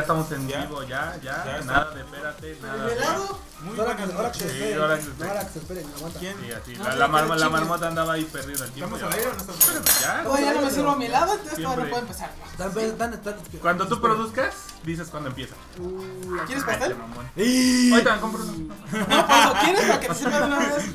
estamos en vivo, ya, nada de espérate, nada. ¿El helado? Muy buenas Ahora que se noches. esperen. ahora que se Ahora que se esperen, aguanta. ¿Quién? Sí, así. No, La chingue. marmota andaba ahí perdida el tiempo. ¿Estamos al aire o no estamos al aire? Ya. Todavía no me sirvo mi helado, entonces todavía Siempre. no puedo empezar. Cuando tú produzcas, dices cuando empieza. ¿Quieres Ay, pastel? qué mamón. ¡Y! Ahorita me compro uno. No, pues, ¿o quieres para que te sirva de una vez?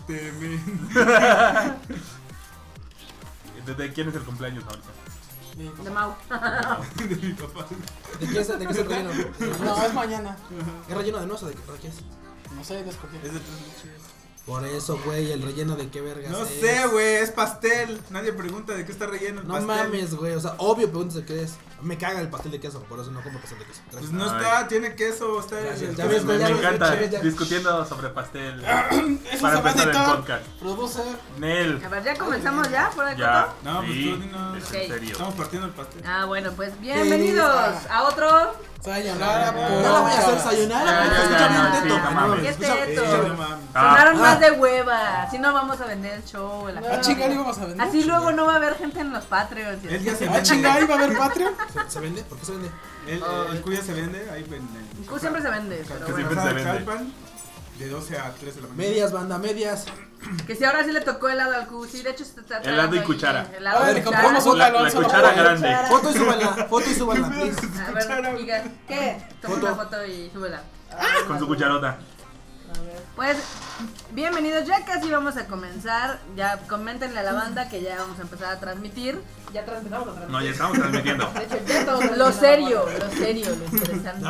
¿De quién es el cumpleaños ahorita? De Mau. De mi papá. ¿De qué es el relleno? No, es mañana. ¿Es relleno de nuez o de qué es? No sé, de escoger. Es de 3 leches. Por eso, güey, el relleno de qué vergas No es. sé, güey, es pastel. Nadie pregunta de qué está relleno el No pastel. mames, güey, o sea, obvio preguntas de qué es. Me caga el pastel de queso, por eso no como pastel de queso. Pues Gracias. no está, tiene queso, está. Gracias. está- Ya ves, Me ya ves, encanta ya ves. discutiendo sobre pastel. Eso Para se va a empezar el editar. podcast. Producer. Nel. A ver, ya comenzamos ya, fuera de Ya. coto. No, pues Sí, tú dinos. es Ok. en serio. Estamos partiendo el pastel. Ah, bueno, pues bienvenidos a otro. Sayonara, No no la voy a hacer sayonara, Ya, porque ya, se escucha ya, bien no, teto. sí, no mames. ¿Qué Escucha- teto? escucha- No mames. Sonaron Ah, más de hueva. Si no vamos a vender el show. La Ah, chingar, íbamos a vender. Así luego no va a haber gente en los Patreons. y Él así. ya se Ah, vende. chingar, iba a haber Patreon. ¿Se vende? ¿Por qué se vende? El cuya se vende, ahí vende. Q siempre se vende, pero Que bueno. siempre se vende. Calpan, de 12 a 3 de la mañana. Medias, banda, medias. Que si ahora sí le tocó helado al Q. Sí, de hecho se está Helado y tratando ahí, cuchara. helado A ver, y le cuchara. compramos un La galón. solo cuchara para- grande. Foto y súbanla, please. A ver, amiga, ¿qué? Toma Foto. una foto y súbela. Con su cucharota. Pues, bienvenidos, ya casi vamos a comenzar. Ya coméntenle a la banda que ya vamos a empezar a transmitir. Ya transmitimos. No, ya estamos transmitiendo. De hecho, ya todos. Lo serio, lo interesante.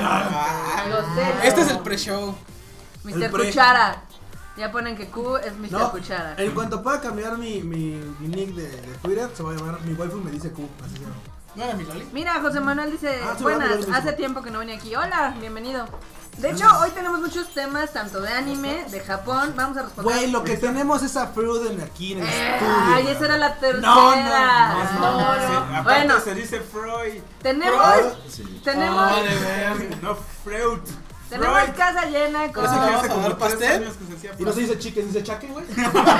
Lo serio. Este es el pre-show. Mr. el pre- Cuchara. Ya ponen que Q es Mr. No, Cuchara. en cuanto pueda cambiar mi nick de Twitter, se va a llamar Mi waifu me dice Q. Así se llama. ¿No era mi Loli? Mira, José Manuel dice, Ah, sí, buenas, ¿verdad? hace tiempo que no venía aquí. Hola, bienvenido. De hecho, hoy tenemos muchos temas, tanto de anime, de Japón. Vamos a responder. Güey, lo que tenemos es a Freuden aquí en el estudio. Ay, esa era la tercera. No, Sí, aparte Bueno, se dice Freud. tenemos, tenemos, Ay, de verga. No Freud. tenemos Freud. casa llena con... Parece que Hace vamos a como dar 3 pastel. años que se hacía Y no se Freud. dice chicken, dice chaken, güey.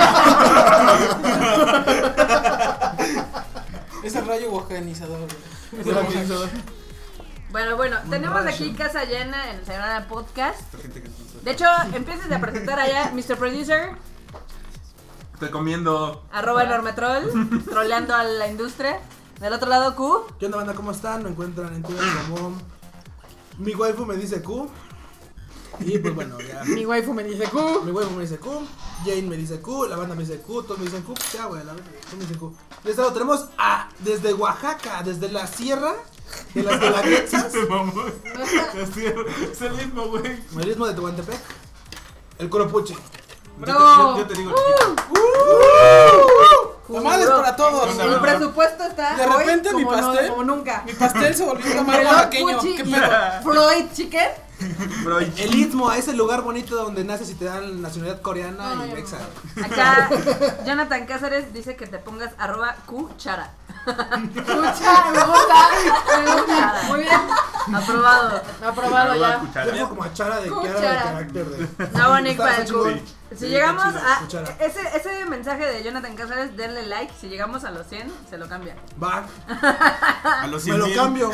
Es el rayo bojanizador, güey. Es el bojanizador. Bueno, tenemos aquí casa llena en el Sayonara Podcast. Esta gente que piensa. De hecho, empieces a presentar allá, Mr. Producer, Estoy comiendo. @enormetroll, troleando a la industria. Del otro lado, Q. ¿Qué onda, banda? ¿Cómo están? Me encuentran en Twitter como Mi waifu me dice Q. Y pues bueno, ya. Mi waifu me dice Q. Mi waifu me dice Q. Jane me dice Q. La banda me dice Q. Todos me dicen Q. Ya, güey, la verdad, todos me dicen Q. De este lado tenemos desde Oaxaca, desde la sierra de las Guelaguetzas, Se mamó. Es el mismo, güey. marismo de Tehuantepec, el Coropuche. Yo te digo. Tamales para todos. ¿Qué El onda? presupuesto está De hoy repente mi como no- pastel- como nunca. Mi pastel se volvió un tamal Reloj oaxaqueño. Gucci ¿Qué y pedo? Freud Chicken. Freud. El Istmo, a ese lugar bonito donde naces y te dan nacionalidad coreana y mexa. Acá Jonathan Cáceres dice que te pongas @Cuchara. Cuchara, me gusta. Muy bien. Aprobado Arroba ya. cuchara. Yo como a Chara de Cuchara. Kiara de carácter de. No, Nick Está para el chingón. Q. Si llegamos a Cuchara. ese mensaje de Jonathan Cáceres, denle like. Si llegamos a los 100, se lo cambia. Va, A los me lo 100,000. cambio.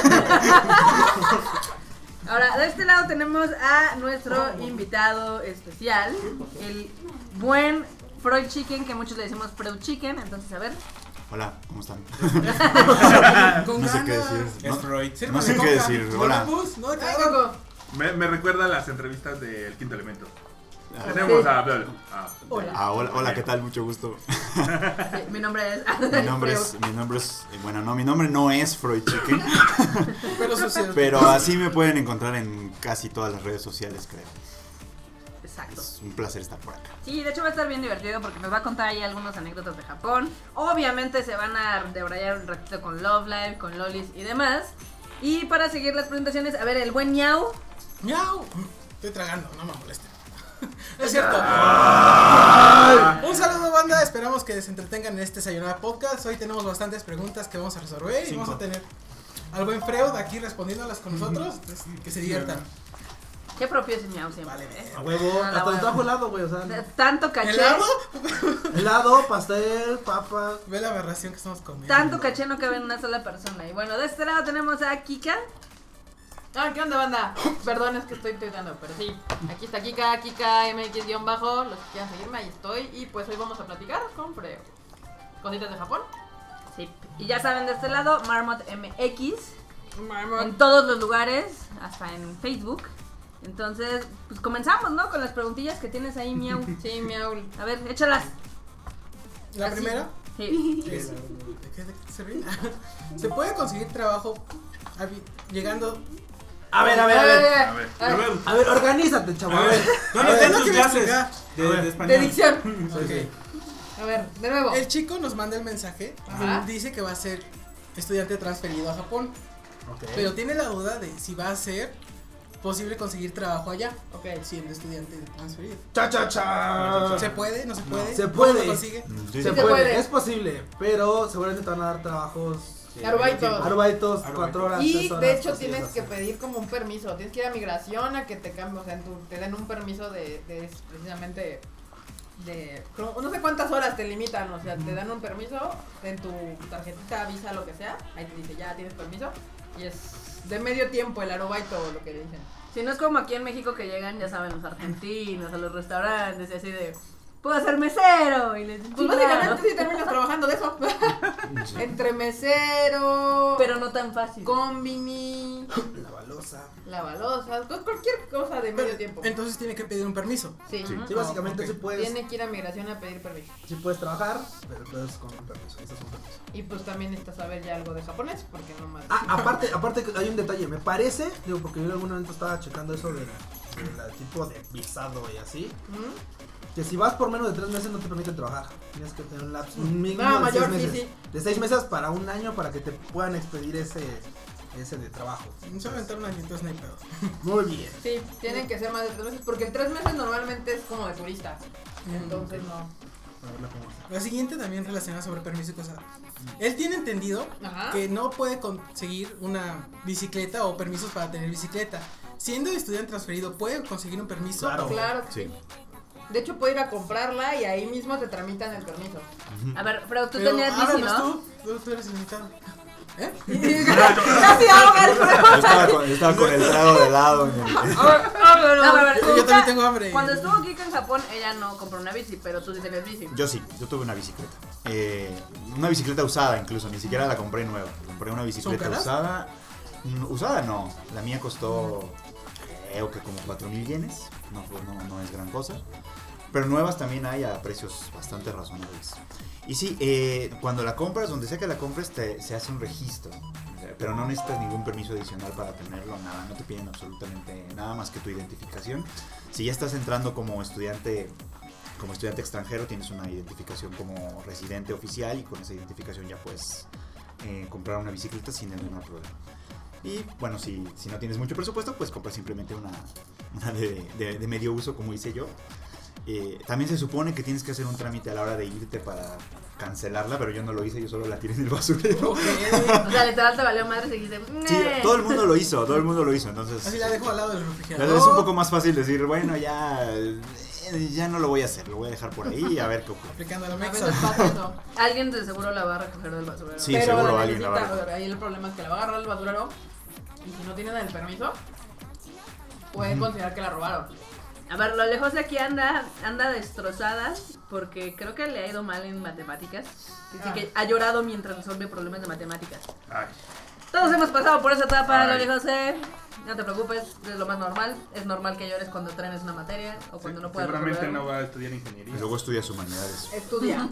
Ahora, de este lado tenemos a nuestro invitado especial, el buen Freud Chicken, que muchos le decimos Freud Chicken. Entonces, a ver. Hola, ¿cómo están? Con No sé qué ganas. decir. Es Freud. No sé qué decir. Hola. No, Ay, Coco. Me recuerda a las entrevistas del Quinto Elemento. Ah, Tenemos Sí. a. Hola. hola, ¿qué tal? Mucho gusto. Sí, mi nombre es. Mi nombre no es Freud Chicken, Pero sucio. pero así me pueden encontrar en casi todas las redes sociales, creo. Exacto. Es un placer estar por acá. Sí, de hecho va a estar bien divertido porque nos va a contar ahí algunas anécdotas de Japón. Obviamente se van a debrayar un ratito con Love Live, con Lolis y demás. Y para seguir las presentaciones, a ver, el buen Miau. Miau. Estoy tragando, no me molesten. Es cierto. Un saludo, banda. Esperamos que se entretengan en este Sayonara Podcast. Hoy tenemos bastantes preguntas que vamos a resolver y vamos a tener al buen Freud aquí respondiéndolas con nosotros. Pues, que se diviertan. Qué propio es Miau siempre. Vale, ¿eh? a huevo. No, la Hasta el huevo. trajo helado, güey. O sea, no. Tanto caché. ¿Helado? Helado, pastel, papas. Ve la aberración que estamos comiendo. Tanto caché no cabe en una sola persona. Y bueno, de este lado tenemos a Kika. ¿Qué onda, banda? Perdón, es que estoy tuiteando, pero sí. Aquí está Kika MX-bajo. Los que quieran seguirme, ahí estoy. Y pues hoy vamos a platicar con Freo. Cositas de Japón. Sí. Y ya saben, de este lado, Marmot MX. En todos los lugares, hasta en Facebook. Entonces, pues comenzamos, ¿no? Con las preguntillas que tienes ahí, Miau. Sí, Miau. A ver, échalas. ¿La primera? Sí. ¿De qué se ríe? ¿Se puede conseguir trabajo llegando? A ver, organízate, A chaval. ver, ¿dónde están tus clases de De español? dicción. Ok. A ver, de nuevo. El chico nos manda el mensaje. Ajá. Dice que va a ser estudiante transferido a Japón. Pero tiene la duda de si va a ser posible conseguir trabajo allá. Ok. Siendo estudiante transferido. Cha. ¿Se puede? ¿No se puede? Se ¿Cómo puede. lo consigue? Sí. Se se puede, puede. es posible, pero seguramente te van a dar trabajos. Arbaitos. 4 horas. Y 3 horas, de hecho así, tienes así. que pedir como un permiso. Tienes que ir a migración a que te cambien, o sea, te den un permiso de precisamente de no sé cuántas horas te limitan, o sea, te dan un permiso en tu tarjetita, visa, lo que sea. Ahí te dice, ya tienes permiso. Y es de medio tiempo el arobaito, lo que le dicen. Si no es como aquí en México que llegan, ya saben, los argentinos a los restaurantes y así de, puedo ser mesero. Y les pues básicamente sí terminas trabajando de eso. Entre mesero, pero no tan fácil. Combini, lavalosa, cualquier cosa de medio tiempo. Entonces tiene que pedir un permiso. Sí, Sí, básicamente ok. sí puedes. tiene que ir a migración a pedir permiso. Sí puedes trabajar, pero puedes con un permiso. Necesitas un permiso. Y pues también necesitas saber ya algo de japonés, porque no más. Aparte que hay un detalle, me parece, digo, porque yo en algún momento estaba checando eso de tipo de visado y así, que si vas por menos de 3 meses no te permiten trabajar. Tienes que tener un lapso mínimo de mayor, 6 meses. sí. De 6 meses para un año para que te puedan expedir ese de trabajo. No se va a aventar un añito, es no hay pedo. Muy bien. Sí, tienen que ser más de 3 meses, porque el 3 meses normalmente es como de turista. Entonces no. La siguiente también relacionada sobre permiso y cosas. Él tiene entendido Ajá. que no puede conseguir una bicicleta o permisos para tener bicicleta. Siendo estudiante transferido, ¿puede conseguir un permiso? Claro. Claro que sí. De hecho, puede ir a comprarla y ahí mismo te tramitan el permiso. A ver, pero tú Pero, tenías bici, háblanos ¿no? tú eres el invitado. ¿Eh? Casi hago Yo estaba con el trago de helado. Yo también tengo hambre. Cuando estuvo Kika en Japón, ella no compró una bici, pero tú sí tenías bici. Yo sí, yo tuve una bicicleta. Una bicicleta usada incluso, ni siquiera la compré nueva. Compré una bicicleta caras? usada. Usada no, la mía costó creo que como 4,000 yenes. No es gran cosa. Pero nuevas también hay a precios bastante razonables. Y sí, cuando la compras, donde sea que la compres, se hace un registro. Pero no necesitas ningún permiso adicional para tenerlo, nada. No te piden absolutamente nada más que tu identificación. Si ya estás entrando como estudiante extranjero, tienes una identificación como residente oficial y con esa identificación ya puedes comprar una bicicleta sin ningún problema. Y bueno, si no tienes mucho presupuesto, pues compras simplemente una de medio uso, como hice yo. También se supone que tienes que hacer un trámite a la hora de irte para cancelarla, pero yo no lo hice, yo solo la tiré en el basurero. O sea, literal te valió madre y dijiste, Sí, todo el mundo lo hizo, entonces Así la dejo al lado del refrigerador. es un poco más fácil decir, bueno, ya no lo voy a hacer, lo voy a dejar por ahí y a ver qué ocurre. Aplicando la a mexa. veces pasa eso. Alguien de seguro la va a recoger del basurero. Sí, pero seguro alguien la va a recoger. Ahí el problema es que la va a agarrar del basurero y si no tienen el permiso, pueden considerar que la robaron. A ver, lo lejos de aquí anda destrozada porque creo que le ha ido mal en matemáticas. Así que ha llorado mientras resuelve problemas de matemáticas. Ay. Todos hemos pasado por esa etapa, Ay. Loli José. No te preocupes, es lo más normal. Es normal que llores cuando trenes una materia o cuando no puedas Seguramente resolverlo. no va a estudiar ingeniería. Y luego estudias humanidades. Estudia.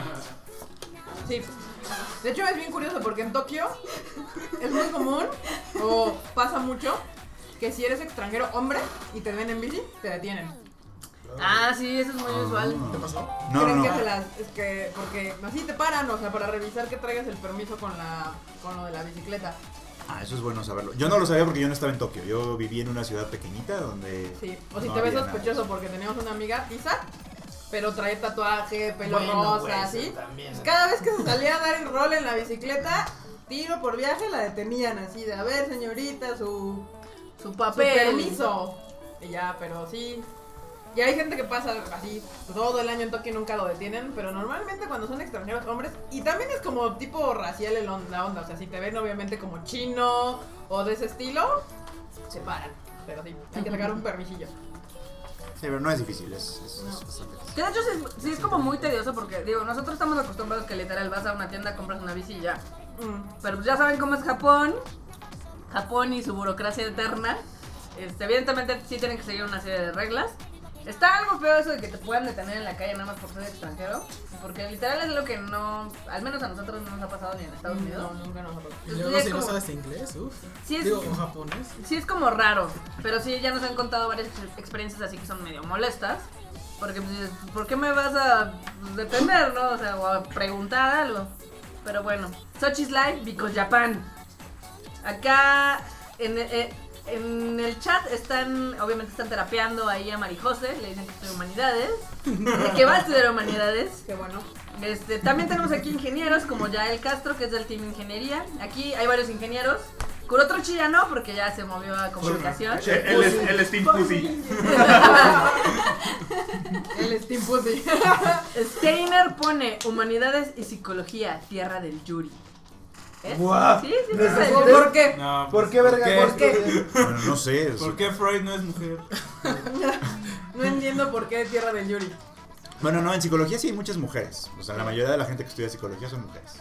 Sí. De hecho es bien curioso porque en Tokio es muy común o pasa mucho que si eres extranjero hombre y te ven en bici, te detienen. Ah, sí, eso es muy usual. ¿Qué pasó? No, Creen no, que no. es que porque así te paran, o sea, para revisar que traigas el permiso con lo de la bicicleta. Ah, eso es bueno saberlo. Yo no lo sabía porque yo no estaba en Tokio. Yo viví en una ciudad pequeñita donde Sí, o si no te ves había nada. sospechoso porque teníamos una amiga, Isa, pero trae tatuaje, pelo Bueno, rosa, pues, así. también. Cada vez que se salía a dar el rol en la bicicleta, tiro por viaje, la detenían así de, a ver, señorita, su papel, su permiso. Y ya, pero sí. Y hay gente que pasa así todo el año en Tokio y nunca lo detienen, pero normalmente cuando son extranjeros hombres, y también es como tipo racial la onda, o sea, si te ven obviamente como chino o de ese estilo, se paran. Pero sí, hay que sacar un permisillo. Sí, pero no es difícil, es bastante fácil. Que de hecho sí es como muy tedioso porque, digo, nosotros estamos acostumbrados que literal vas a una tienda, compras una bici y ya. Pero pues ya saben cómo es Japón y su burocracia eterna. Evidentemente sí tienen que seguir una serie de reglas. Está algo feo eso de que te puedan detener en la calle nada más por ser extranjero. Porque literal es lo que no, al menos a nosotros no nos ha pasado ni en Estados Unidos. No, nunca nos ha pasado. Y luego si no sabes inglés, Sí es, digo, o japonés. sí es como raro, pero sí ya nos han contado varias experiencias así que son medio molestas. Porque pues dices, ¿por qué me vas a detener, no? O sea, o a preguntar algo. Pero bueno, such is life because Japan. Acá en el chat obviamente están terapeando ahí a Marijose, le dicen que estudia humanidades, que va a estudiar humanidades. Qué bueno. También tenemos aquí ingenieros como Yael Castro, que es del team ingeniería. Aquí hay varios ingenieros. Kurotrochi ya no, porque ya se movió a comunicación. El Steam Pussy. El Steam Pussy. Steiner pone humanidades y psicología, tierra del Yuri. ¿Es? Guau. Sí, sí, Necesito- sí. ¿Por qué? No, ¿Por qué, verga? ¿Por qué? Bueno, no sé. ¿Por qué Freud no es mujer? No entiendo por qué Tierra del Yuri. Bueno, no, en psicología sí hay muchas mujeres. O sea, la mayoría de la gente que estudia psicología son mujeres.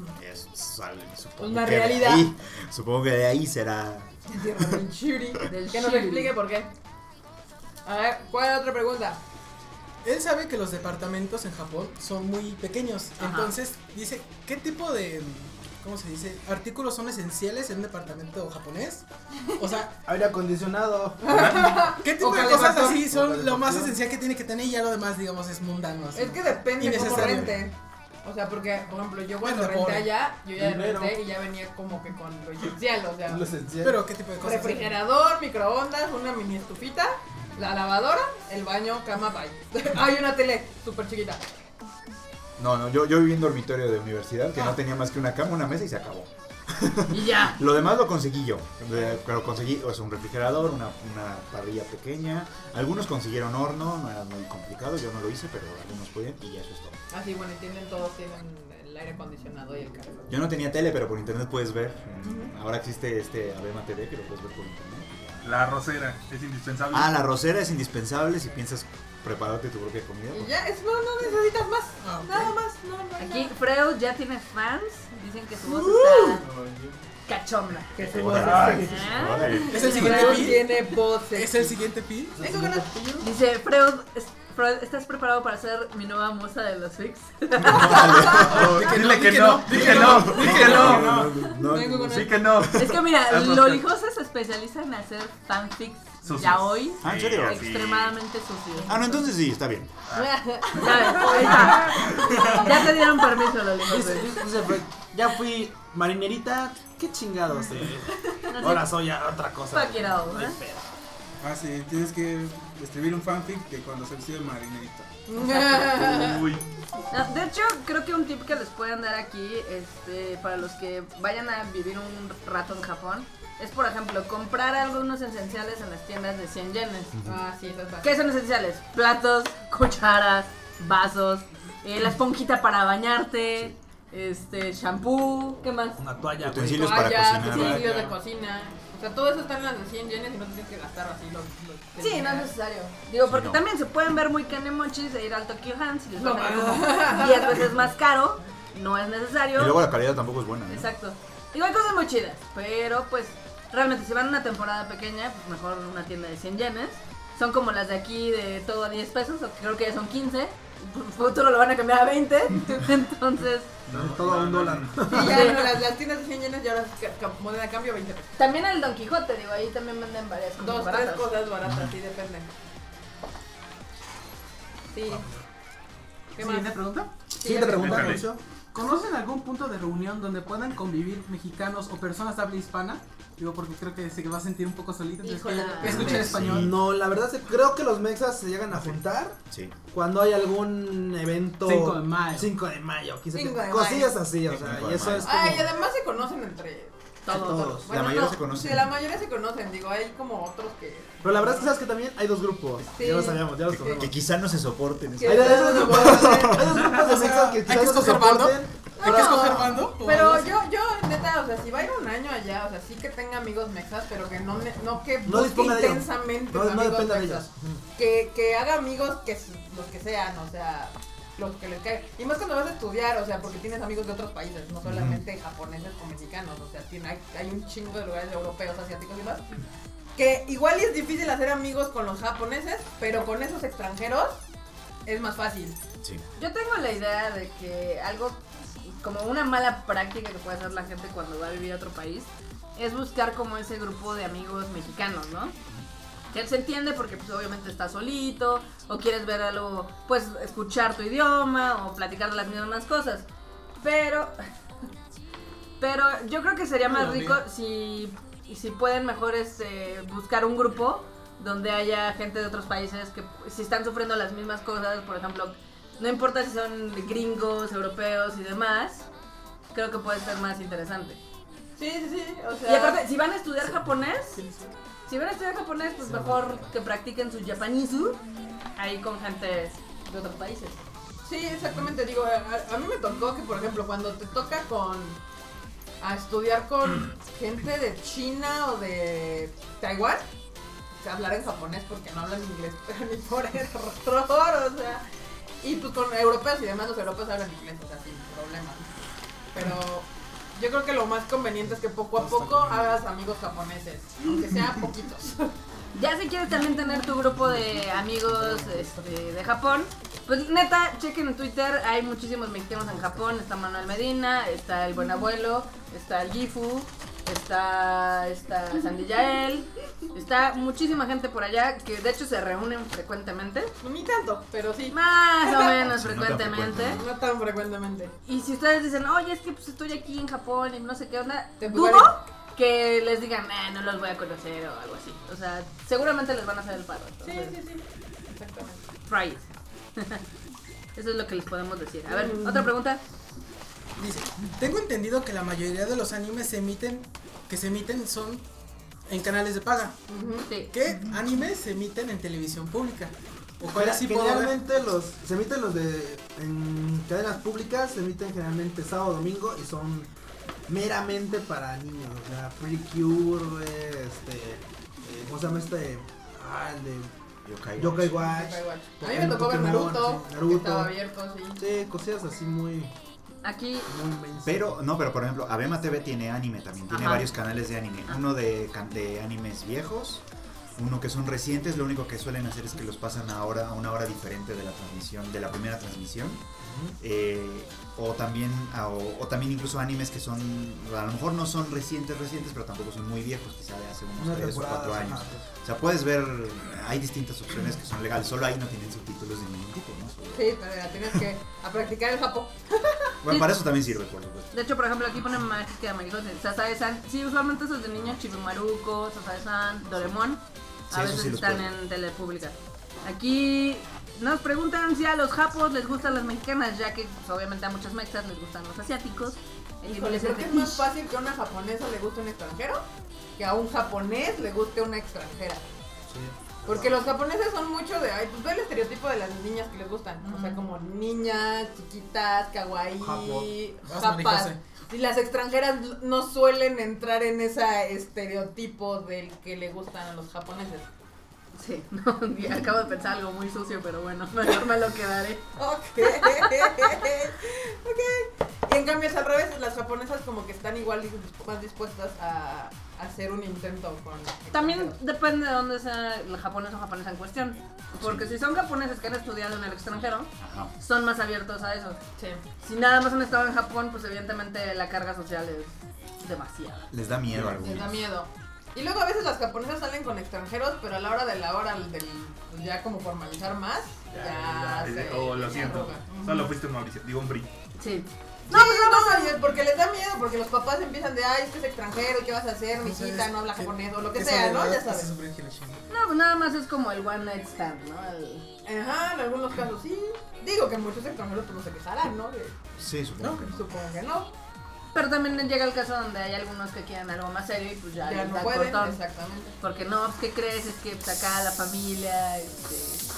Supongo Una que de realidad. ahí- supongo que de ahí será. Tierra del Yuri. Del Que nos Yuri. explique por qué. A ver, ¿cuál es la otra pregunta? Él sabe que los departamentos en Japón son muy pequeños. Ajá. Entonces dice, ¿qué tipo de, ¿cómo se dice? Artículos son esenciales en un departamento japonés? O sea, Aire acondicionado. ¿qué tipo O de cosas calefactor. así O son lo más calefacción. esencial que tiene que tener y ya lo demás, digamos, es mundano? Así. Es que depende cómo Innecesario. rente. O sea, porque, por ejemplo, yo cuando Es de renté pobre. allá, yo ya Dinero. renté y ya venía como que con lo esencial, o sea, Lo esencial. Pero ¿qué tipo de cosas? refrigerador, microondas, una mini estufita, la lavadora, el baño, cama, bye. Hay una tele súper chiquita. No, yo viví en dormitorio de universidad que no tenía más que una cama, una mesa y se acabó. Y ya. Lo demás lo conseguí yo. Pero conseguí un refrigerador, una parrilla pequeña. Algunos consiguieron horno, no era muy complicado, yo no lo hice, pero algunos podían y eso es todo. Así, bueno, entienden todos, tienen el aire acondicionado y el calefactor. Yo no tenía tele, pero por internet puedes ver. Ahora existe Abema TV que lo puedes ver por internet. La arrocera es indispensable. Ah, la arrocera es indispensable si piensas prepararte tu propia comida. Y ya, no necesitas más. Ah, ok. Nada más, no hay Aquí nada. Freud ya tiene fans, dicen que su voz está cachonda. Que se Órale. ¿Ah? Órale. ¿Es el siguiente Freud pi? tiene voces. ¿Es el siguiente pi? Eso que no. Dice Freud, ¿estás preparado para ser mi nueva musa de los fics? Dile que no, di que no, di que no. No, Vengo con Sí que no. Es que mira, Hazlo. Lolijosa se especializa en hacer fanfics Sucios. ya hoy Ah, ¿en serio? Sí. extremadamente sucios. Ah, no, entonces sí, está bien. ¿Sabes? Ahí está. Ya te dieron permiso, Lolijosa. Dice Freud, ya fui marinerita, qué chingados. Ahora soy otra cosa. Fuck it all, No hay ¿eh? pedo. Ah, sí, tienes que escribir un fanfic de cuando se vestido de marinerito. Uy. No, de hecho, creo que un tip que les pueden dar aquí, para los que vayan a vivir un rato en Japón, es por ejemplo comprar algunos esenciales en las tiendas de 100 yenes. Ah, sí, eso es básico. ¿Qué son esenciales? Platos, cucharas, vasos, la esponjita para bañarte, shampoo, ¿qué más? Una toalla, güey. Utensilios para Toallas, cocinar. utensilios de cocina. O sea, todo eso está en las de 100 yenes y no tienes que gastar así los Sí, no es necesario. Digo, porque no. también se pueden ver muy canemochis de ir al Tokyo Hands y les No, van a ir como 10 veces más caro. No es necesario. Y luego la calidad tampoco es buena, ¿no? Exacto. Digo, hay cosas muy chidas, pero pues realmente si van a una temporada pequeña, pues mejor una tienda de 100 yenes. Son como las de aquí de todo a 10 pesos, o creo que ya son 15. En futuro lo van a cambiar a 20. Entonces, Todo a $1. Y ya no, las tiendas de 100 yenes ya ahora es moneda de cambio 20 pesos. también el Don Quijote, digo, ahí también venden varias cosas 2, 3 baratas. cosas baratas, sí, depende. Sí. ¿Qué más? ¿Siguiente pregunta? Siguiente pregunta, Déjale. Mauricio. ¿Conocen algún punto de reunión donde puedan convivir mexicanos o personas de habla hispana? Digo, porque creo que se va a sentir un poco solito, entonces Híjole. que escuchar español. No, la verdad es que creo que los mexas se llegan a juntar Sí. cuando hay algún evento 5 de mayo. 5 de mayo, quizá 5 de cosillas mayo. así, o 5 sea, de y eso mayo. es como Ay, y además se conocen entre Todos. La mayoría se conocen. Sí, la mayoría se conocen, digo, hay como otros que. Pero la verdad es que sabes que también hay dos grupos. Sí. Ya lo sabíamos, ya los Sí. conocemos. Que quizá no se soporten. Que- Hay dos grupos de mexas que ¿Hay que quizás no se escoger bando? soporten. ¿Hay que escoger bando? ¿O algo Pero así? yo en neta, o sea, si va a ir un año allá, o sea, sí que tenga amigos mexas, pero que no que No busque disponga de ellos. intensamente No amigos dependa de mexas. ellos. Que haga amigos los que sean, o sea, los que les caen. Y más cuando vas a estudiar, o sea, porque tienes amigos de otros países, no solamente japoneses o mexicanos, o sea, hay un chingo de lugares europeos, asiáticos y más. Que igual es difícil hacer amigos con los japoneses, pero con esos extranjeros es más fácil. Sí. Yo tengo la idea de que algo como una mala práctica que puede hacer la gente cuando va a vivir a otro país es buscar como ese grupo de amigos mexicanos, ¿no? Que se entiende porque pues obviamente estás solito o quieres ver algo, pues escuchar tu idioma o platicar de las mismas cosas. Pero yo creo que sería más rico si pueden mejor buscar un grupo donde haya gente de otros países que si están sufriendo las mismas cosas, por ejemplo, no importa si son gringos, europeos y demás, creo que puede ser más interesante. Sí, o sea... Y aparte, si van a estudiar japonés, pues mejor que practiquen su japanizu ahí con gente de otros países. Sí, exactamente, digo, a mí me tocó que, por ejemplo, cuando te toca a estudiar con gente de China o de Taiwán, que hablar en japonés porque no hablan inglés, pero ni por error, o sea, y pues con europeos y demás, los europeos hablan inglés, o sea, sin problema. Pero yo creo que lo más conveniente es que poco a poco hagas amigos japoneses, aunque sean poquitos. Ya si quieres también tener tu grupo de amigos de Japón, pues neta, chequen en Twitter, hay muchísimos mexicanos en Japón, está Manuel Medina, está el Buen Abuelo, está el Gifu, está Sandy Yael, está muchísima gente por allá que de hecho se reúnen frecuentemente. Ni tanto, pero sí. Más o menos Sí, no tan frecuentemente. frecuente, No tan frecuentemente. Y si ustedes dicen, oye, es que pues estoy aquí en Japón y no sé qué onda, Te dudo pueden- que les digan, no los voy a conocer o algo así. O sea, seguramente les van a hacer el paro. Sí, Entonces, sí, exactamente. try it. Eso es lo que les podemos decir. A ver, otra pregunta. Dice, tengo entendido que la mayoría de los animes que se emiten son en canales de paga. Sí. ¿Qué animes se emiten en televisión pública? ¿O cuáles sí puedo ver? Generalmente se emiten en cadenas públicas, se emiten generalmente sábado, domingo y son meramente para niños. O sea, Pretty Cure, ¿cómo se llama el de Yokai Watch? A mí me tocó ver Pokémon, Naruto, sí, que estaba abierto, sí. Sí, cosillas así muy Aquí, mainstream. Pero por ejemplo, Abema TV tiene anime también, tiene Ajá. varios canales de anime. Uno de animes viejos, uno que son recientes, lo único que suelen hacer es que los pasan a una hora diferente de la transmisión, de la primera transmisión. O también incluso animes que son, a lo mejor no son recientes, pero tampoco son muy viejos, quizá de hace Una unos 3 o temporada, 4 años. ajá. O sea, puedes ver, hay distintas opciones que son legales, solo ahí no tienen subtítulos de ningún tipo, ¿no? Sí, pero ya tienes que practicar el japo. Bueno, para eso también sirve, por supuesto. de hecho, por ejemplo, aquí ponen Mágica de Maricos de Sasae-san. Sí, usualmente esos de niños, Chibimaruko, Sasae-san, Doraemon. Sí, A eso veces sí los están pueden. en telepública. Aquí nos preguntan si a los japos les gustan las mexicanas, ya que pues, obviamente a muchos mexas les gustan los asiáticos. El nivel Híjole, es el creo que es más fetiche. fácil que a una japonesa le guste un extranjero que a un japonés le guste una extranjera. Porque los japoneses son mucho de, pues ve el estereotipo de las niñas que les gustan. O sea, como niñas, chiquitas, kawaii, Vas, japas. Marijose. Y las extranjeras no suelen entrar en ese estereotipo del que le gustan a los japoneses. Sí, no, acabo de pensar algo muy sucio, pero bueno, mejor me lo quedaré. Ok. Y en cambio es al revés, las japonesas como que están igual más dispuestas a hacer un intento con También extranjeros. depende de dónde sea el japonés o japonesa en cuestión. Porque si son japoneses que han estudiado en el extranjero, Ajá. son más abiertos a eso. Sí. Si nada más han estado en Japón, pues evidentemente la carga social es demasiada. Les da miedo a Les da algunos. miedo. Y luego a veces las japonesas salen con extranjeros, pero a la hora del pues ya como formalizar más, ya se Lo siento. arruga. Solo fuiste un Mauricio. Digo, un Bri. Sí. No, pues no, porque les da miedo, porque los papás empiezan de, ay, es que es extranjero, ¿qué vas a hacer? Mi hijita no habla japonés o lo que sea, ¿no? Ya sabes. No, pues nada más es como el one night stand, ¿no? Ajá, en algunos casos sí. Digo que muchos extranjeros pues no se quejarán, ¿no? Sí, supongo que no. Supongo que no. Pero también llega el caso donde hay algunos que quieren algo más serio y pues ya Ya les no dan pueden, cortón. exactamente. Porque no, pues ¿qué crees? Es que pues, acá la familia,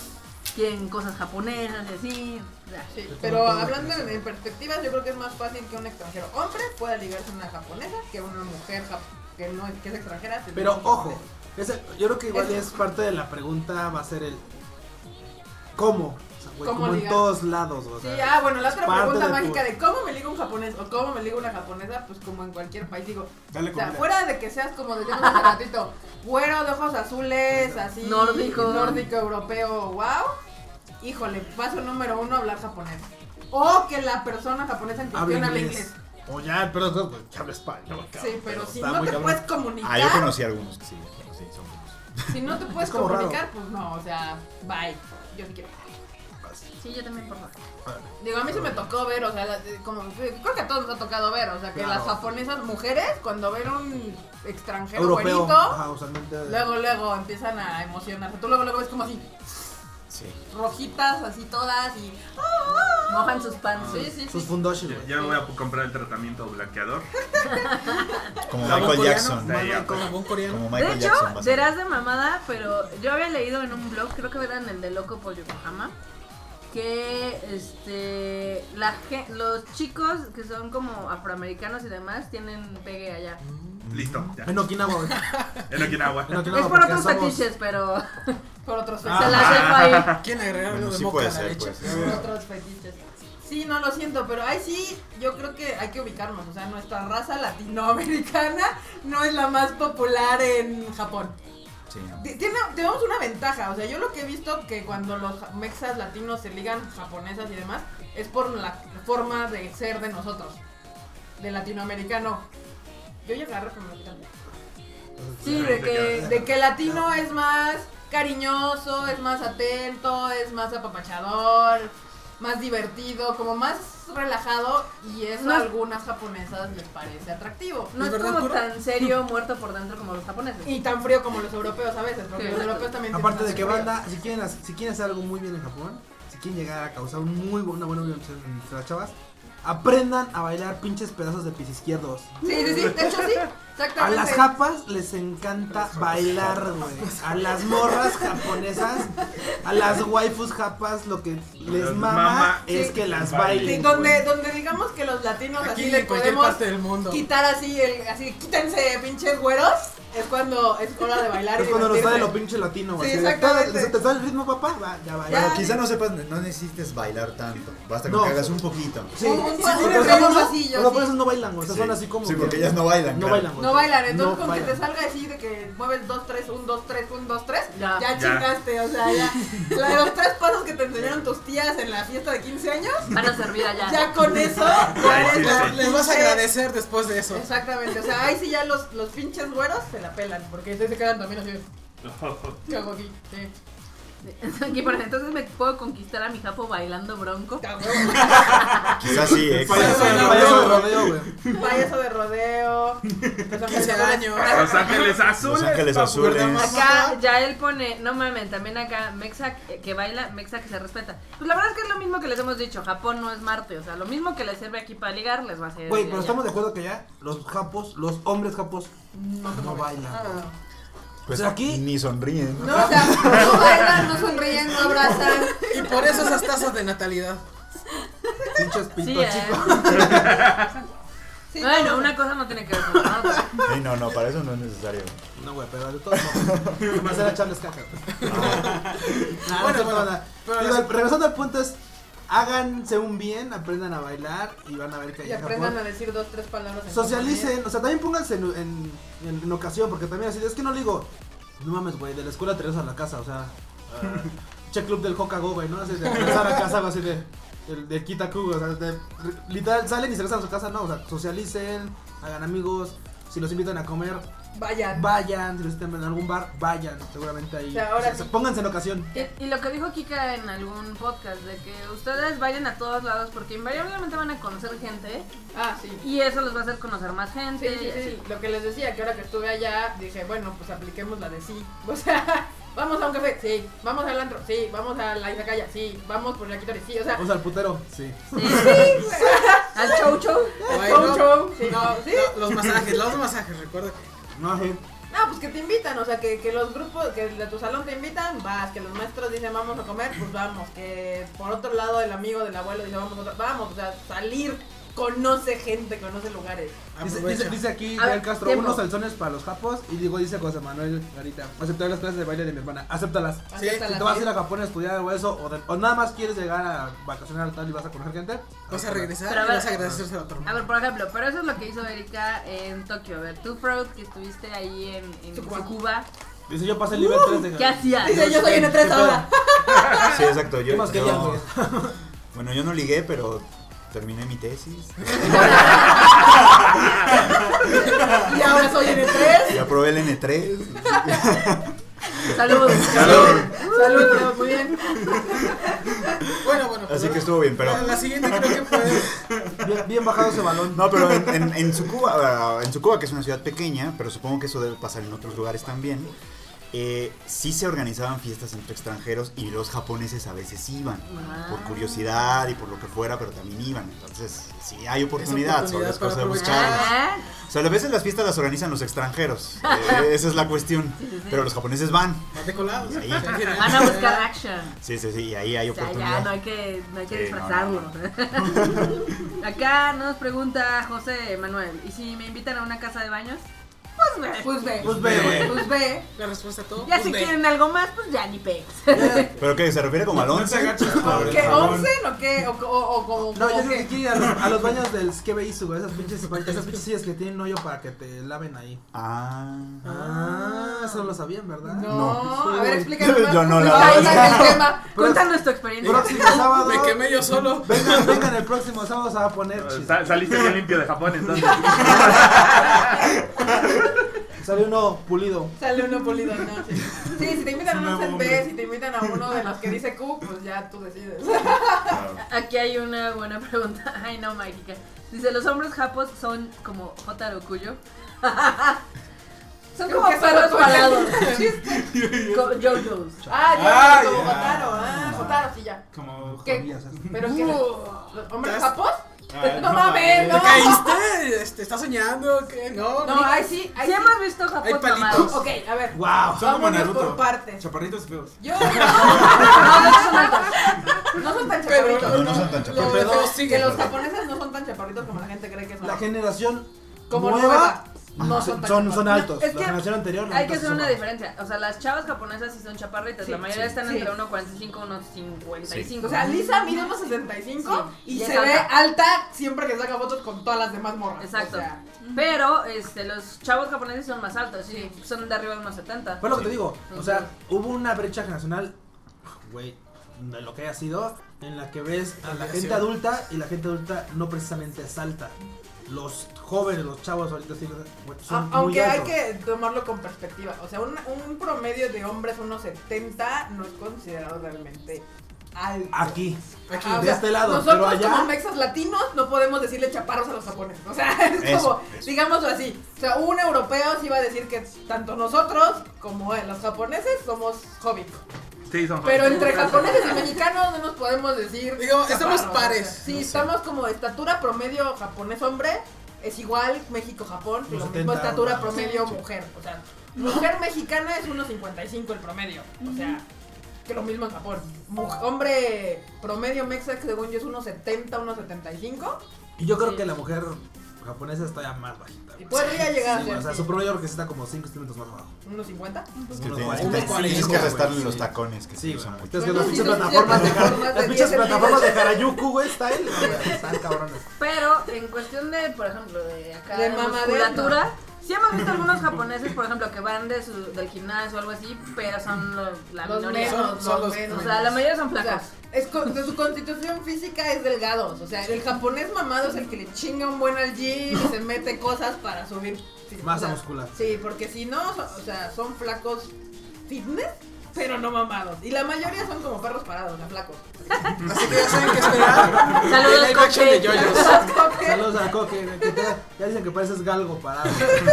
quieren cosas japonesas y así. Sí, pero hablando en perspectivas, yo creo que es más fácil que un extranjero hombre pueda ligarse a una japonesa que una mujer que es extranjera. Pero ojo, yo creo que igual es parte de la pregunta, va a ser el ¿cómo? O sea, güey, ¿Cómo como en ligar? todos lados, o sea. Sí, bueno, la otra parte pregunta de tu- mágica de cómo me liga un japonés o cómo me liga una japonesa, pues como en cualquier país, digo. Dale O sea, comida. fuera de que seas como decíamos hace ratito, güero de ojos azules, así. Nórdico. Europeo, wow. Híjole, paso número 1, hablar japonés. O que la persona japonesa en cuestión hable inglés. O ya, pero que habla español. Sí, pero si está no muy te cabrón. puedes comunicar. Yo conocí algunos que sí, pero sí, son buenos. Si no te puedes Es como comunicar, pues no, o sea, bye. Yo sí quiero. Sí, yo también, por favor. Digo, a mí se me tocó ver, o sea, como creo que a todos nos ha tocado ver, o sea, que Claro. las japonesas mujeres cuando ven un extranjero Europeo. güerito, Ajá, usualmente. luego empiezan a emocionarse. Tú luego ves como así, Sí. rojitas, así todas y Mojan sus pants. sí. Sus fundoshi, Ya, güey. ya me voy a comprar el tratamiento blanqueador. Como ¿Jabón Michael coreano? Jackson. Sí, ya, ¿Como jabón coreano? Como De Michael hecho, Jackson. vas a ver. serás de mamada, pero yo había leído en un blog, creo que era en el de Loco por Yokohama, que los chicos que son como afroamericanos y demás tienen pegue allá. Listo, ya. En Okinawa, güey. En Okinawa. En Okinawa Es por porque otros somos- fetiches, pero por otros se Ah. fetiches. las dejo ahí. ¿Quién agregar algo Bueno, de sí moca puede a la ser, leche? puede ser. Por otros fetiches. Sí, no lo siento, pero ahí sí, yo creo que hay que ubicarnos. O sea, nuestra raza latinoamericana no es la más popular en Japón. Sí, no. Tenemos una ventaja, o sea, yo lo que he visto que cuando los mexas latinos se ligan japonesas y demás, es por la forma de ser de nosotros, de latinoamericano. Yo ya agarré pero me lo quitan. Sí, de que latino es más cariñoso, es más atento, es más apapachador, más divertido, como más relajado, y eso No. a algunas japonesas les parece atractivo. No ¿Es es verdad, como Kuro? tan serio, muerto por dentro como los japoneses. Y tan frío como los europeos a veces, porque Sí. los europeos también Aparte de tienen que más frío. banda, si quieren hacer algo muy bien en Japón, si quieren llegar a causar una buena unión entre las chavas, aprendan a bailar pinches pedazos de pis izquierdos. Sí, de hecho sí, A exactamente. las japas les encanta bailar, güey. A las morras japonesas, a las waifus japas, lo que les Las mama mama, es sí. que las Sí, Sí, bailen. donde güey. digamos que los latinos Aquí así le en cualquier podemos parte del mundo. quitar así quítense pinches güeros, es cuando es hora de bailar. Es y cuando nos sale divertirse. lo pinche latino, güey. Sí, así de, exactamente. ¿Se te sale el ritmo, papá? Va, ya baila. Bueno, quizá no sepas, no necesites bailar tanto. Basta con No. que hagas un poquito. Sí, Un sí, paso porque de los ritmo japoneses- pasillo, los sí. japoneses no bailan, güey. O sea, Sí. son así como. Sí, que- porque ellas no bailan. No claro. bailan, güey. No bailan, entonces No con bailan. que te salga así de que mueves 2, 3, 1, 2, 3, 1, 2, 3, Ya. ya chingaste, o sea, ya. La de los 3 pasos que te enseñaron tus tías en la fiesta de 15 años, Van a servir allá. ya con eso, Ya ya eres hiciste. la Les vas a pinche- agradecer después de eso. Exactamente, o sea, ahí sí ya los pinches güeros se la pelan, porque entonces se quedan también así de, ¿qué hago aquí? Sí. Aquí por entonces me puedo conquistar a mi japo bailando bronco. Ya, huevo. Quizás sí, Payaso de Payaso de rodeo, güey. Payaso de rodeo. 15 años. Los Ángeles Azules. Los Ángeles papu. Azules. Acá ya él pone, no mames, también acá Mexa que baila, Mexa que se respeta. Pues la verdad es que es lo mismo que les hemos dicho, Japón no es Marte, o sea, lo mismo que les sirve aquí para ligar, les va a servir. Güey, pero allá. estamos de acuerdo que ya los japos, los hombres japos, no bailan. Ah. Pues O sea, aquí- ni sonríen. No, o sea, no bailan, no sonríen, no abrazan. Y por eso esas tasas de natalidad. Pinches Sí, pito chicos. Sí, Bueno, no. una cosa no tiene que ver con la otra. No, para eso no es necesario. No, güey, pero de todos modos. Me hacer a echarles caca, güey. Nah, Bueno, no se puede. pero Digo, las- regresando al punto es, háganse un bien, aprendan a bailar y van a ver que Y allá en aprendan Japón a decir 2, 3 palabras en socialicen, o sea, también pónganse en ocasión, porque también así, es que no le digo, no mames, güey, de la escuela te regresas a la casa, o sea, che club del Hokago, güey, ¿no? Así de regresar a casa, así de Kitaku, o sea, literal salen y se regresan a su casa, no, o sea, socialicen, hagan amigos, si los invitan a comer, Vayan. vayan, si los invitan en algún bar, vayan, seguramente ahí, O sea, ahora o sea, sí. pónganse en ocasión. Y lo que dijo Kika en algún podcast, de que ustedes vayan a todos lados porque invariablemente van a conocer gente Ah, sí. y eso les va a hacer conocer más Sí, gente. sí, y sí. así. Lo que les decía, que ahora que estuve allá, dije, bueno, pues apliquemos la de sí. O sea, vamos a un café, sí. Vamos al antro, sí. Vamos a la izakaya, sí. Vamos por yakitori, sí. O sea, Vamos al putero, sí. Sí. Al show show. Ay, show, no, show. Sí, no, sí. no, los masajes, recuerda que. No, sí. No, pues que te invitan, o sea, que los grupos, que de tu salón te invitan, vas, que los maestros dicen vamos a comer, pues vamos, que por otro lado el amigo del abuelo dice vamos, o sea, salir, conoce gente, conoce lugares. Dice aquí A ver, Del Castro, tiempo. unos calzones para los japos. Y digo, dice José Manuel ahorita, aceptar las clases de baile de mi hermana, acéptalas. Sí, Si te vas a ir a Japón a estudiar o eso, o nada más quieres llegar a vacacionar tal y vas a conocer gente, Vas a regresar Pero a y ver, vas a agradecerse a otro. A ver, por ejemplo, pero eso es lo que hizo Erika en Tokio. A ver, tú, Fraud, que estuviste ahí en Tsukuba, dice yo pasé el nivel 3 de ¿qué hacías? Dice, yo soy N3 ahora. Sí, exacto. ¿Qué más querías, güey? Bueno, yo no ligué, pero terminé mi tesis. Y ahora soy N3. Y aprobé el N3. Saludos. Salud, Fraud, muy bien. Bueno, Así que estuvo bien, pero... La siguiente creo que puede. Bien bajado ese balón. No, pero en Tsukuba, que es una ciudad pequeña, pero supongo que eso debe pasar en otros lugares también, sí se organizaban fiestas entre extranjeros y los japoneses a veces iban, por curiosidad y por lo que fuera, pero también iban. Entonces, sí hay oportunidad, solo es cosa de buscarlas. Ah, O sea, a veces las fiestas las organizan los extranjeros, esa es la cuestión, pero los japoneses van. Más de colados. Ahí. van a buscar action. Sí, y ahí hay O sea, oportunidad. ya no hay que Sí, disfrazarlo. no, Acá nos pregunta José Manuel, ¿y si me invitan a una casa de baños? Pues ve. Pues ve. Pues ve, güey. Pues ve. La respuesta a todo. Ya pues si ve. quieren algo más, pues ya ni pegues. ¿Pero qué? ¿Se refiere como al 11? ¿Qué? ¿11 o qué? ¿O como No, yo como creo que qué? quiere ir a los baños del Skebeisu, güey. Esas pinches sillas que tienen hoyo para que te laven ahí. Eso no lo sabían, ¿verdad? No, a ver, explícanos más. Yo no, la Ahí verdad. está el tema. Cuéntanos tu experiencia. Próximo sábado. Me quemé yo solo. Vengan el próximo sábado, se va a poner chido. Saliste bien limpio de Japón, entonces. Sale uno pulido. Sale uno polido, no. Sí, si te invitan a un B, si te invitan a uno de los que dice Q, pues ya tú decides. Aquí hay una buena pregunta. Ay, no, mágica. Dice, ¿los hombres japos son como Jotaro Kuyo? Son Creo como que eso perros lo parados. Como JoJo's. Ah, ya, como Jotaro. Ah, Jotaro, sí, ya. Como ¿Qué? jodías, así. ¿Pero qué? ¿Los hombres ¿Estás- japos? Ah, No mames, ¿Te no. caíste? ¿Estás soñando? ¿Qué? No, No, ni- ahí sí, Sí ahí sí. hemos visto Hay japos palitos. mamados. Ok, a ver. ¡Wow! Son como Vámonos Naruto. por partes. Chaparritos feos. Yo. No, no son altos. No son tan Pero chaparritos. no son tan Los chaparritos. feos Que siguen. los japoneses no son tan chaparritos como la gente cree que son. La generación Como nueva nueva. No son tan son chaparritos. altos. Es La que generación anterior la Hay que neta, hacer son una bajos. diferencia. O sea, las chavas japonesas sí son chaparritas. Sí, la mayoría están sí. entre 1.45 y 1.55. O sea, Lisa mide unos 65 Sí, y y se es ve alta. alta siempre que saca fotos con todas las demás morras. Exacto. O sea, Pero los chavos japoneses son más altos. Sí, son de arriba de unos 70. Fue lo que te digo. O sea, hubo una brecha generacional, güey, de lo que haya sido, en la que ves a la gente adulta y la gente adulta no precisamente es alta. Los jóvenes, los chavos ahorita sí, güey, son muy aunque hay altos. que tomarlo con perspectiva. O sea, un promedio de hombres, unos 70, no es considerado realmente alto. Aquí, Aquí, Ajá, o de sea, este lado, nosotros pero allá como mexas latinos no podemos decirle chaparros a los japoneses. O sea, es Eso, como, digámoslo así. O sea, un europeo sí va a decir que tanto nosotros como los japoneses somos hobbit. Sí, son Pero jóvenes. entre japoneses y mexicanos no nos podemos decir. Digo, estamos chaparros, pares. o sea, sí, No sé. estamos como estatura promedio japonés hombre. Es igual México-Japón, y Unos lo mismo 70, estatura ¿no? promedio mujer. O sea, mujer mexicana es 1.55 el promedio. O sea, que lo mismo en Japón. Hombre promedio mexa, que según yo es 1.70, 1.75. y yo creo Sí. que la mujer japonesa está ya más bajita. Y podría llegar a Sí, ser o sea, su promedio creo que está como 5 centímetros más abajo. 1.50. Es que Unos tienes, 40, tienes que 45, restarle güey, los sí. tacones que Sí, se usan güey. mucho. Es que Bueno, las sí, pinches son plataformas de plataformas de las pinches 10 plataformas de Harajuku, güey, style, güey, están cabrones. Pero en cuestión de, por ejemplo, de acá De de mamadera, musculatura, sí hemos visto algunos japoneses, por ejemplo, que van del gimnasio o algo así, pero son la Los minoría. menos, Son los los menos. O sea, la mayoría son O sea, flacos. de su constitución física es delgados. O sea, el japonés mamado es el que le chinga un buen al gym y se mete cosas para subir. Sí, Masa o sea, muscular. Sí, porque si no, o sea, son flacos fitness, pero no mamados. Y la mayoría son como perros parados, o sea, flacos. Así que ya saben qué esperar. Saludos, El live action de Coque. Yoyos. Saludos al Coque, que ya dicen que pareces galgo parado.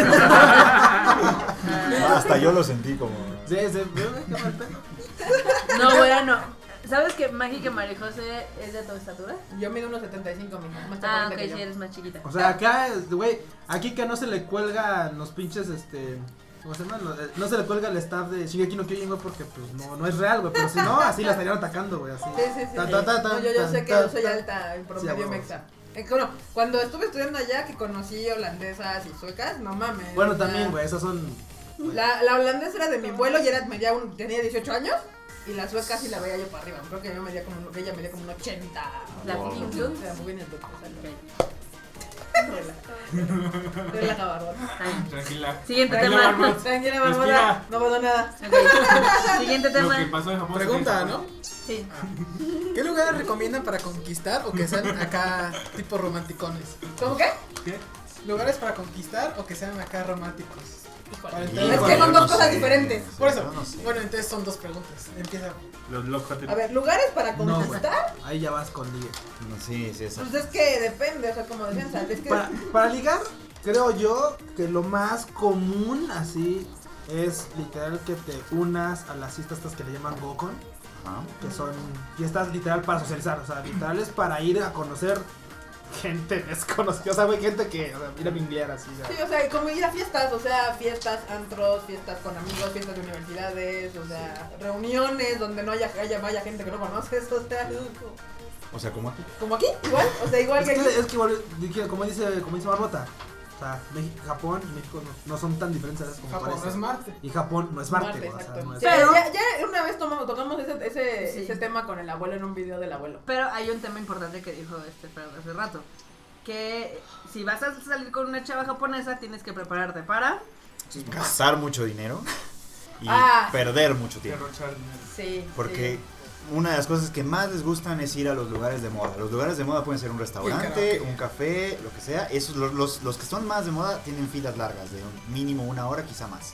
Hasta yo lo sentí como... Sí, sí, qué mal pedo. No, bueno. ¿Sabes que Mágica María José es de tu estatura? Yo mido unos 75, mija. Más Ah, chaparrita ok, que sí, yo. eres más chiquita. O sea, acá, güey, aquí que no se le cuelgan los pinches, ¿Cómo se llama? No se le cuelga al staff de Shingeki no Kyojin, güey, porque pues no es real, güey. Pero si no, así la estarían atacando, güey, así. Sí. No, yo sé que yo soy alta en promedio Sí, mexa. Bueno, cuando estuve estudiando allá, que conocí holandesas y suecas, no mames. Bueno, o sea, también, güey, esas son... La holandesa era de mi vuelo y tenía 18 años. Y la sueca sí la veía yo para arriba. Creo que ella medía como un 80. La Wow. Viking O sea, muy bien el doctor. Relaja, Bárbara. Tranquila. Siguiente Tranquila, tema. Barbot. Tranquila, Respira. Bárbara. No pasó nada. Ok. Siguiente Lo que tema. pasó en Japón. Pregunta, ¿no? Sí. ¿Qué lugares recomiendan para conquistar o que sean acá tipo romanticones? ¿Cómo qué? ¿Qué? ¿Lugares para conquistar o que sean acá románticos? Para Es entrar- que son yo dos cosas sé, diferentes. Por eso. yo no sé. Bueno, entonces son dos preguntas. Empieza. Los Love Hotel. A ver, lugares para No, güey. conquistar. Ahí ya vas con ligue. No, sí, eso. Pues es que depende, o sea, como decían, ¿sabes? Es que Para ligar, creo yo que lo más común así es literal que te unas a las fiestas estas que le llaman Gokon, Ajá. que son fiestas literal para socializar, o sea, literal es para ir a conocer gente desconocida, o sea, güey, gente que, o sea, ir a minglear así. ya. sí, o sea, como ir a fiestas, o sea, fiestas, antros, fiestas con amigos, fiestas de universidades, o sea, reuniones donde no vaya gente que no conoces, o sea, O sea, como aquí. como aquí, igual, o sea, igual Es que que, aquí. es que igual, como dice Barbota, o sea, Japón y México no son tan diferentes a veces como Japón no parece. es Marte. Y Japón no es Marte, Marte, güey, o sea, exacto. no es... Sí, Pero- ya una vez tocamos Sí. ese tema con el abuelo en un video del abuelo. Pero hay un tema importante que dijo Fred hace rato. Que si vas a salir con una chava japonesa, tienes que prepararte para... Gastar mucho dinero y Ah. perder mucho tiempo. Derrochar dinero. Sí. Porque una de las cosas que más les gustan es ir a los lugares de moda. Los lugares de moda pueden ser un restaurante, karaoke. un café, lo que sea. Esos, los que son más de moda tienen filas largas, de mínimo 1 hora, quizá más.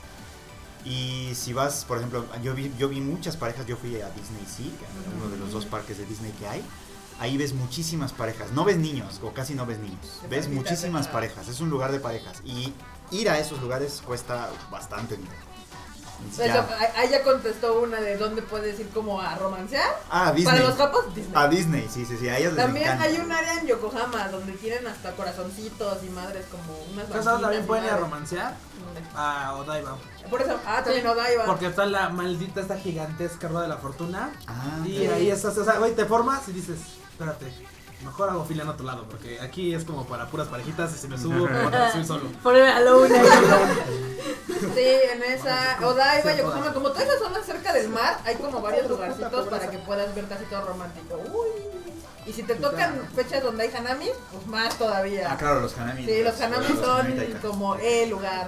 Y si vas, por ejemplo, yo vi muchas parejas, yo fui a Disney Sea, que es uno de los 2 parques de Disney que hay. Ahí ves muchísimas parejas, no ves niños, o casi no ves niños, De ves parejitas, muchísimas ajá. parejas, es un lugar de parejas. Y ir a esos lugares cuesta bastante dinero. De hecho, Ya. ahí ya contestó una de dónde puedes ir como a romancear. Ah, Disney. Para los japos, Disney. A Disney, sí, a ellos les También encanta. hay un área en Yokohama donde tienen hasta corazoncitos y madres como unas ¿Sabes banquitas a dónde también y pueden ir a madres. romancear? ¿Dónde? A Odaiba. Por eso, también Odaiba. Porque está la maldita esta gigantesca rueda de la fortuna. Ah, Y Sí. ahí estás, o sea, güey, te formas y dices, espérate, mejor hago fila en otro lado, porque aquí es como para puras parejitas y si me subo, me voy a subir solo. Poner a la una. Sí, en esa Odaiba, Yokohama, como todas esas zonas cerca del mar, hay como varios lugarcitos para que puedas ver casi todo romántico. Uy. Y si te tocan fechas donde hay hanamis, pues más todavía. Ah, claro, los hanamis. Sí, los hanamis son hanami-taikas. como el lugar.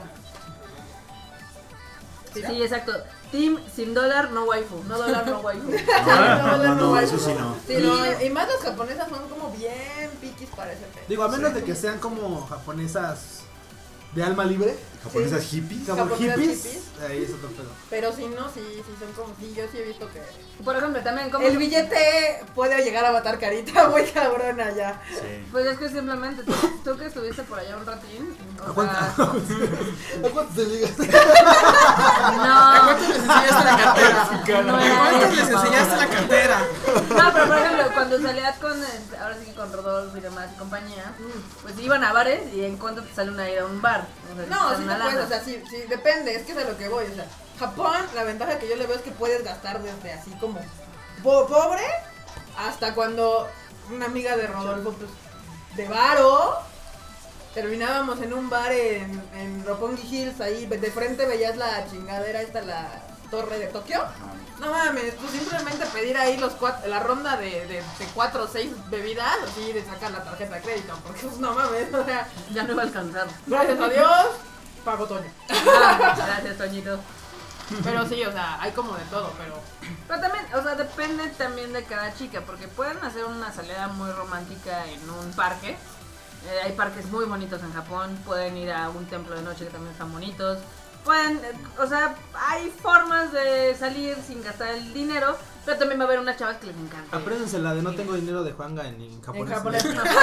¿Sí, no? Sí, exacto. Team sin dólar, no waifu. No dólar, no waifu. No, eso sí no. Sí, no, y más las japonesas son como bien piquis para ese pedo. Digo, a menos de que sean como japonesas de alma libre, Japonesas hippies. como Japonesas hippies, hippies. ahí es otro pedo. Pero si no, sí son como, sí, yo sí he visto que Por ejemplo, también como... el billete puede llegar a matar carita muy cabrona ya. Sí. Pues es que simplemente tú que estuviste por allá un ratín. O ¿A sea, cuánto te ligas? ¿A no. cuántos les enseñaste la cartera? No ¿A era cuántos eso, les por enseñaste favor. la cartera? No, pero por ejemplo, cuando salías con, ahora sí que con Rodolfo y demás y compañía, pues iban a bares y en cuánto te sale una ida a un bar. O sea, No, te sí sale te una puedes, lana. o sea, sí, depende, es que es a lo que voy, o sea, Japón, la ventaja que yo le veo es que puedes gastar desde así como pobre hasta cuando una amiga de Rodolfo, pues, de varo, terminábamos en un bar en Roppongi Hills, ahí de frente veías la chingadera esta, la torre de Tokio. No mames, pues simplemente pedir ahí la ronda de 4 o 6 bebidas, así de sacar la tarjeta de crédito, porque pues no mames, o sea, Ya no iba a alcanzar. gracias a Dios, pago Toño. Ah, gracias, Toñito. Pero sí, o sea, hay como de todo, pero Pero también, o sea, depende también de cada chica, porque pueden hacer una salida muy romántica en un parque. Hay parques muy bonitos en Japón, pueden ir a un templo de noche que también están bonitos. Pueden, o sea, hay formas de salir sin gastar el dinero, pero también va a haber unas chavas que les encanta. Apréndense la de no tengo dinero de Juanga en en japonés. japonés.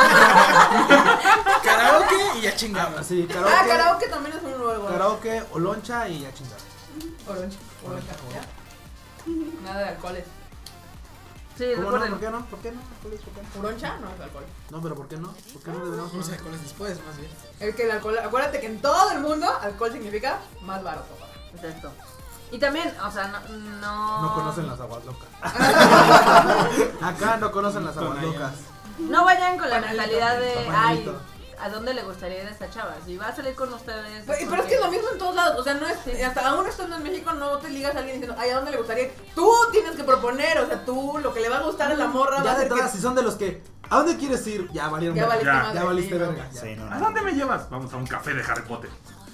Karaoke y ya chingamos. Sí, karaoke. Ah, karaoke también es un luego. Karaoke o loncha y ya chingar. Orange. ¿Ya? Nada de alcoholes. Sí, ¿Cómo no? recuerden. ¿Por qué no? ¿Por qué no? ¿Por qué no? Uroncha no es alcohol. No, pero ¿por qué no? ¿Por qué no deberíamos? Unos alcoholes después, más bien. El que el alcohol, acuérdate que en todo el mundo alcohol significa más barato. Exacto. Y también, o sea, No conocen las aguas locas. Acá no conocen las aguas locas. No vayan con la Panalito. mentalidad de, ay, Panalito. ¿a dónde le gustaría ir a esta chava? Si va a salir con ustedes. Pero es que es lo mismo en todos lados, o sea, no es, hasta aún estando en México no te ligas a alguien diciendo, ay, ¿a dónde le gustaría ir? Tú tienes que proponer, o sea, tú, lo que le va a gustar a la morra va Ya a de ser todas, que... si son de los que, ¿a dónde quieres ir? Ya valieron Ya verga. valiste Ya. madre. Ya valiste sí, no. verga. ya. Sí, no, ¿A no. dónde me llevas? Vamos a un café de Harry Potter.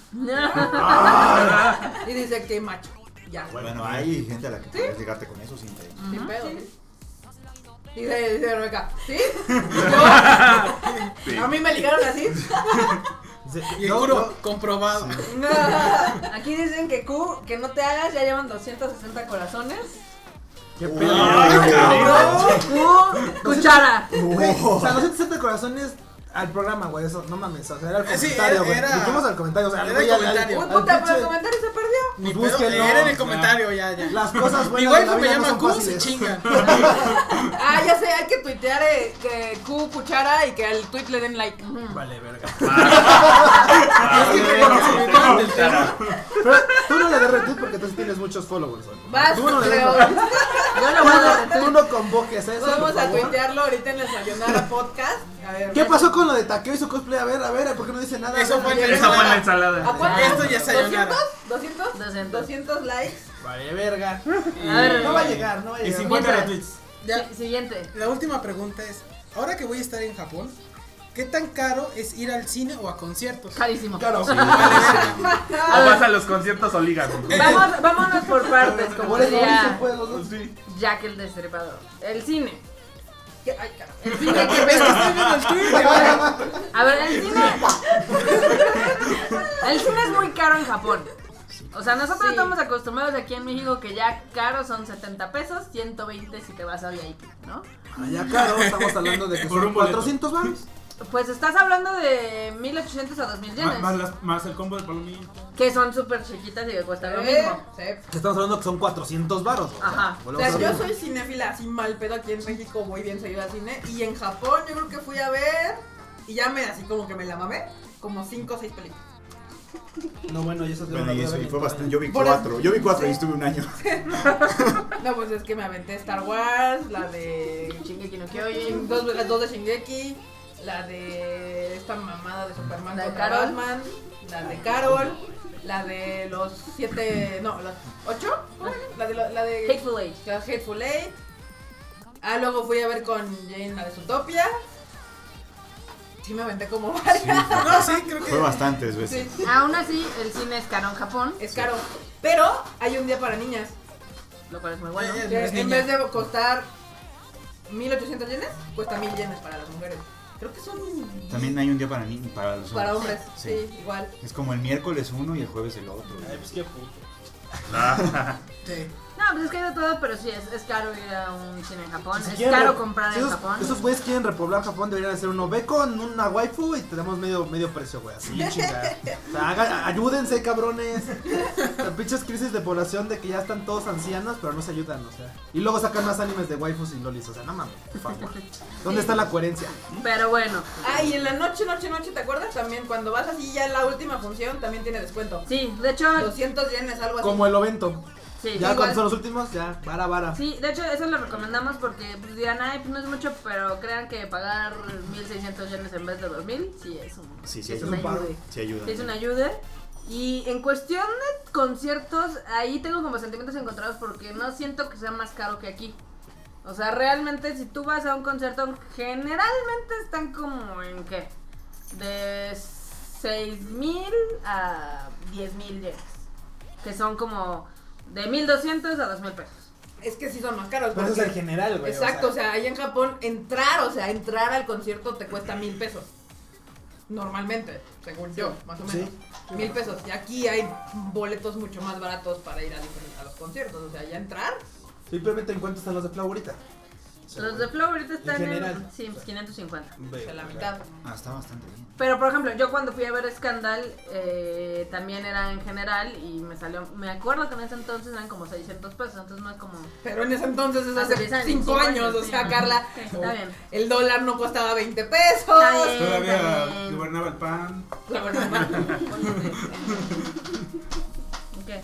Y dice, qué macho, ya. Bueno, hay gente a la que puedes ligarte con eso sin pedo. Sin pedo, sí. Dice Rebeca, ¿sí? Sí. A mí me ligaron así. Dice, Y el yo- juro, yo- comprobado. Aquí dicen que Q, que no te hagas, ya llevan 260 corazones. ¿Qué Uy, pedo? Q, cuchara. O sea, los 160 corazones al programa, güey, eso, no mames, o sea, era el Sí, comentario, güey. era- Dijimos al comentario, o sea, era güey, el al- comentario. al- Uy, puta, al pero el pinche- comentario se perdió. Ni Pues pedo, búsquenlo. era en el comentario, ya. Las cosas Mi buenas de la waifu me vida no llama son Q, se fáciles. chingan. Ah, ya sé, hay que tuitear que Q cuchara y que al tweet le den like. Vale, verga. Es que como se metieron del tema. Pero tú no le des retweet porque tú sí tienes muchos followers, güey. Vas, Tú no le des creo. retweet. Yo lo voy a dar. Tú no convoques eso. Vamos por a favor. tuitearlo ahorita en el Sayonara Podcast. A ver, ¿Qué pasó con lo de Takeo y su cosplay? A ver, ¿por qué no dice nada? Eso fue en el- Esa fue la ¿A ensalada. cuánto? Esto ya es sayonara. ¿200? 200 likes. Vale, verga. A ver, No va a llegar, no va a Y llegar. 50 Mientras. retweets. Ya, Siguiente. la última pregunta es, ahora que voy a estar en Japón, ¿qué tan caro es ir al cine o a conciertos? Carísimo. Claro. Vale, verga. O vas a los conciertos o ligas. Vámonos por partes, como Por eso se diría puede los dos. Sí. Jack el Destripador. El cine. Ay, carajo. El cine. ¿Qué ves que estoy viendo el Twitter? A ver, el cine. El cine es muy caro en Japón. O sea, nosotros Sí. estamos acostumbrados aquí en México que ya caro son 70 pesos, 120 si te vas a VIP, ¿no? Allá caro, estamos hablando de que Por son un boleto. 400 baros. Pues estás hablando de 1800 a 2000 yenes, Más el combo de palomillas. que son súper chiquitas y que cuestan lo mismo. Sí. Estamos hablando que son 400 baros. Ajá. O sea, yo soy cinéfila así mal pedo aquí en México, voy bien seguido al cine. Y en Japón yo creo que fui a ver, y ya me así como que me la mamé, como 5 o 6 películas. No, bueno, y eso es Bueno, y eso y fue bastante. Yo vi Por 4. Yo vi 4 y estuve un año. No, pues es que me aventé Star Wars, la de Shingeki no Kyojin. las dos de Shingeki, la de esta mamada de Superman La de contra Carol. Batman, la de Carol, la de los 7, no, los 8, la de Hateful Eight. la Hateful Eight. Ah, luego fui a ver con Jane la de Zootopia. Sí me aventé como varias. No, sí, creo Fue que... bastantes veces. Sí, Aún así, el cine es caro en Japón, es caro. Pero hay un día para niñas. lo cual es muy bueno. Vaya. Que Es en niña. vez de costar 1800 yenes, cuesta 1000 yenes para las mujeres. Creo que son También hay un día para los para hombres. Sí. Sí, igual. Es como el miércoles uno y el jueves el otro. Ay, pues qué puto. Sí. No, pues es que hay de todo, pero sí, es caro ir a un cine en Japón. Si Es quieren caro re- comprar si en esos, Japón. Esos güeyes quieren repoblar Japón, deberían hacer uno. Ve con una waifu y te damos medio precio, güey. Así, chingada. O sea, ayúdense, cabrones. Las pinches crisis de población de que ya están todos ancianos, pero no se ayudan, o sea. Y luego sacan más animes de waifus y lolis, o sea, no mames, por favor. ¿Dónde está la coherencia? Pero bueno, Ah, y en la noche, ¿te acuerdas? También cuando vas así ya en la última función también tiene descuento. sí, de hecho, 200 yenes, algo así. Como el Ovento. sí, Ya igual. cuando son los últimos, ya, vara. Sí, de hecho eso lo recomendamos porque pues, dirán, ay, pues no es mucho, pero crean que pagar 1600 yenes en vez de 2000, sí es un, Sí, sí, es ayuda. una ayuda. Sí ayuda. Sí es una ayuda. Y en cuestión de conciertos, ahí tengo como sentimientos encontrados porque no siento que sea más caro que aquí. O sea, realmente si tú vas a un concierto, generalmente están como en ¿qué? De 6000 a 10000 yenes. Que son como de 1200 a 2000 pesos. Es que sí son más caros. Pero eso es porque- el general, güey. Exacto, o sea, ahí en Japón entrar al concierto te cuesta 1000 pesos. Normalmente, según yo, más o menos. 1000 pesos. Y aquí hay boletos mucho más baratos para ir a los conciertos. O sea, ya entrar. Simplemente en cuánto están los de Flow ahorita. Los de Flow ahorita están en, general. sí, pues 550. O sea, la mitad. Ah, está bastante bien. Pero por ejemplo, yo cuando fui a ver Scandal, también era en general y me salió, me acuerdo que en ese entonces eran como 600 pesos, entonces no es como... Pero en ese entonces es Hace hace 10 años, 5 5 años, años, o sea, sí. Carla. Sí, está bien. El dólar no costaba 20 pesos. Está bien. Todavía bien. gobernaba el pan. La verdad, ¿Qué?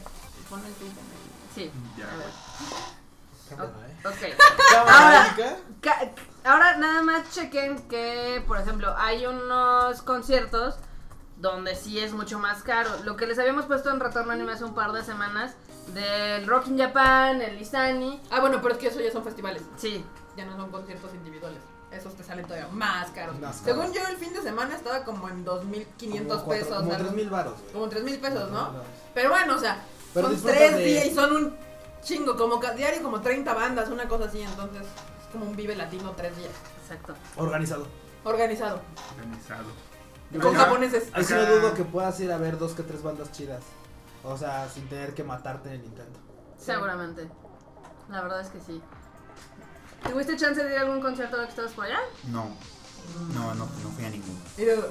pone el tweet en el... Sí, Ya, a ver. Cámara, Ok. Cámara, Ahora, Erika. ahora nada más chequen que, por ejemplo, hay unos conciertos donde sí es mucho más caro. Lo que les habíamos puesto en Retorno Anime hace un par de semanas del Rock in Japan, el Isani. Ah, bueno, pero es que eso ya son festivales. Sí, Ya no son conciertos individuales. Esos te salen todavía más caros. Más caros. Según yo, el fin de semana estaba como en 2,500 pesos. Como algo. 3,000 varos. Como 3,000 pesos, ¿no? Pero bueno, o sea, Pero son disfrutas 3 de- días y son un chingo, como diario como 30 bandas, una cosa así, entonces es como un Vive Latino 3 días. exacto. Organizado. Organizado. Organizado. Con Ajá. japoneses. Ahí sí Acá- no dudo que puedas ir a ver 2 que 3 bandas chidas. O sea, sin tener que matarte en el intento. Seguramente. La verdad es que sí. ¿Tuviste chance de ir a algún concierto ahora que estabas por allá? No fui a ninguno. Y luego,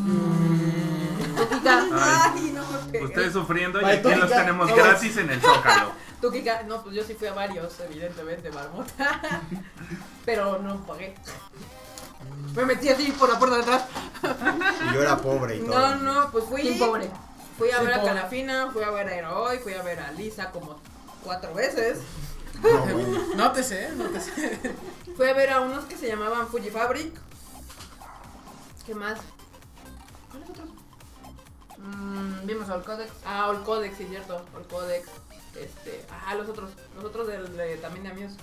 ¿Tú, Kika? Ay, no me pegué. Ustedes sufriendo y Ay, aquí los Tónica. tenemos No. gratis en el Zócalo. Tú, Kika, no, pues yo sí fui a varios, evidentemente, marmota. Pero no pagué. Me metí así por la puerta de atrás. Y yo era pobre y todo. No, pues fui. Team pobre. Fui a Sí, ver a pobre. Calafina, fui a ver a Heroi, fui a ver a Lisa como 4 veces. No, bueno. Nótese. Fui a ver a unos que se llamaban Fuji Fabric. ¿Qué más? ¿Cuáles otros? Vimos al Codex. Ah, All Codex, sí, cierto. All Codex. Los otros. Los otros también de Amigos.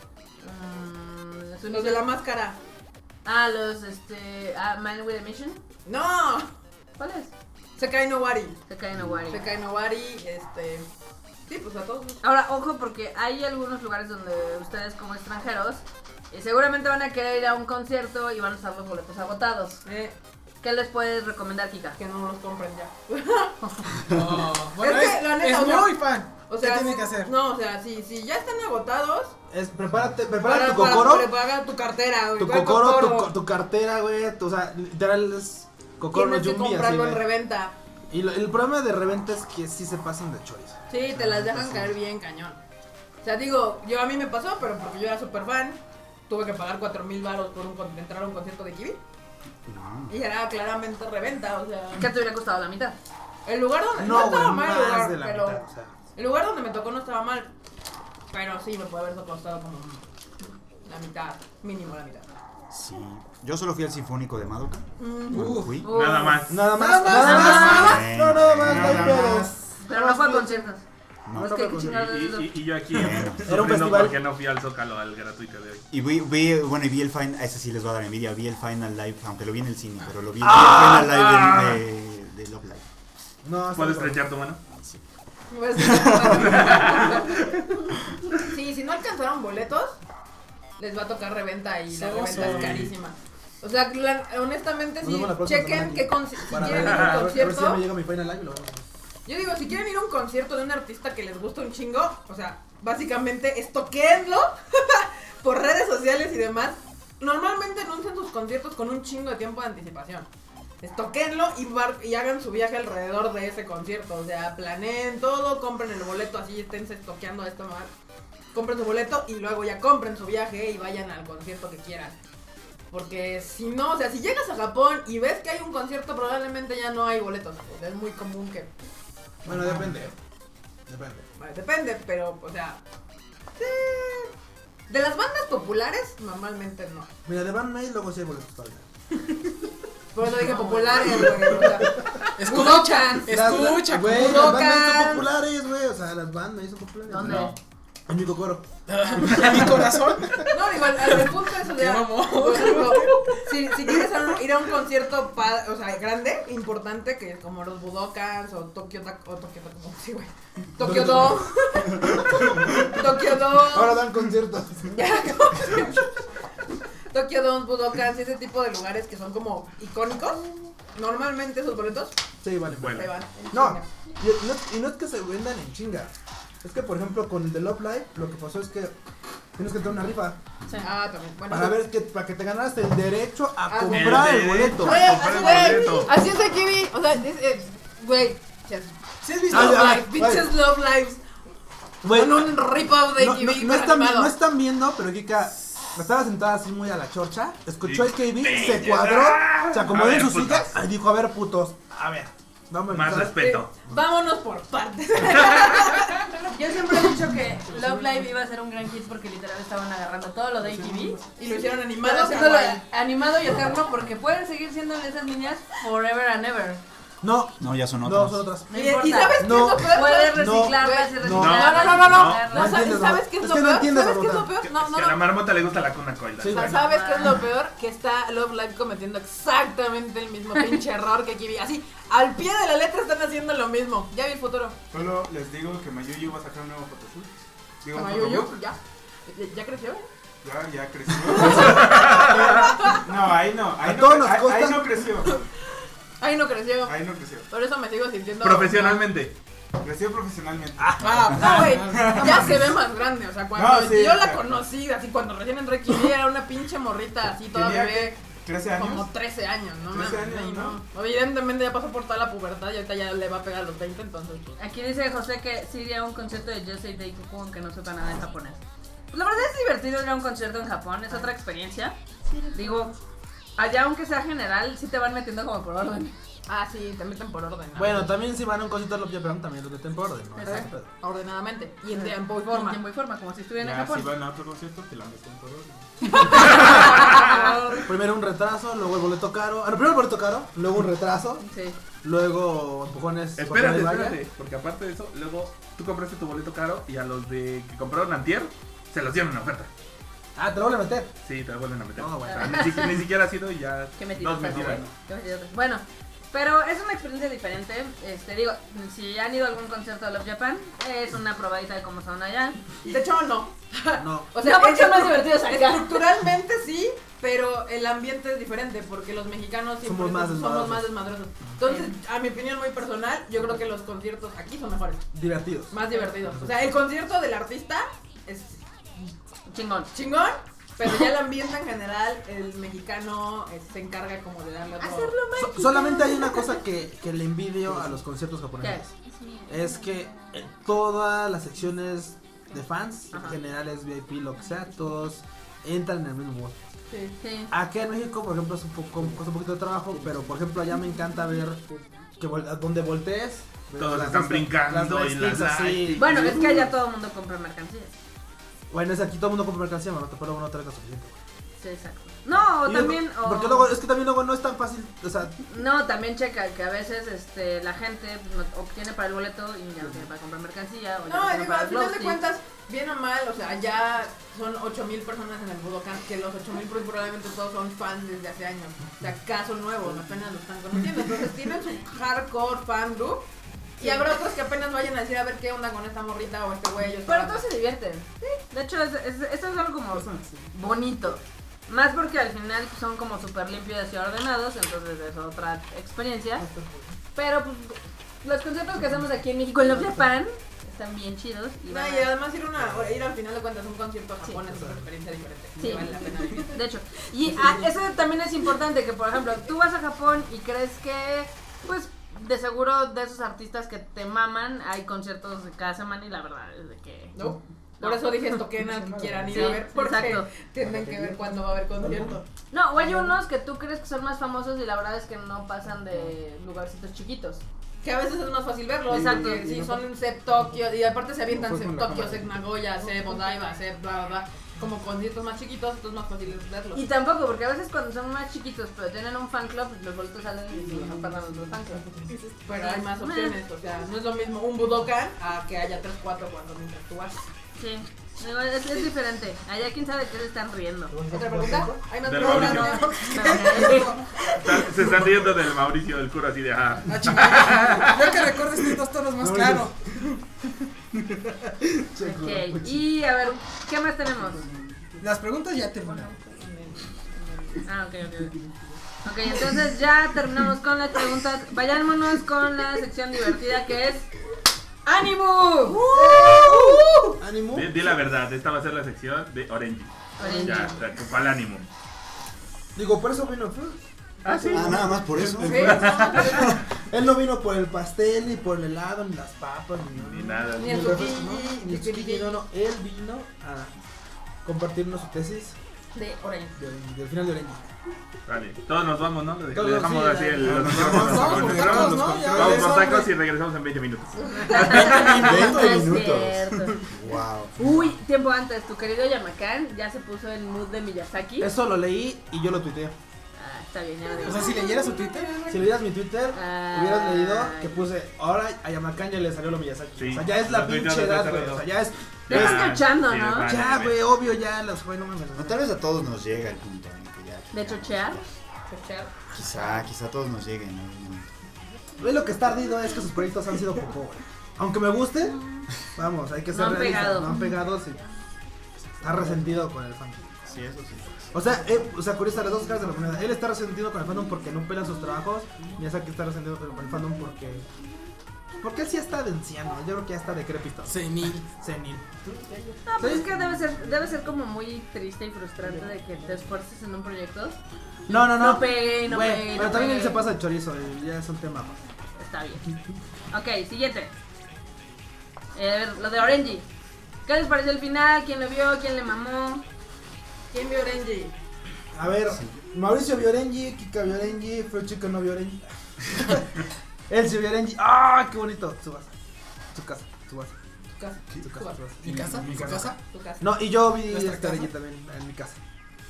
Los de la máscara. Los Man with a Mission. ¡No! ¿Cuál es? Sekai no Wari. Sekai no Wari. Sekai no Wari, Sí, pues a todos. Ahora, ojo, porque hay algunos lugares donde ustedes como extranjeros seguramente van a querer ir a un concierto y van a estar los boletos agotados. ¿Qué les puedes recomendar, Kika? Que no los compren ya. No, bueno, Es que, la neta, es o sea, muy fan. O sea, ¿Qué tiene que hacer? No, o sea, si ya están agotados, Prepara tu para cocoro. preparar tu cartera, güey. Tu ¿Cuál cocoro, tu cartera, güey. O sea, literal es cocoro no Tienes que yumbi así, comprarlo en güey. reventa. Y el problema de reventa es que sí se pasan de chorizo. Sí, te las dejan caer bien cañón. O sea, digo, a mí me pasó, pero porque yo era súper fan, tuve que pagar 4,000 varos por entrar a un concierto de Kiwi. No. Y era claramente reventa, o sea. ¿Qué te hubiera costado la mitad? El lugar donde No, estaba güey, mal el más lugar, de la pero mitad, o sea. el lugar donde me tocó no estaba mal. Pero sí me puede haber costado como la mitad, mínimo la mitad. Sí. Yo solo fui al Sinfónico de Madoka. Cuando fui. Nada más. Nada más, Nada más, nada más. Bueno, No, nada más, no hay nada pedo. más. Pero no fue a conciertos. No. No es que hay que chingar de eso. Y yo aquí Bueno. sufriendo festival. porque no fui al Zócalo al gratuito de hoy. Y vi el final, a ese sí les va a dar envidia, vi el final live, aunque lo vi en el cine, pero vi el final live de Love Live. No, está ¿Puedes bien. estrechar tu mano? Pues, sí, si no alcanzaron boletos, les va a tocar reventa y la Somos reventa es hoy. carísima. O sea, honestamente, Nos sí, vemos la próxima chequen semana si Para quieren ver, ir a un a ver si ya me concierto. llega mi final live y lo vamos a ver. Yo digo, si quieren ir a un concierto de un artista que les gusta un chingo, o sea, básicamente estoquéenlo por redes sociales y demás. Normalmente anuncian sus conciertos con un chingo de tiempo de anticipación. Estoquéenlo y hagan su viaje alrededor de ese concierto. O sea, planeen todo, compren el boleto así, esténse estoqueando esto más. Compren su boleto y luego ya compren su viaje y vayan al concierto que quieran. Porque si no, o sea, si llegas a Japón y ves que hay un concierto, probablemente ya no hay boletos. O sea, es muy común que... Bueno, depende. Depende. Bueno, depende, pero, o sea... sí. De las bandas populares, normalmente no. Mira, de Van May luego sí hay boletos todavía. Por eso dije populares, güey. O sea, Escucha, Budokan. escucha. Güey, las Budokan. Van May son populares, güey. O sea, las Van May son populares. ¿Dónde? No. En mi cocoro. En mi corazón. No, digo, el punto es, o Qué sea, mamón. por ejemplo, si quieres ir a un concierto, o sea, grande, importante, que es como los Budokans o Tokyo Dome. Tokyo Dome. Ahora dan conciertos. Tokyo Dome, Budokans, ese tipo de lugares que son como icónicos. Normalmente esos boletos Sí, vale. Bueno. se van. en No, chinga. y no es que se vendan en chinga. Es que, por ejemplo, con el de Love Live, lo que pasó es que tienes que tener una rifa Sí. Ah, también. Bueno, para que te ganaras el derecho a Ah, comprar el el boleto. Güey, comprar el güey, boleto. así es de Kiwi. O sea, güey. ¿Sí has visto? Ah, Love ya, Live, pinches Love Lives. Güey, Con un rip-off de no, Kiwi. no están, animado. no están viendo, pero Kika estaba sentada así muy a la chorcha, escuchó el KB, se Sí. cuadró, se acomodó A en ver, su silla putos. y dijo, a ver, putos, a ver, Vamos a Más empezar. respeto. Vámonos por partes. Yo siempre he dicho que Love Live iba a ser un gran hit porque literal estaban agarrando todo lo de ATV Y lo hicieron pero animado. haciéndolo kawaii. animado y eterno porque pueden seguir siendo esas niñas forever and ever. No, No, ya son no, otras. son otras. No ¿Y importa. sabes qué es No. lo peor? Puedes No, reciclarlas y no. reciclarlas. No. y No reciclarlas. entiendes, ¿Sabes qué es es lo que no peor? entiendes, ¿Sabes qué es lo Marmota. peor? No, no, Que a la no. marmota le gusta la cuna coila. Sí, O sea, bueno. ¿sabes qué es lo peor? Que está Love Live cometiendo exactamente el mismo pinche error que Kiwi. Así, al pie de la letra están haciendo lo mismo. Ya vi el futuro. Solo les digo que Mayuyu va a sacar un nuevo photoshoot. Digo, Mayuyu, photobook. ya creció. Ya creció. No, ahí no. A todos nos Ahí consta- no creció. Ahí no creció. Ahí no creció. Por eso me sigo sintiendo. Profesionalmente. Creció profesionalmente. No, güey, ya se ve más grande. O sea, cuando No, sí, yo la claro. conocí, así cuando recién entré aquí, era una pinche morrita así toda Tenía bebé. 13 años. Como 13 años, ¿no? 13 mames, años, y ¿no? Evidentemente ya pasó por toda la pubertad y ahorita ya le va a pegar a los 20, entonces pues. Aquí dice José que sí iría a un concierto de Yosei Daikoku aunque no sepa nada de japonés. Pues la verdad es divertido ir a un concierto en Japón, es otra experiencia. Digo, allá aunque sea general, sí te van metiendo como por orden. Ah, sí, te meten por orden. ¿no? Bueno, también si van a un concierto de Love Japan, también lo meten por orden, ¿no? Exacto. Ese pedo. Ordenadamente y en tiempo y En forma. tiempo y forma, como si estuvieran en Ya, Japón. si van a otro concierto, te la meten por orden. Primero un retraso, luego el boleto caro. Ah, no, primero el boleto caro, luego un retraso, Sí. luego empujones. Espérate, bajones de valla. espérate. Porque aparte de eso, luego tú compraste tu boleto caro y a los de que compraron antier se los dieron en oferta. Ah, te lo vuelven a meter. Sí, te lo vuelven a meter. No, bueno. O sea, ni siquiera ha sido y ya. Qué metidas. Dos metidas. Qué metidas. Bueno, pero es una experiencia diferente. Digo, si han ido a algún concierto de Love Japan, es una probadita de cómo son allá. De hecho, no. No. O sea, No, porque son más divertidos acá. estructuralmente sí, pero el ambiente es diferente porque los mexicanos siempre Somos más desmadrosos. desmadrosos. Entonces, a mi opinión muy personal, yo creo que los conciertos aquí son mejores, Divertidos. más divertidos. O sea, el concierto del artista es Chingón. chingón, pero ya el ambiente en general, el mexicano se encarga como de darle otro. Solamente hay una cosa que le envidio a los conciertos japoneses. Es que en todas las secciones de fans, Ajá. generales, VIP, lo que sea, todos entran en el mismo mood. Sí. Sí. Aquí en México, por ejemplo, es un poco, cuesta un poquito de trabajo, pero por ejemplo allá me encanta ver que donde voltees, Todos las- están brincando y las así. likes. Bueno, es que allá todo el mundo compra mercancías. Bueno, es aquí todo el mundo compra mercancía, mamá, pero no trae lo suficiente. Sí, exacto. No, o Y también. luego- Porque luego, es que también luego no es tan fácil, o sea, No, también checa que a veces la gente no obtiene para el boleto y ya no tiene para comprar mercancía. O ya No, tiene digo, para al el final de plastic. cuentas, bien o mal, o sea, ya son 8,000 personas en el Budokan, que los 8,000 probablemente todos son fans desde hace años. O sea, caso nuevo, apenas lo están conociendo. Entonces tienen su hardcore fan group. Y habrá otros que apenas vayan a decir a ver qué onda con esta morrita o este güey. o esta Pero banda. todos se divierten. De hecho, esto es algo como bonito. Más porque al final son como súper limpios y ordenados, entonces es otra experiencia. Pero pues los conciertos que hacemos aquí en México en Love Japan están bien chidos. Y No, van y a- además ir al final de cuentas a un concierto a Japón es una experiencia diferente. Sí. Que vale la pena vivir. De hecho, y eso también es importante, que por ejemplo, tú vas a Japón y crees que, pues, de seguro de esos artistas que te maman, hay conciertos de cada semana y la verdad es de que... No. Por eso dije toquen al que quieran ir Sí, a ver, porque exacto. tienen que ver cuándo va a haber concierto. No, o hay unos que tú crees que son más famosos y la verdad es que no pasan de lugarcitos chiquitos. Que a veces es más fácil verlos, Exacto. porque sí, son en Sep Tokio, y aparte se avientan Sep Tokio, Sep Nagoya, Sep Odaiba, Sep bla bla bla, como conciertos más chiquitos, entonces es más fácil verlos. Y tampoco, porque a veces cuando son más chiquitos pero tienen un fan club, los boletos salen y se los apartan los fan club. Pero hay más opciones, o sea, no es lo mismo un Budokan a que haya 3, 4 cuando mientras tú vas. Sí, digo, es diferente. Allá quién sabe qué se están riendo. ¿Otra pregunta? ¿Hay más Del preguntas? Mauricio. Se están riendo del Mauricio del cura así de Ah, chingada. Yo que recuerdo estos dos tonos más claro. Ok, y a ver, ¿qué más tenemos? Las preguntas ya terminaron. Ah, ok. Ok, entonces ya terminamos con las preguntas. Vayámonos con la sección divertida que es ¡Ánimo! ánimo. Di la verdad, esta va a ser la sección de Orange. Orange. Ya, ¿cuál ánimo? Digo, por eso vino Fruit. Ah, sí. Ah, nada más por eso. Sí, no, Él no vino por el pastel, ni por el helado, ni las papas, Ni nada. Ni el refresco, zucchini, ni el zucchini, no, él vino a compartirnos su tesis De Orange. Del final de Orange. Vale, todos nos vamos, ¿no? Le Todos, dejamos sí, así el. Vamos, Nos Vamos vamos por tacos, ¿no? Ya Vamos ves, por tacos hombre. y regresamos en 20 minutos. 20 Es minutos. cierto. Wow. Uy, tiempo antes, tu querido Yamakan ya se puso el mood de Miyazaki. Eso lo leí y yo lo tuiteé. Ah, está bien, ya lo digo. O sea, si leyeras su Twitter, Si leyeras mi Twitter, Ay. hubieras leído que puse, ahora a Yamakan ya le salió lo Miyazaki. Sí, O sea, ya es la lo tuiteé pinche desde edad, hace güey. rato. O sea, ya es. Ya está escuchando, sí, ¿no? vale, Ya, vale. güey, obvio, ya las güey, no mames. No, tal vez a todos nos llega el punto en que ya. ¿De chochear? Quizá a todos nos llegue en algún momento. Güey, lo que está ardido es que sus proyectos han sido poco, güey. Aunque me guste, vamos, hay que ser No han realistas. pegado. No han pegado, sí. Está resentido con el fandom. Sí, eso sí. O sea, curioso, las dos caras de la moneda. Él está resentido con el fandom porque no pelan sus trabajos. Miyazaki está resentido con el fandom porque él sí está de anciano. Yo creo que ya está decrépito. senil. Senil. No, pues es que debe ser como muy triste y frustrante de que te esfuerces en un proyecto. No. No pegue, no Güey, pegue, pero no también él pegue. se pasa de chorizo. Ya es un tema. Está bien. Ok, siguiente. Lo de Orange. ¿Qué les pareció el final? ¿Quién lo vio? ¿Quién le mamó? ¿Quién vio Orange? A ver, Mauricio vio Orenji, Kika vio Orenji, Fue Chico no vio Orenji. Él sí vio Orenji. ¡Ah, qué bonito! Su casa. Su casa. Tu casa. Su casa. Su casa. ¿Mi casa? Mi ¿Su casa. casa? Tu casa. No, y yo vi ¿Nuestra este casa? Orenji también en mi casa.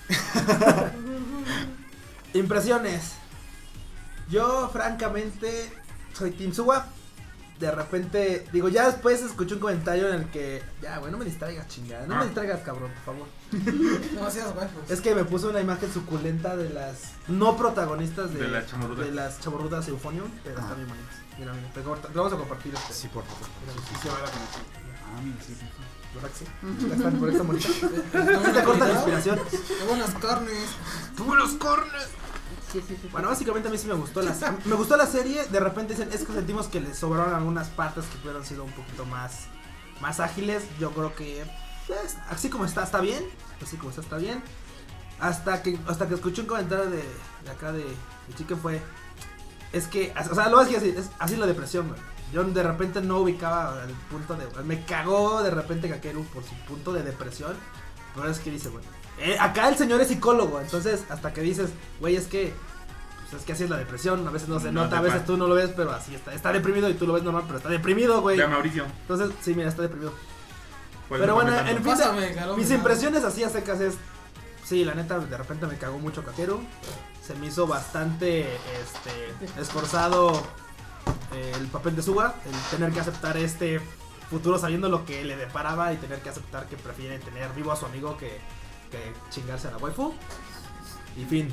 Impresiones. Yo, francamente, soy Team Suwa. De repente, digo, ya después escuché un comentario en el que, ya, güey, no me distraigas, chingada. No me distraigas, cabrón, por favor. No seas huevos. Es que me puso una imagen suculenta de las no protagonistas De las chavorrudas. de las chavorrudas Euphonium, pero están bien bonitas. Mira, mira, te vamos a compartir este. Sí, por favor. Sí se va la conexión. Ah, mira, sí. ¿Verdad que sí? Ya están por esta bonita. No Sí te corta la inspiración. Qué buenas carnes. ¡Tuvo los cornes! Sí. Bueno, básicamente a mí sí me gustó me gustó la serie. De repente dicen, es que sentimos que les sobraron algunas partes que pudieron sido un poquito más ágiles. Yo creo que pues, así como está bien. Así como está bien. Hasta que escuché un comentario de acá de Chicken fue. Es que, o sea, lo es que es así la depresión, güey. Yo de repente no ubicaba el punto de. Me cagó de repente Kakeru por su punto de depresión. Pero es que dice, güey. Acá el señor es psicólogo, entonces hasta que dices, güey, es que así es la depresión, a veces no se No nota, a te veces pasa. tú no lo ves, pero así está deprimido y tú lo ves normal, pero está deprimido, güey. Ve a Mauricio. Entonces, sí, mira, está deprimido. Pues Pero no bueno, come tanto. en fin, Pásame, Galo, mis no. impresiones así a secas es, sí, la neta, de repente me cagó mucho Kakeru, se me hizo bastante, esforzado el papel de Suga, el tener que aceptar este futuro sabiendo lo que le deparaba y tener que aceptar que prefiere tener vivo a su amigo que chingarse a la waifu. Y fin.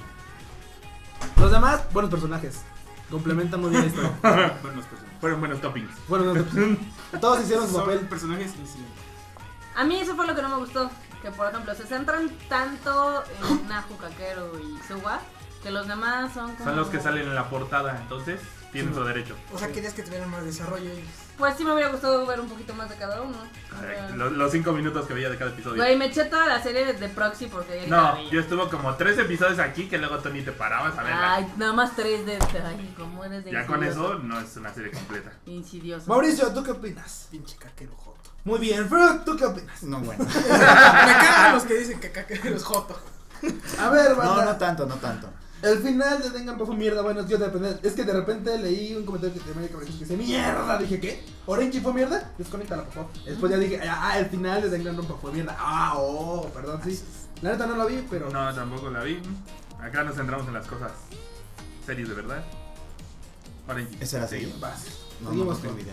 Los demás, buenos personajes. Complementan muy bien la historia. Buenos personajes. Fueron buenos toppings. Bueno, todos hicieron su Son papel. personajes incidentes. A mí eso fue lo que no me gustó. Que por ejemplo se centran tanto en Nahu, Kakeru y Suwa que los demás son como... Son los que salen en la portada, entonces tienen su derecho. O sea, querías que tuvieran más desarrollo ellos. Pues sí me hubiera gustado ver un poquito más de cada uno. O sea, Los 5 minutos que veía de cada episodio. güey, me eché toda la serie de Proxy porque ayer No, la vi. yo estuve como 3 episodios aquí que luego Tony te parabas a verla. Ay, nada más 3 de... Ay, cómo eres de Ya con insidioso. eso no es una serie completa. Insidioso. Mauricio, ¿tú qué opinas? Pinche caquero joto. Muy bien, Fruit, ¿tú qué opinas? No, bueno. Me cagan los que dicen que caquero es joto. A ver, No, banda. no tanto, no tanto. El final de Danganronpa fue mierda. Bueno, yo depende. Es que de repente leí un comentario de América que dice mierda. Dije, ¿qué? ¿Orange fue mierda? Desconéctala, por favor. Después ya dije, el final de Danganronpa fue mierda. Perdón, sí. La neta no la vi, pero. No, tampoco la vi. Acá nos centramos en las cosas serias de verdad. Orange. Esa era serie. Vas. No, Seguimos no tengo con- idea.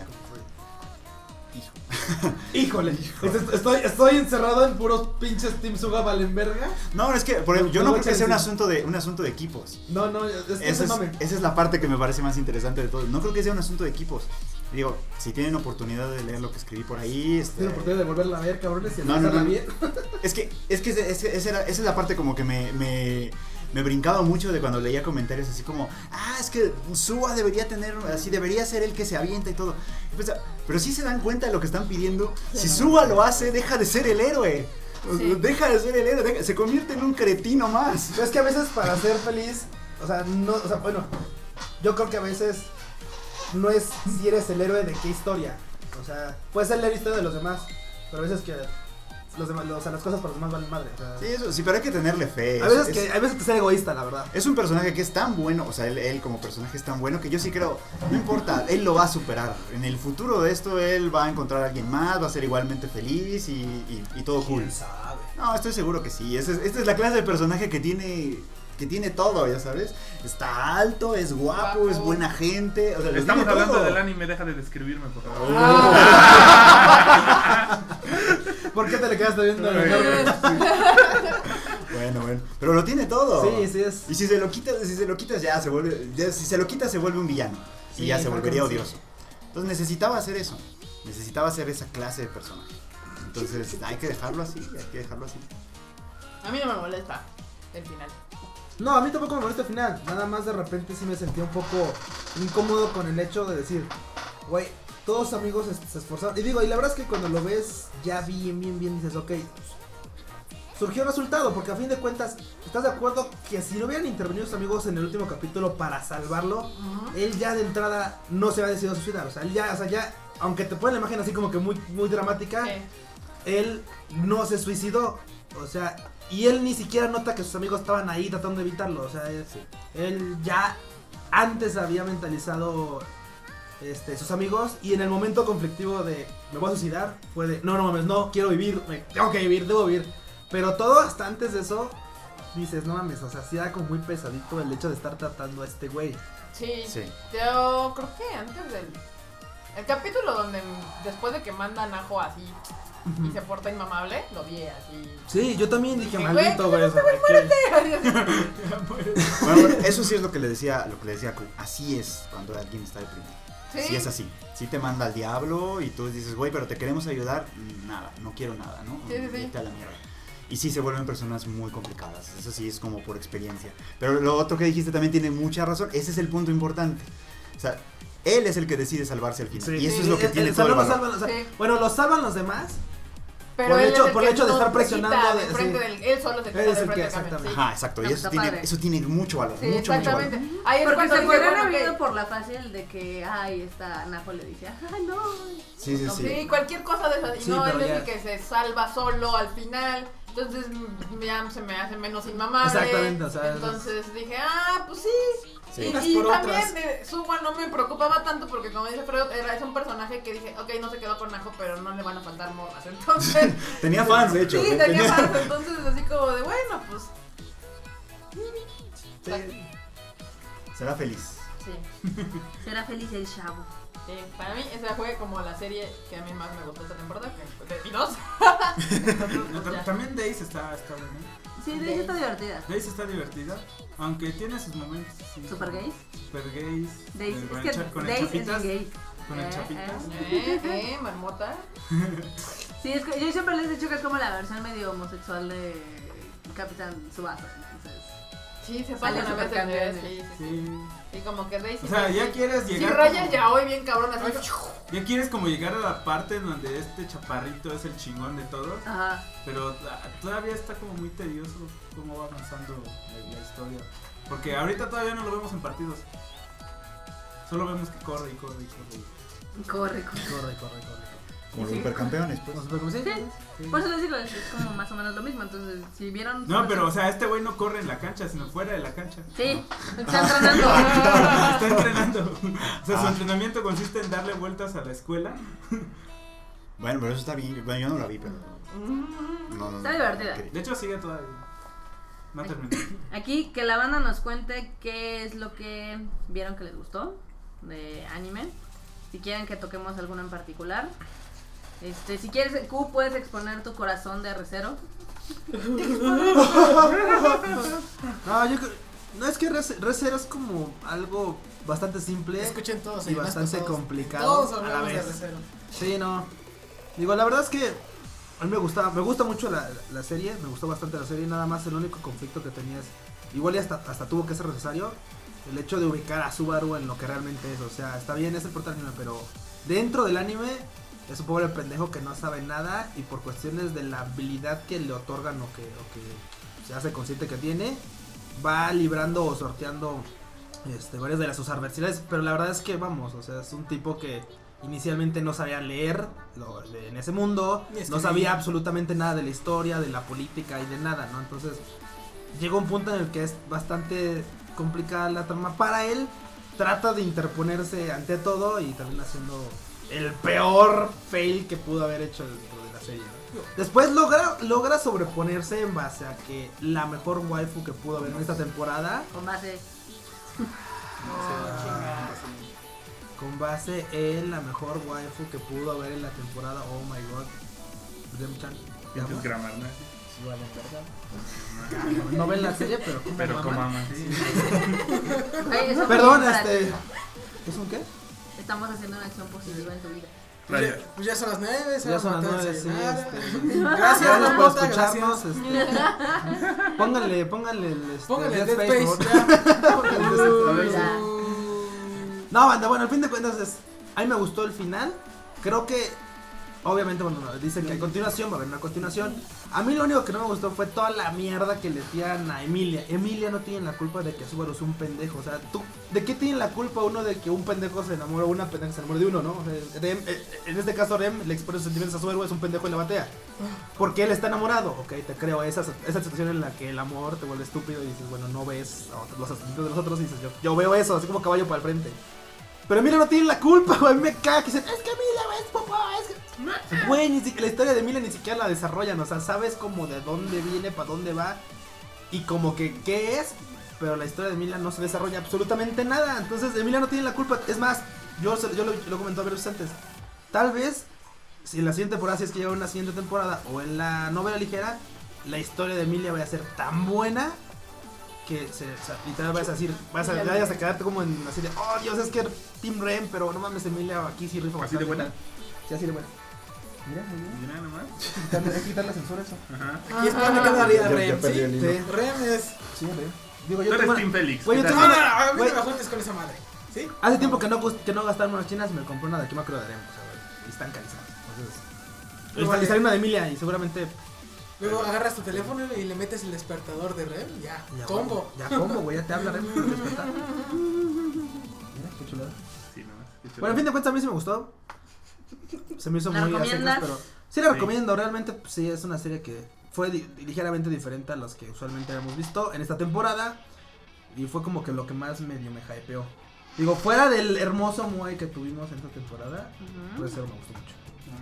Híjole. Estoy encerrado en puros pinches Team Suga Valenverga. No, es que por ejemplo, yo No no voy creo a que sea decir. un asunto de equipos. No, esa Esa es la parte que me parece más interesante de todo. No creo que sea un asunto de equipos. Digo, si tienen oportunidad de leer lo que escribí por ahí, Tiene oportunidad de volverla a ver, cabrones, y No, analizarla no. bien. esa es la parte como que me brincaba mucho de cuando leía comentarios así como, es que Suwa debería ser el que se avienta y todo. Y pensaba, pero si se dan cuenta de lo que están pidiendo, si Suwa lo hace, deja de ser el héroe. Sí. Deja de ser el héroe, se convierte en un cretino más. Pero es que a veces para ser feliz, bueno, yo creo que a veces no es si eres el héroe de qué historia. O sea, puedes ser la historia de los demás, pero a veces que o sea, las cosas para los demás valen madre. O sea, Sí, eso, sí, pero hay que tenerle fe. hay veces que ser egoísta, la verdad. Es un personaje que es tan bueno, o sea, él como personaje es tan bueno que yo sí creo, no importa, él lo va a superar. En el futuro de esto, él va a encontrar a alguien más, va a ser igualmente feliz y todo cool. ¿Quién sabe? No, estoy seguro que sí. Esta es la clase de personaje que tiene todo, ya sabes. Está alto, es guapo, es buena gente. O sea, lo Estamos tiene hablando todo. del anime, deja de describirme, por favor. ¿Por qué te le quedaste viendo? Bueno, pero lo tiene todo. Sí es. Y si se lo quitas ya se vuelve, si se lo quitas se vuelve un villano y Sí, ya se volvería sí. odioso. Entonces necesitaba hacer eso. Necesitaba hacer esa clase de personaje. Entonces hay que dejarlo así, A mí no me molesta el final. No, a mí tampoco me molesta el final. Nada más de repente sí me sentí un poco incómodo con el hecho de decir, güey, todos sus amigos se esforzaron. Y digo, y la verdad es que cuando lo ves ya bien, dices, ok, surgió el resultado, porque a fin de cuentas, ¿estás de acuerdo que si no hubieran intervenido sus amigos en el último capítulo para salvarlo, él ya de entrada no se había decidido suicidar? O sea, él ya, aunque te ponen la imagen así como que muy, muy dramática, Sí. él no se suicidó. O sea, y él ni siquiera nota que sus amigos estaban ahí tratando de evitarlo. O sea, él ya antes había mentalizado sus amigos, y en el momento conflictivo de me voy a suicidar fue de no mames, no quiero vivir, tengo que vivir, debo vivir. Pero todo hasta antes de eso dices, no mames, o sea, sí era como muy pesadito el hecho de estar tratando a este güey. Sí. Sí. Yo creo que antes del el capítulo donde después de que mandan a Ajo así y se porta inmamable, lo vi así. Sí, yo también dije, Güey, maldito güey. Bueno, eso sí es lo que le decía Q. Así es cuando alguien está deprimido. Sí es así. Sí te manda al diablo y tú dices, güey, pero te queremos ayudar. Nada, no quiero nada, ¿no? Sí. Vete a la mierda. Y sí se vuelven personas muy complicadas. Eso sí es como por experiencia. Pero lo otro que dijiste también tiene mucha razón. Ese es el punto importante. O sea, él es el que decide salvarse al final. Sí. Y eso es lo que tiene todo el salvan, valor. o sea, Sí. Bueno, lo salvan los demás. Pero Por el él hecho- es el por el que hecho de no estar se presionando quita de- de frente sí. del él solo se quita Él es de el frente que, del camión. exactamente. Sí. Ajá, exacto. No, Y está padre. eso tiene mucho valor. Sí, mucho valor. exactamente. Ahí es Porque cuando se dije, podrían bueno, haber ido ok. por la fácil de que, ay, esta Napo le dice, ay, no. Sí. Sí, cualquier cosa de esas. Y Sí, no, pero él es ya- el que se salva solo al final. Entonces ya se me hace menos inmamable. Exactamente, o sea, entonces dije, pues sí. Sí. Y, Unas y por también otras. Suwa no me preocupaba tanto porque como dice Freud, es un personaje que dije, ok, no se quedó con Ajo, pero no le van a faltar morras. Entonces, Tenía fans, de hecho. sí, tenía fans. Entonces así como de, bueno, pues Será feliz. sí. Será feliz el chavo. Sí, para mí esa fue como la serie que a mí más me gustó esta temporada, que de dos. No, también Days está bueno. Sí, de hecho está divertida. Days está divertida, aunque tiene sus momentos así. ¿Super gays? Super gays. Days, con es el que con el Days es chapitas. gay. Con el chapitas. Marmota. Sí, es que yo siempre les he dicho que es como la versión medio homosexual de Capitán Tsubasa. Entonces, Sí, se Sale pasan a veces. supercampeón, Sí. Sí. Y como que Daisy. O sea, ya quieres Si llegar. rayas como- ya hoy bien cabrón así. Ya quieres como llegar a la parte en donde este chaparrito es el chingón de todos. ajá. Pero todavía está como muy tedioso cómo va avanzando la historia. Porque ahorita todavía no lo vemos en partidos. Solo vemos que corre y corre y corre. Corre. Corre. Como los supercampeones, pues. Como si- Sí. Por eso les digo, es como más o menos lo mismo. Entonces, si vieron. No, pero o sea, este güey no corre en la cancha, sino fuera de la cancha. Sí, está entrenando. Está entrenando. O sea, su Ah. entrenamiento consiste en darle vueltas a la escuela. Bueno, pero eso está bien. Bueno, yo no la vi, pero. No. Está divertida. De hecho, sigue todavía. No terminó. Aquí que la banda nos cuente qué es lo que vieron que les gustó de anime. Si quieren que toquemos alguno en particular. Si quieres, Q, puedes exponer tu corazón de R0. No, es que Re0 es como algo bastante simple Escuchen todos. y bastante complicado Todos a la hablamos de vez. R0. Sí, no. Digo, la verdad es que a mí me gusta mucho la serie, me gustó bastante la serie, nada más el único conflicto que tenía es, igual y hasta tuvo que ser necesario, el hecho de ubicar a Subaru en lo que realmente es. O sea, está bien, es el protagonista, pero dentro del anime es un pobre pendejo que no sabe nada y por cuestiones de la habilidad que le otorgan o que se hace consciente que tiene, va librando o sorteando varias de sus adversidades. Pero la verdad es que vamos, o sea, es un tipo que inicialmente no sabía leer en ese mundo, Ni escribir. no sabía absolutamente nada de la historia, de la política y de nada, ¿no? Entonces llega un punto en el que es bastante complicada la trama para él, trata de interponerse ante todo y termina siendo el peor fail que pudo haber hecho dentro de la serie, ¿no? Después logra sobreponerse en base a que la mejor waifu que pudo haber en esta temporada, Con base. con base en la mejor waifu que pudo haber en la temporada, oh my god, Rem-chan, ¿te amo? Pinches grammar, ¿no? Sí, vale, verga. No ven la serie, pero como Pero como maman. aman, sí. Ay, eso Perdón, fue para ti. ¿es un qué? Estamos haciendo una acción positiva en tu vida. Raya. Pues ya son las 9, Ya son las 9, sí, Gracias, Gracias por Marmota, escucharnos. gracias. Pónganle Póngale Dead Dead Space, Space, por favor. Pónganle Dead Space. Ya. No, banda, bueno, al fin de cuentas a mí me gustó el final. Creo que, obviamente, bueno, dicen que hay continuación, va a haber una continuación. A mí lo único que no me gustó fue toda la mierda que le tiran a Emilia. Emilia no tiene la culpa de que Subaru es un pendejo. O sea, ¿de qué tiene la culpa uno de que un pendejo se enamora o una pendeja se enamora de uno, no? O sea, en este caso Rem le expresa sus sentimientos a Subaru, es un pendejo y la batea. Porque él está enamorado. Ok, te creo, esa situación en la que el amor te vuelve estúpido y dices, bueno, no ves los sentimientos de los otros y dices, yo veo eso, así como caballo para el frente. Pero Emilia no tiene la culpa, güey. Me caga que dicen, es que Emilia es papá, es que... Güey, la historia de Emilia ni siquiera la desarrollan. O sea, sabes como de dónde viene, para dónde va y como que qué es. Pero la historia de Emilia no se desarrolla absolutamente nada. Entonces Emilia no tiene la culpa. Es más, yo lo comenté a veces antes. Tal vez, si en la siguiente temporada, si es que llega una siguiente temporada o en la novela ligera, la historia de Emilia vaya a ser tan buena que literal vayas a quedarte como en así de, oh Dios, es que Team Rem, pero no mames, Emilia aquí sí rifa ¿Así de buena? Sí, así de buena. Mira, muy bien. Mira nomás. Hay que quitar la censura eso. Ajá. Aquí es donde quedaría Ya Rem, perdí el ¿sí? hilo. Sí. Rem es... Sí, Rem. Digo, Tú yo eres tengo Team Félix. Güey, yo ¿qué tengo tal? No, a mí no Güey. me juntes con esa madre, ¿sí? hace tiempo que no gastaba unas chinas y me compré una de aquí me acuerdo de Rem, o sea, güey, y están carísimas. Entonces, y sale una de Emilia y seguramente Luego agarras tu teléfono y le metes el despertador de Rem, ya, combo. Ya combo, güey, ya te habla Rem por despertar. Mira, qué chulada. Sí, no, qué chulo. Bueno, en fin de cuentas a mí sí me gustó. Se me hizo ¿La muy a recomiendas? secas, pero sí la Sí. recomiendo. Realmente, pues, sí, es una serie que fue ligeramente diferente a las que usualmente habíamos visto en esta temporada. Y fue como que lo que más medio me hypeó. Digo, fuera del hermoso Muay que tuvimos en esta temporada, Ujú. pues eso me gustó mucho.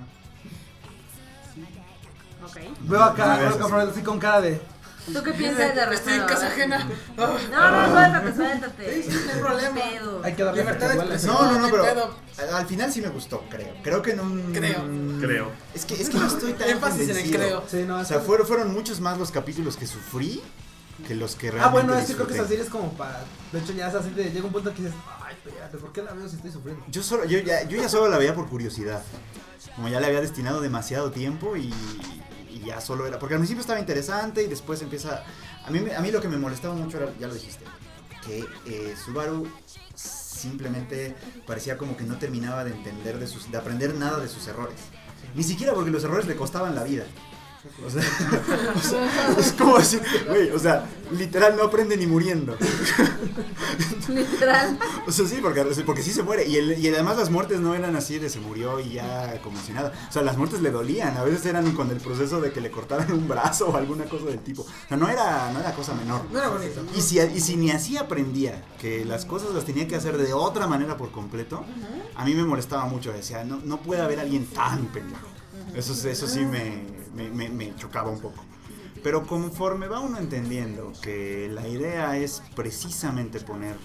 Ok. Veo acá, A ver, veo acá así con cara de... ¿Tú qué piensas de Estoy en Restaurador? casa ajena. No, suéltate. Sí, no hay problema. Pedo. Hay que darle Libertad de que duele. expresión. No, ¿qué pero pedo? al final sí me gustó, creo. Creo que no. Creo. Es que no estoy tan Énfasis en el convencido. creo. Sí, no, O sea, fueron muchos más los capítulos que sufrí que los que realmente bueno, es que creo que esa disfruté. serie es como para... De hecho, ya es así de... Llega un punto que dices... Ay, espérate, ¿por qué la veo si estoy sufriendo? Yo ya solo la veía por curiosidad. Como ya le había destinado demasiado tiempo y ya solo era. Porque al principio estaba interesante y después empieza. A mí lo que me molestaba mucho era, ya lo dijiste, que Subaru simplemente parecía como que no terminaba de entender de aprender nada de sus errores. Ni siquiera porque los errores le costaban la vida. O sea, es como así, güey, o sea, literal no aprende ni muriendo. Literal. O sea, sí, porque sí se muere. Y además las muertes no eran así de se murió y ya como si nada. O sea, las muertes le dolían. A veces eran con el proceso de que le cortaran un brazo o alguna cosa del tipo. O sea, no era cosa menor. No era bonito. Y si ni así aprendía que las cosas las tenía que hacer de otra manera por completo, a mí me molestaba mucho. Decía, no puede haber alguien tan pendejo. Eso sí me chocaba un poco. Pero conforme va uno entendiendo que la idea es precisamente poner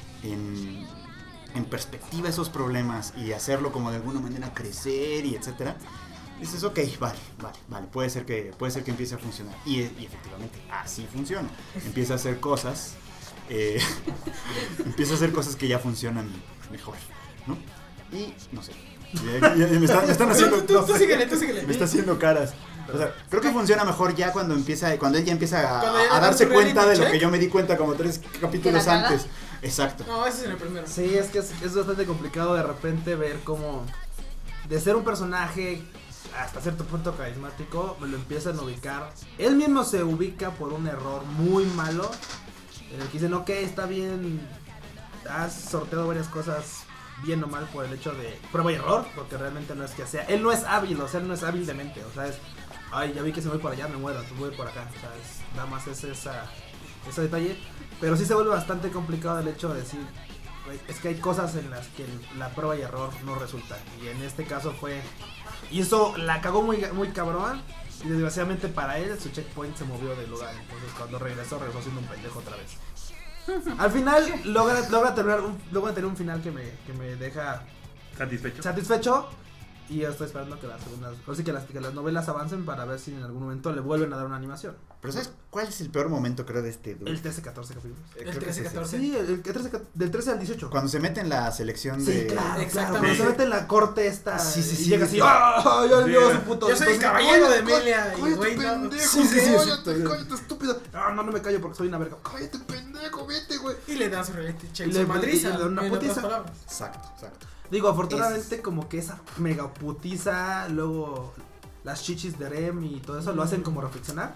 en perspectiva esos problemas y hacerlo como de alguna manera crecer y etcétera, dices, ok, vale, puede ser que empiece a funcionar. Y efectivamente, así funciona. Empieza a hacer cosas, que ya funcionan mejor, ¿no? Y no sé. Ya me están haciendo. Tú síguele. Me está haciendo caras. O sea, creo que funciona mejor ya cuando él ya empieza Cuando ya a le darse dan su cuenta de reality lo check. que yo me di cuenta como 3 capítulos ¿Que la caga? antes. Exacto. No, ese es en el primero. Sí, es que es bastante complicado de repente ver cómo de ser un personaje hasta cierto punto carismático, me lo empiezan a ubicar. Él mismo se ubica por un error muy malo, en el que dicen, ok, está bien, has sorteado varias cosas bien o mal por el hecho de prueba y error, porque realmente no es que sea, él no es hábil, o sea, él no es hábil de mente, o sea, es, ay, ya vi que se voy por allá, me muero, pues voy por acá, o sea, nada más es ese detalle, pero sí se vuelve bastante complicado el hecho de decir, güey, es que hay cosas en las que la prueba y error no resultan, y en este caso la cagó muy, muy cabrón, y desgraciadamente para él su checkpoint se movió del lugar, entonces cuando regresó siendo un pendejo otra vez. Al final logra tener un final que me deja satisfecho y yo estoy esperando que las segundas, así que las novelas avancen para ver si en algún momento le vuelven a dar una animación. Pero ¿sabes cuál es el peor momento, creo, de este dude? El 13-14 capítulos. El 13-14. Sí, del 13 al 18. Cuando se mete en la selección Sí, de... claro, Exactamente. cuando se mete en la corte esta Sí, y sí, llega sí. así, ¡ah! Yo digo su puto. Yo soy el Entonces, caballero de ¡cállate, Emilia! Y cállate, güey, no. pendejo! Sí, sí, sí, Cállate, estúpido. No me callo porque soy una verga. Cállate, pendejo, vete, güey. Y le dan su reality check, Y su le madriza, dan una en otras putiza. palabras. Exacto. Digo, afortunadamente como que esa mega putiza, luego las chichis de Rem y todo eso lo hacen como reflexionar.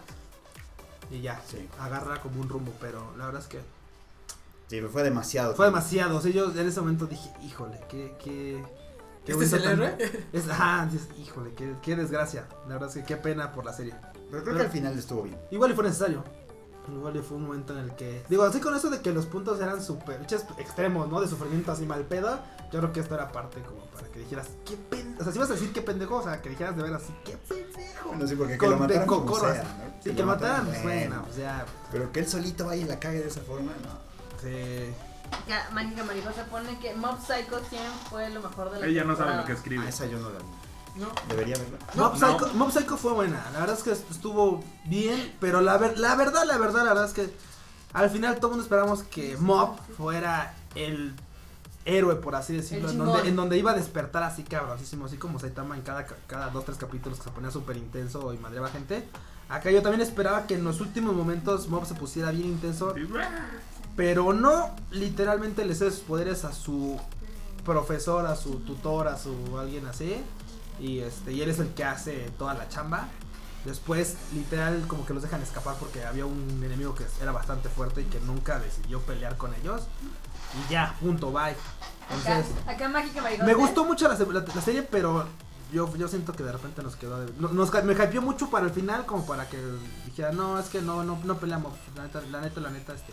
Y ya, Sí. agarra como un rumbo, pero la verdad es que Sí, fue demasiado. fue demasiado. O sea, yo en ese momento dije, híjole, qué ¿Este es el bonito héroe? dices, híjole, qué desgracia. La verdad es que qué pena por la serie. Pero creo que al final estuvo bien. Igual y fue necesario. Igual y fue un momento en el que... Digo, así con eso de que los puntos eran súper extremos, ¿no? De sufrimiento así mal pedo. Yo creo que esto era parte como para que dijeras, qué pendejo. O sea, si ibas a decir qué pendejo, o sea, que dijeras de ver así, qué pendejo. No sé, porque que Con- lo mataran de como cocorras. sea, ¿no? Sí, que lo mataran, pues bueno, o sea... Pero que él solito vaya y la cague de esa forma, no. Sí. Ya, Mágica Mariposa pone que Mob Psycho 100 fue lo mejor de la Ella no sabe temporada. lo que escribe. Ah, esa yo no la vi. No. Debería verla. Mob Psycho fue buena. La verdad es que estuvo bien, pero la verdad es que al final todo el mundo esperamos que Mob fuera el héroe, por así decirlo, El en chingón. donde iba a despertar así cabroncísimo, así como Saitama en cada 2-3 capítulos que se ponía súper intenso y madreaba gente. Acá yo también esperaba que en los últimos momentos Mob se pusiera bien intenso, pero no literalmente le cede sus poderes a su profesor, a su tutor, a su alguien así, y él es el que hace toda la chamba. Después literal como que los dejan escapar porque había un enemigo que era bastante fuerte y que nunca decidió pelear con ellos, y ya, punto, bye. Entonces Acá Mágica Mariposa. me gustó mucho la serie, pero yo siento que de repente nos quedó me hypeó mucho para el final, como para que dijera, no, es que no peleamos, la neta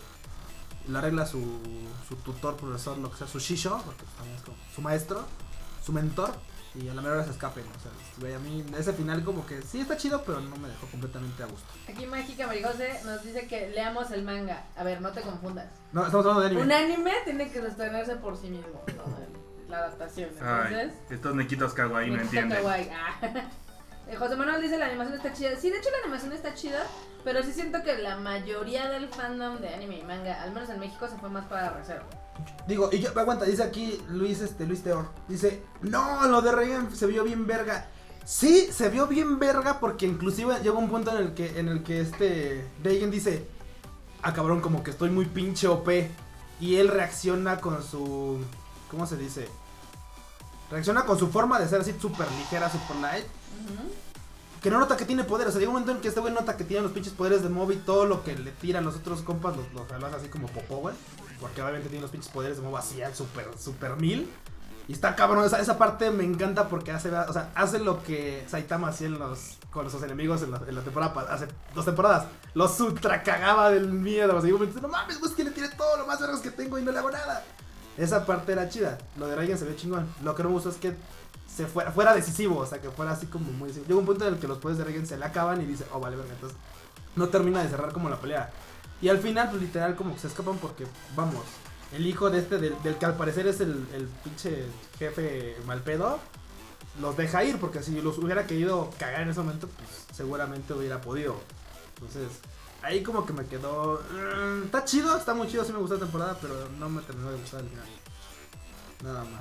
la arregla su tutor, profesor, lo que sea, su shisho, porque también es como su maestro, su mentor, y a la mejor se escapen. O sea, güey, a mí ese final como que sí está chido, pero no me dejó completamente a gusto. Aquí Mágica Mariposa nos dice que leamos el manga. A ver, no te confundas. No, estamos hablando de anime. Un anime tiene que sostenerse por sí mismo, ¿no? La adaptación. Entonces, Ay, estos nequitos kawaii no me gusta entienden. kawaii. José Manuel dice la animación está chida. Sí, de hecho la animación está chida, pero sí siento que la mayoría del fandom de anime y manga, al menos en México, se fue más para reserva. Digo, y yo, aguanta, dice aquí Luis Teor, dice, no, lo de Reigen se vio bien verga. Sí, se vio bien verga porque inclusive llegó un punto en el que Reigen dice, ah cabrón, como que estoy muy pinche OP. Y él reacciona con su, ¿cómo se dice? Reacciona con su forma de ser así súper ligera, super light. Que no nota que tiene poder, o sea, llega un momento en que este güey nota que tiene los pinches poderes de Mob y todo lo que le tiran los otros compas lo hace así como popó, güey. Porque obviamente tiene los pinches poderes de Mob así al super mil. Y está cabrón, esa parte me encanta porque hace lo que Saitama hacía con sus enemigos en la temporada, hace 2 temporadas. Los ultra cagaba del miedo, o sea, llegó un momento, no mames, güey, es que le tiré todo lo más vergas que tengo y no le hago nada. Esa parte era chida, lo de Reigen se ve chingón. Lo que no me gustó es que fuera decisivo, o sea, que fuera así como muy decisivo. Llega un punto en el que los poderes de Reigen se le acaban y dice, oh, vale, verga, entonces no termina de cerrar como la pelea. Y al final, pues literal, como que se escapan porque, vamos, el hijo de del que al parecer es el pinche jefe mal pedo, los deja ir, porque si los hubiera querido cagar en ese momento, pues seguramente hubiera podido. Entonces, ahí como que me quedó... está chido, está muy chido, sí me gustó la temporada, pero no me terminó de gustar el final. Nada más.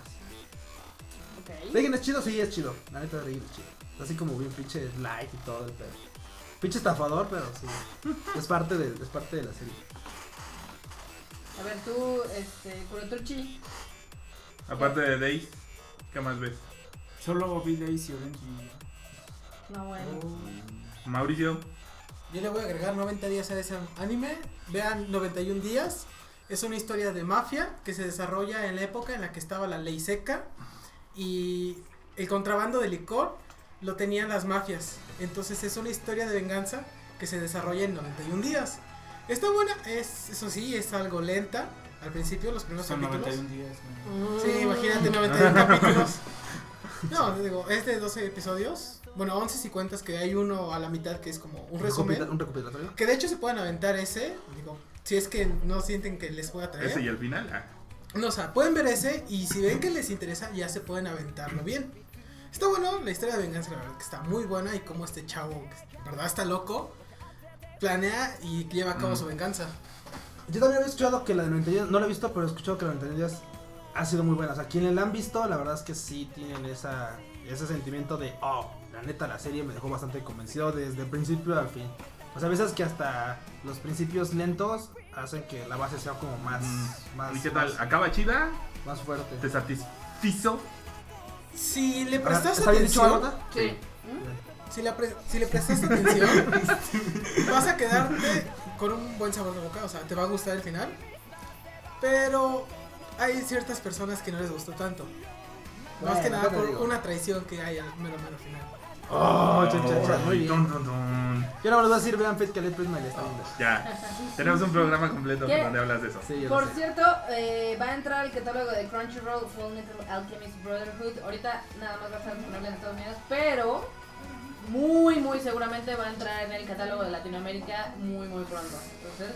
Ok. Reigen es chido, sí es chido. La neta de Reigen es chido. Así como bien pinche light y todo el pedo. Pinche estafador, pero sí. Es parte de la serie. A ver, tú, Kurotruchi. Aparte de Days, ¿qué más ves? Solo vi Days y Orange. No, bueno. Mauricio. Yo le voy a agregar 90 días a ese anime. Vean 91 días. Es una historia de mafia que se desarrolla en la época en la que estaba la ley seca y el contrabando de licor lo tenían las mafias. Entonces es una historia de venganza que se desarrolla en 91 días. Está buena, eso sí, es algo lenta al principio, los primeros Son capítulos. 91 días, man. Sí, imagínate 91 capítulos. No, te digo, es de 12 episodios. Bueno, 11 si cuentas que hay uno a la mitad que es como un resumen. Un recopilatorio. Que de hecho se pueden aventar ese, digo, si es que no sienten que les pueda traer. Ese y al final. No, o sea, pueden ver ese y si ven que les interesa ya se pueden aventarlo bien. Está bueno, la historia de venganza la verdad que está muy buena y como este chavo, que de verdad está loco, planea y lleva a cabo su venganza. Yo también había escuchado que la de 91, no la he visto, pero he escuchado que la de 91 días ha sido muy buena. O sea, quienes la han visto, la verdad es que sí tienen ese sentimiento de, la neta, la serie me dejó bastante convencido desde el principio al fin. O sea, a veces que hasta los principios lentos hacen que la base sea como más ¿Y qué tal? ¿Acaba chida? Más fuerte. ¿Te satisfizo? Si le prestas ¿Está bien dicho, atención, Marmota? Sí. si le prestas atención, vas a quedarte con un buen sabor de boca, o sea, te va a gustar el final. Pero hay ciertas personas que no les gustó tanto. Más que nada por una traición que hay al mero final. Muy bien. Dun, dun, dun. Yo no me lo voy a decir, vean Fate Calais Prisma y le está viendo. Ya, tenemos un programa completo ¿Qué? donde hablas de eso. Sí, yo Por lo sé. cierto, va a entrar al catálogo de Crunchyroll Full Metal Alchemist Brotherhood. Ahorita nada más va a estar disponible en Estados Unidos, pero muy seguramente va a entrar en el catálogo de Latinoamérica muy pronto. Entonces,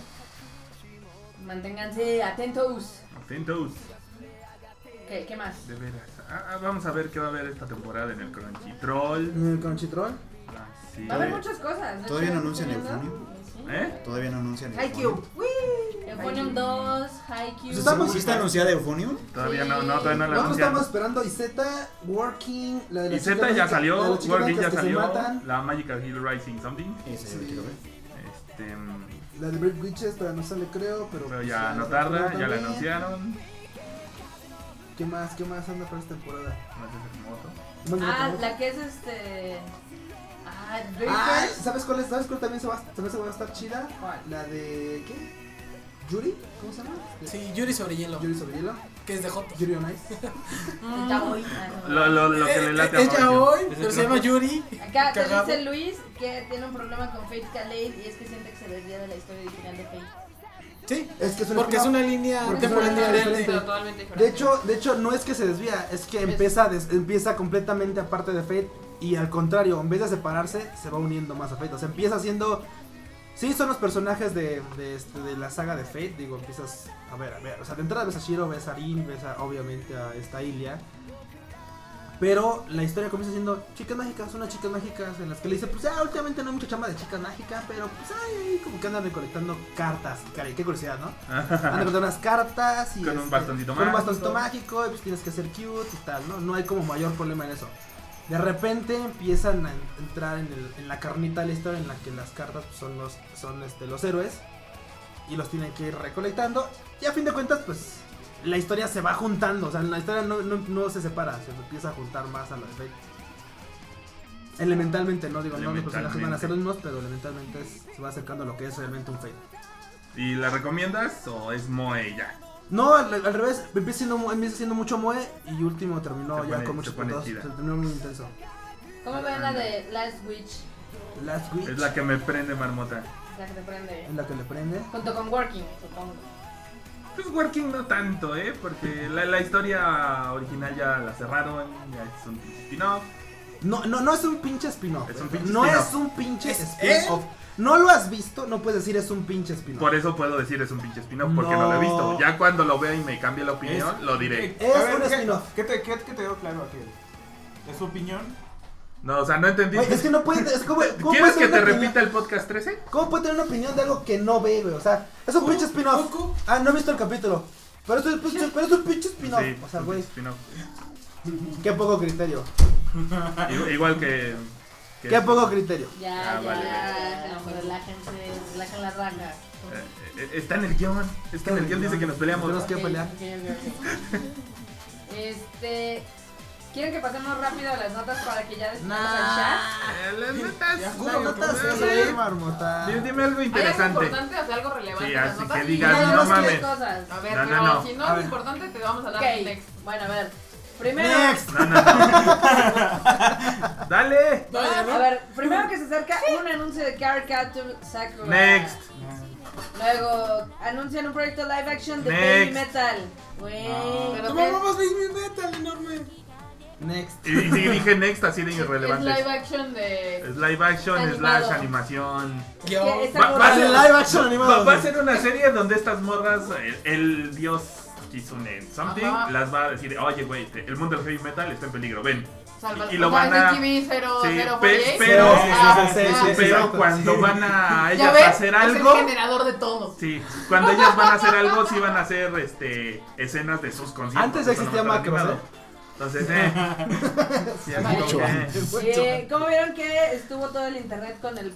manténganse atentos. Atentos. ¿Qué más? De veras. Vamos a ver qué va a haber esta temporada en el Crunchyroll. ¿En el Crunchyroll? Sí. Va a haber muchas cosas. De ¿Todavía hecho, no anuncian estoy Euphonium? viendo- ¿Eh? Todavía no anuncian Haikyuu. Euphonium 2, Haikyuu. Pues estamos- ¿Sí está anunciada Euphonium? Todavía no, todavía no la Nosotros estamos anuncian. esperando Izeta, Working, la de Y las Z chicas ya mágicas- la salió, de las chicas Working ya mágicas que se salió, matan, la Magical Hill Rising Something. Esa ya la quiero ver. Este, la de Brave Witches todavía no sale creo, pero pero pues, ya no la tarda, temporada ya la también. anunciaron. ¿Qué más anda para esta temporada? Más de Terremoto. Más de Ah, Terremoto. la que es Ah, Reapers. ¿sabes cuál es? ¿Sabes cuál también se va a estar chida? ¿Cuál? La de ¿qué? ¿Yuri? ¿Cómo se llama? Sí, Yuri sobre hielo, Yuri sobre hielo. que es de Joto. Yuri on Ice. Ya voy. Ah, no. Lo que le late a Es ya Mauricio. hoy, pero se llama Yuri. Acá te Cagado. dice Luis que tiene un problema con Fate Calais y es que siente que se desvía de la historia original de Fate. Sí, Es que es porque es una línea Porque es una temporal línea diferente. diferente. Totalmente diferente. De hecho, no es que se desvía, es que empieza completamente aparte de Fate y al contrario, en vez de separarse, se va uniendo más a Fate. O sea, empieza siendo... Sí, son los personajes de la saga de Fate, digo, empiezas a ver, o sea, de entrada ves a Shiro, ves a Rin, ves obviamente a esta Ilia. Pero la historia comienza siendo chicas mágicas, unas chicas mágicas en las que le dice, pues ya últimamente no hay mucha chamba de chicas mágicas, pero pues ay, como que andan recolectando cartas, caray, qué curiosidad, ¿no? Andan recolectando unas cartas y Con un bastoncito con un mágico. bastoncito mágico y pues tienes que ser cute y tal, ¿no? No hay como mayor problema en eso. De repente empiezan a entrar en la carnita de la historia en la que las cartas pues, son los héroes y los tienen que ir recolectando y a fin de cuentas pues la historia se va juntando, o sea, la historia no se separa, se empieza a juntar más a la de Fate. Elementalmente, no digo, no los personajes van a ser los mismos, pero elementalmente se va acercando a lo que es realmente un Fate. ¿Y la recomiendas o es Moe ya? No, al revés, empieza siendo mucho Moe y último terminó Se ya pone- con muchos se pone puntos, chida. se terminó muy intenso. ¿Cómo ven la de Last Witch? Last Witch Es la que me prende Marmota. La que te prende. es la que le prende. Junto con Working, supongo. Pues Working no tanto, porque la historia original ya la cerraron, ya es un spin-off. No es un pinche spin-off. Es un pinche no spin-off. es un pinche Es spin-off. No lo has visto, no puedes decir es un pinche spin-off. Por eso puedo decir es un pinche spin-off, porque no lo he No. visto. Ya cuando lo vea y me cambie la opinión, lo diré. Es A ver, un ¿qué- spin-off. ¿Qué te quedó claro aquí? ¿Es su opinión? No, o sea, no entendí. Oye, es que no puedes. ¿Cómo ¿Quieres puedes que tener te una opinión? repita el podcast 13? ¿Cómo puedes tener una opinión de algo que no ve, güey? O sea, es un pinche spin-off. Cucu. Ah, no he visto el capítulo. Pero es un pinche spin-off. Sí, O sea, un güey, spin-off. qué poco criterio. Igual que Qué poco criterio. Ya, Ah, vale, relájense, relajen las rajas. está en el guión. Está en el guión, dice que nos peleamos. Tenemos que pelear. ¿Quieren que pasemos rápido a las notas para que ya despidamos al chat? Las notas. Ya, ¿cómo notas? Sí, marmota. Dime algo ¿Hay algo interesante. importante, o sea, algo relevante Sí, en las así notas? que Ya digas, no tenemos tres mames. cosas. A ver, No, pero no. si A no es ver. importante, te vamos a dar Ok, next. bueno, a ver. Primero, Next. No. Dale. a ver, primero que se acerca un anuncio de Card Capture Sakura. Next. Luego anuncian un proyecto live action de Next. Baby Metal. Güey. Pero Tu ¿qué? mamá más Baby Metal enorme. Next. Y dije next así de Es irrelevante. live action de... Es live action, Animado. slash animación. Yo. Que está Va- por- va a Es ser- live action animado. Va a ser una serie donde estas morras, el dios Kitsune something, Ajá. las va a decir, oye güey, el mundo del heavy metal está en peligro, ven. Salva, Y lo o sea, van a- es de TV 0, Sí, 048. pero, sí, pero exacto, cuando sí. van a ¿Ya ellas ves? a hacer Es algo, el generador de todo. sí, cuando ellas van a hacer algo, sí van a hacer escenas de sus conciertos. Antes de existía metal Macros, animado. Entonces, sí, así Mucho como que- antes. ¿Cómo vieron que estuvo todo el internet con el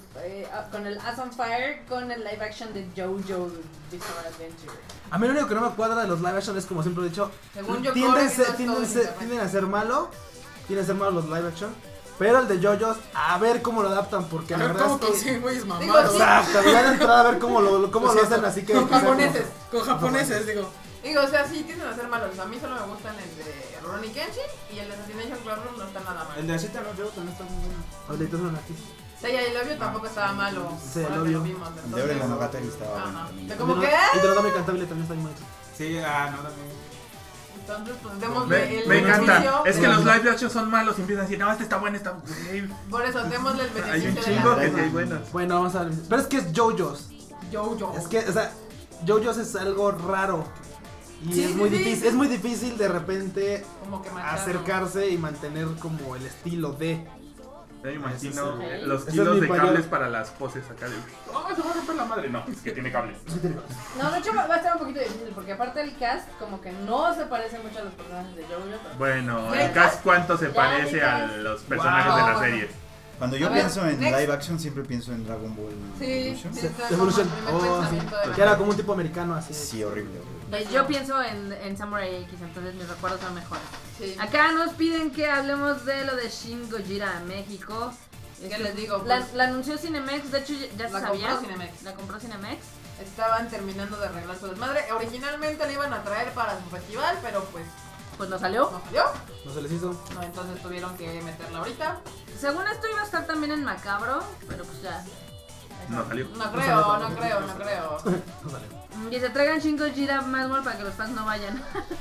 As on Fire con el live action de JoJo Bizarre Adventure? A mí lo único que no me cuadra de los live action es como siempre he dicho, Según yo, tienden, corre, se- no es todo tienden, en se- internet. tienden a ser malo, tienden a ser malos los live action, pero el de JoJo's a ver cómo lo adaptan porque A la ver verdad cómo es que consiguen güeyes Digo, mamados. sí. exacto, ya de entrada a ver cómo lo Lo hacen siento. así que Con que sea como- japoneses. Con japoneses, digo. Digo, o sea, sí tienden a ser malos. A mí solo me gustan el de Rurouni Kenshin y el de Assassination Classroom no está nada mal. El de Ashita no Joe también está muy bueno. Ahorita son aquí. Seiya y Lobio tampoco estaba malo. Sí, ahora que Lobio. lo vimos. El de Ore Monogatari estaba Ajá. bueno también. De como que, Y de Nodame Cantabile también está muy bonito. Sí, no, también. entonces, pues démosle el me encanta. beneficio. Es que los live action son malos y empiezan a decir, no, este está bueno, está güey. Por eso, démosle el beneficio Hay un de chingo la que sí hay buenos. Bueno, vamos a ver. Pero es que es JoJo's. Jojo. Es que, o sea, JoJo's es algo raro. Y Sí, es sí, muy sí. difícil, es muy difícil de repente Como que macharlo. acercarse y mantener como el estilo de. Ya me imagino Ese es los ese kilos es mi de mayor- cables para las poses acá de. ¡Oh, se va a romper la madre! No, es que tiene cables. No, de hecho va a estar un poquito difícil porque aparte el cast como que no se parece mucho a los personajes de JoJo. Pero... Bueno, ¿Ya el cast cuánto se Ya, parece ya. a los personajes Wow. de la Bueno. serie. Cuando yo A ver, pienso en next. live action, siempre pienso en Dragon Ball Sí, Evolution. sí, está Evolution. como el primer Oh, sí. pensamiento de la- Que era como un tipo americano así. Sí, horrible, horrible. Pues yo pienso en Samurai X, entonces mis recuerdos son mejores. Sí. Acá nos piden que hablemos de lo de Shin Gojira a México. ¿Qué les digo? La, Pues, la anunció Cinemex, de hecho ya se la sabía. compró Cinemex. La compró Cinemex. Estaban terminando de arreglar su desmadre. Originalmente le iban a traer para su festival, pero pues Pues no salió. no salió. No se les hizo. No, entonces tuvieron que meterla ahorita. Según esto iba a estar también en Macabro, pero pues ya. No salió. No creo, no creo, no creo. No salió. Dice, traigan Shin Gojira más mal para que los fans no vayan.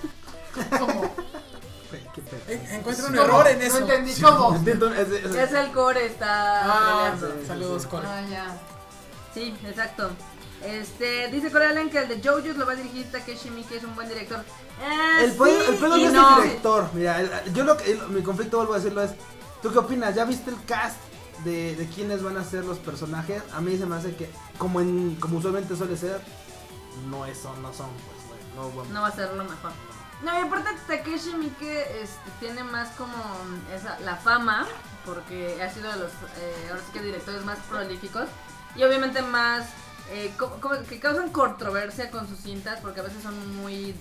¿Cómo? Qué pedo. Encuentro un ¿Cómo? error en No eso. entendí cómo. Es el core, está Ah, peleando. saludos, Core. Ah, ya. Sí, exacto. Dice Coralen que el de JoJo's lo va a dirigir Takeshi Miike, es un buen director. El pedo no y es no. el director. Mira, yo mi conflicto, vuelvo a decirlo, es: ¿tú qué opinas? ¿Ya viste el cast de quiénes van a ser los personajes? A mí se me hace que, como usualmente suele ser, no son, pues, bueno, no vamos. No va a ser lo mejor. No, y aparte Takeshi Miike tiene más como la fama, porque ha sido de los, ahora sí que directores más prolíficos, y obviamente más, que causan controversia con sus cintas, porque a veces son muy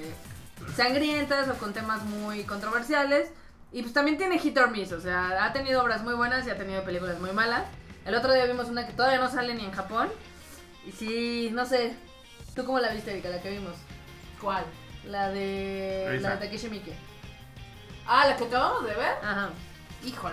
sangrientas o con temas muy controversiales, y pues también tiene hit or miss, o sea, ha tenido obras muy buenas y ha tenido películas muy malas. El otro día vimos una que todavía no sale ni en Japón, y sí, no sé, ¿tú cómo la viste, Erika, la que vimos? ¿Cuál? La de Risa. Takeshi Miike. Ah, la que acabamos de ver. Ajá. Híjole.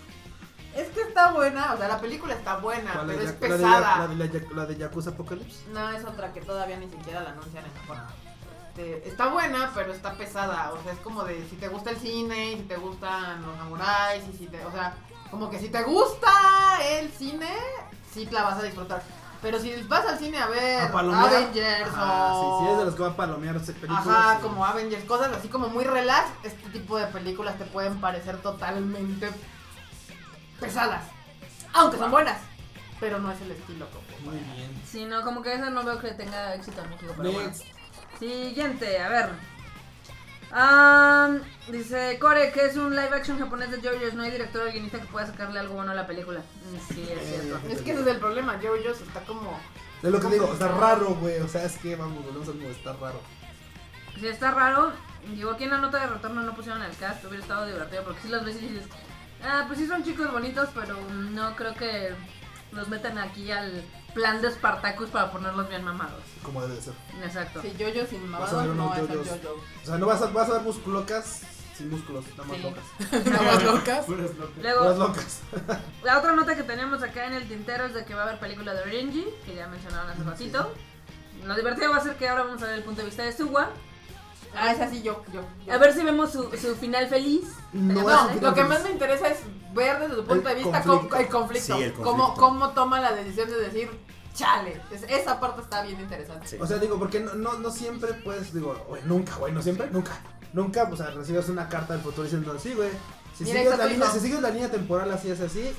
Es que está buena, o sea, la película está buena, ¿Cuál pero es la de pesada. la de Yakuza Apocalypse? No, es otra que todavía ni siquiera la anuncian en Japón. Está buena, pero está pesada. O sea, es como de si te gusta el cine, y si te gustan los samuráis, y si te. O sea, como que si te gusta el cine, sí la vas a disfrutar. Pero si vas al cine a ver A palomear. Avengers Ajá, o. sí, sí, es de los que van a palomear películas. Ajá, sí. como Avengers, cosas así como muy relax. Este tipo de películas te pueden parecer totalmente pesadas. Aunque son buenas. Pero no es el estilo como. Muy bien. Sí, no, como que esa no veo que tenga éxito en México, pero bueno. Next. Siguiente, a ver. Dice Core que es un live action japonés de JoJo's, no hay director o guionista que pueda sacarle algo bueno a la película. Sí, es cierto. Es que ese es el problema. JoJo's está como. Es lo que digo, está raro, güey. O sea, es que vamos, volvemos a como está raro. Sí, está raro. Digo, aquí en la nota de retorno no pusieron el cast, hubiera estado divertido porque si los ves y dices, pues sí son chicos bonitos, pero no creo que los metan aquí al plan de Spartacus para ponerlos bien mamados. Como debe de ser. Exacto. Si yo sin Vas a mamados ver no unos es el yo-yos. yo-yo. O sea, no vas a ver musculocas sin músculos, nada más Sí. locas. Nada más locas. Puras locas. Las Luego, locas. la otra nota que tenemos acá en el tintero es de que va a haber película de Renji, que ya mencionaron hace ratito. Lo divertido va a ser que ahora vamos a ver el punto de vista de Suwa. Ah, es así yo. A ver si vemos su final feliz. No, Tenemos, es No, un ¿eh? lo que feliz. más me interesa es ver desde tu punto de El vista conflicto. el conflicto. Sí, el conflicto. Cómo toma la decisión de decir, chale. Esa parte está bien interesante. Sí. O sea, digo, porque no siempre puedes, digo, güey, nunca, o sea, recibes una carta del futuro diciendo, sí, güey, si Mira, sigues está tu hijo. si sigues la línea temporal así,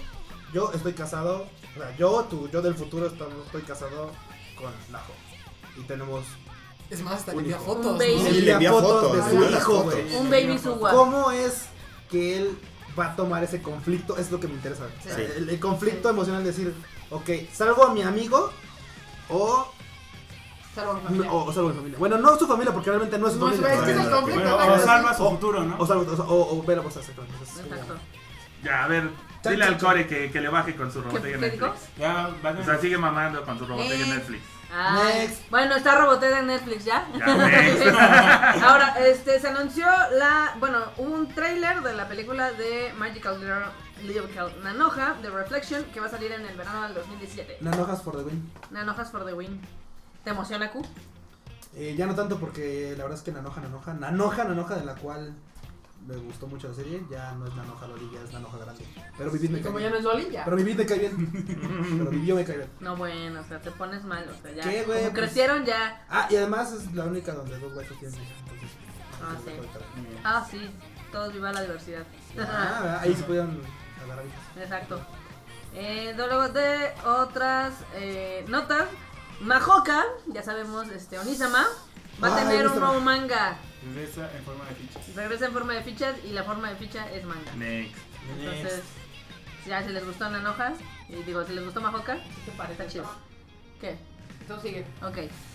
yo estoy casado, o sea, yo del futuro estoy casado con Najo. Y tenemos Es más, hasta le Un envía hijo. fotos. Un baby. ¿no? Sí, le envía fotos, de le su envía las hijo, fotos. güey. un baby Suwa. ¿Cómo es que él va a tomar ese conflicto? Es lo que me interesa. O sea, Sí. el conflicto emocional de decir, ok, salvo a mi amigo o Salvo a mi familia. O salvo a mi familia. Bueno, no su familia, porque realmente no es su No, familia. es que es el conflicto. Bueno, o exacto. salva su O- futuro, ¿no? O ver a vos exactamente. Exacto. Ya, a ver, Chan, dile chan, al Core que le baje con su ¿Qué, robotella en qué dijo? Netflix. Ya, vayan. O sea, sigue mamando con su robotella en Netflix. Ay, Next. bueno, está Robotera en Netflix ya. Ya, next. Ahora, se anunció hubo un tráiler de la película de Magical Girl Nanoha, de Reflection, que va a salir en el verano del 2017. Nanojas for the win. Nanojas for the win. ¿Te emociona, Q? Ya no tanto porque la verdad es que Nanoja, de la cual me gustó mucho la serie, ya no es Nanoja Loli, ya es Nanoja grande. Pero Vivid me Y cae como ya bien. no es Loli, ya. Pero Vivid me cae bien. Pero Vivió me cae bien. No, bueno, o sea, te pones mal, o sea, ya. ¿Qué, güey? Como Pues- crecieron ya. Ah, y además es la única donde dos huesos tienen hija, entonces. Ah, no se sí. puede parar. Ah, sí, todos viva la diversidad. Ah, ¿verdad? Ahí se pudieron agarrar hijas. Exacto. Luego de otras notas, Mahoka, ya sabemos, Onisama, va a Ay, tener un Onisama. nuevo manga. Regresa en forma de fichas. Regresa en forma de fichas y la forma de ficha es manga. Next. Entonces, ya si les gustó Nanoha, y digo, si les gustó Mahoka, ¿Qué te parece? está chido. ¿Qué? Tú sigue. Ok.